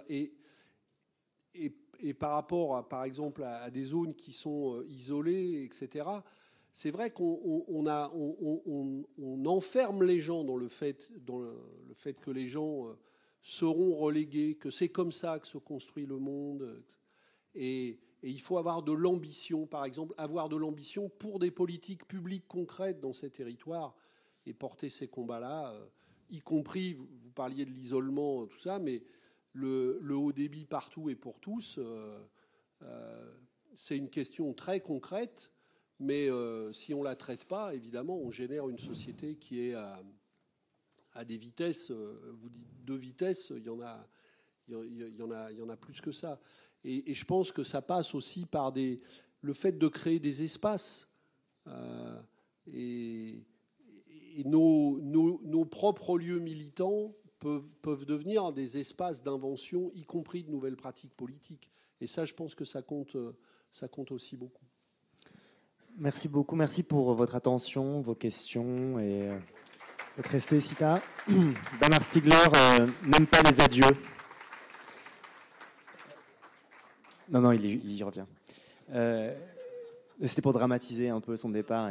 S6: Et par rapport, par exemple, à des zones qui sont isolées, etc., c'est vrai qu'on enferme les gens dans le fait que les gens seront relégués, que c'est comme ça que se construit le monde. Et il faut avoir de l'ambition, par exemple, avoir de l'ambition pour des politiques publiques concrètes dans ces territoires et porter ces combats-là, y compris, vous parliez de l'isolement, tout ça, mais le haut débit partout et pour tous, c'est une question très concrète, mais si on ne la traite pas, évidemment, on génère une société qui est à des vitesses, vous dites 2 vitesses, il y en a plus que ça. Et je pense que ça passe aussi par le fait de créer des espaces. Et nos propres lieux militants peuvent devenir des espaces d'invention, y compris de nouvelles pratiques politiques. Et ça, je pense que ça compte aussi beaucoup.
S4: Merci beaucoup. Merci pour votre attention, vos questions et votre restée si tard. Bernard Stiegler, même pas les adieux. Non, il y revient. C'était pour dramatiser un peu son départ.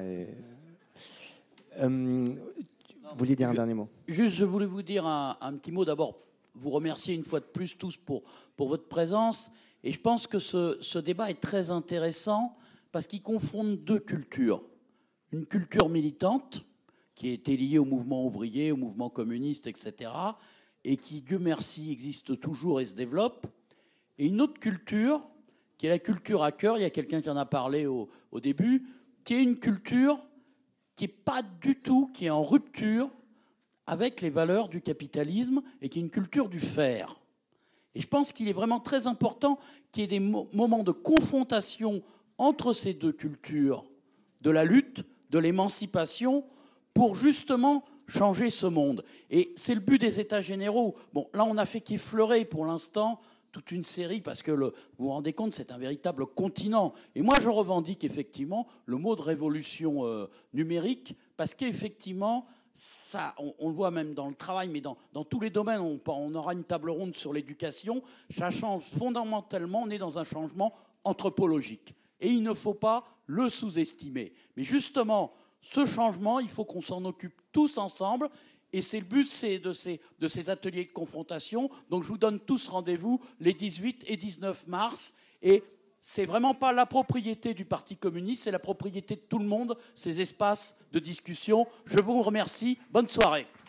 S4: Vous vouliez dire un dernier mot?
S3: Juste, je voulais vous dire un petit mot. D'abord, vous remercier une fois de plus tous pour votre présence. Et je pense que ce débat est très intéressant parce qu'il confronte 2 cultures. Une culture militante qui était liée au mouvement ouvrier, au mouvement communiste, etc. et qui, Dieu merci, existe toujours et se développe. Et une autre culture, qui est la culture à cœur, il y a quelqu'un qui en a parlé au début, qui est une culture qui n'est pas du tout, qui est en rupture avec les valeurs du capitalisme et qui est une culture du faire. Et je pense qu'il est vraiment très important qu'il y ait des moments de confrontation entre ces 2 cultures, de la lutte, de l'émancipation, pour justement changer ce monde. Et c'est le but des États généraux. Bon, là, on n'a fait qu'effleurer pour l'instant toute une série, parce que vous vous rendez compte, c'est un véritable continent. Et moi, je revendique effectivement le mot de révolution numérique, parce qu'effectivement, ça, on le voit même dans le travail, mais dans tous les domaines, on aura une table ronde sur l'éducation, ça change fondamentalement, on est dans un changement anthropologique. Et il ne faut pas le sous-estimer. Mais justement, ce changement, il faut qu'on s'en occupe tous ensemble. Et c'est le but de ces ateliers de confrontation. Donc je vous donne tous rendez-vous les 18 et 19 mars. Et c'est vraiment pas la propriété du Parti communiste, c'est la propriété de tout le monde, ces espaces de discussion. Je vous remercie. Bonne soirée.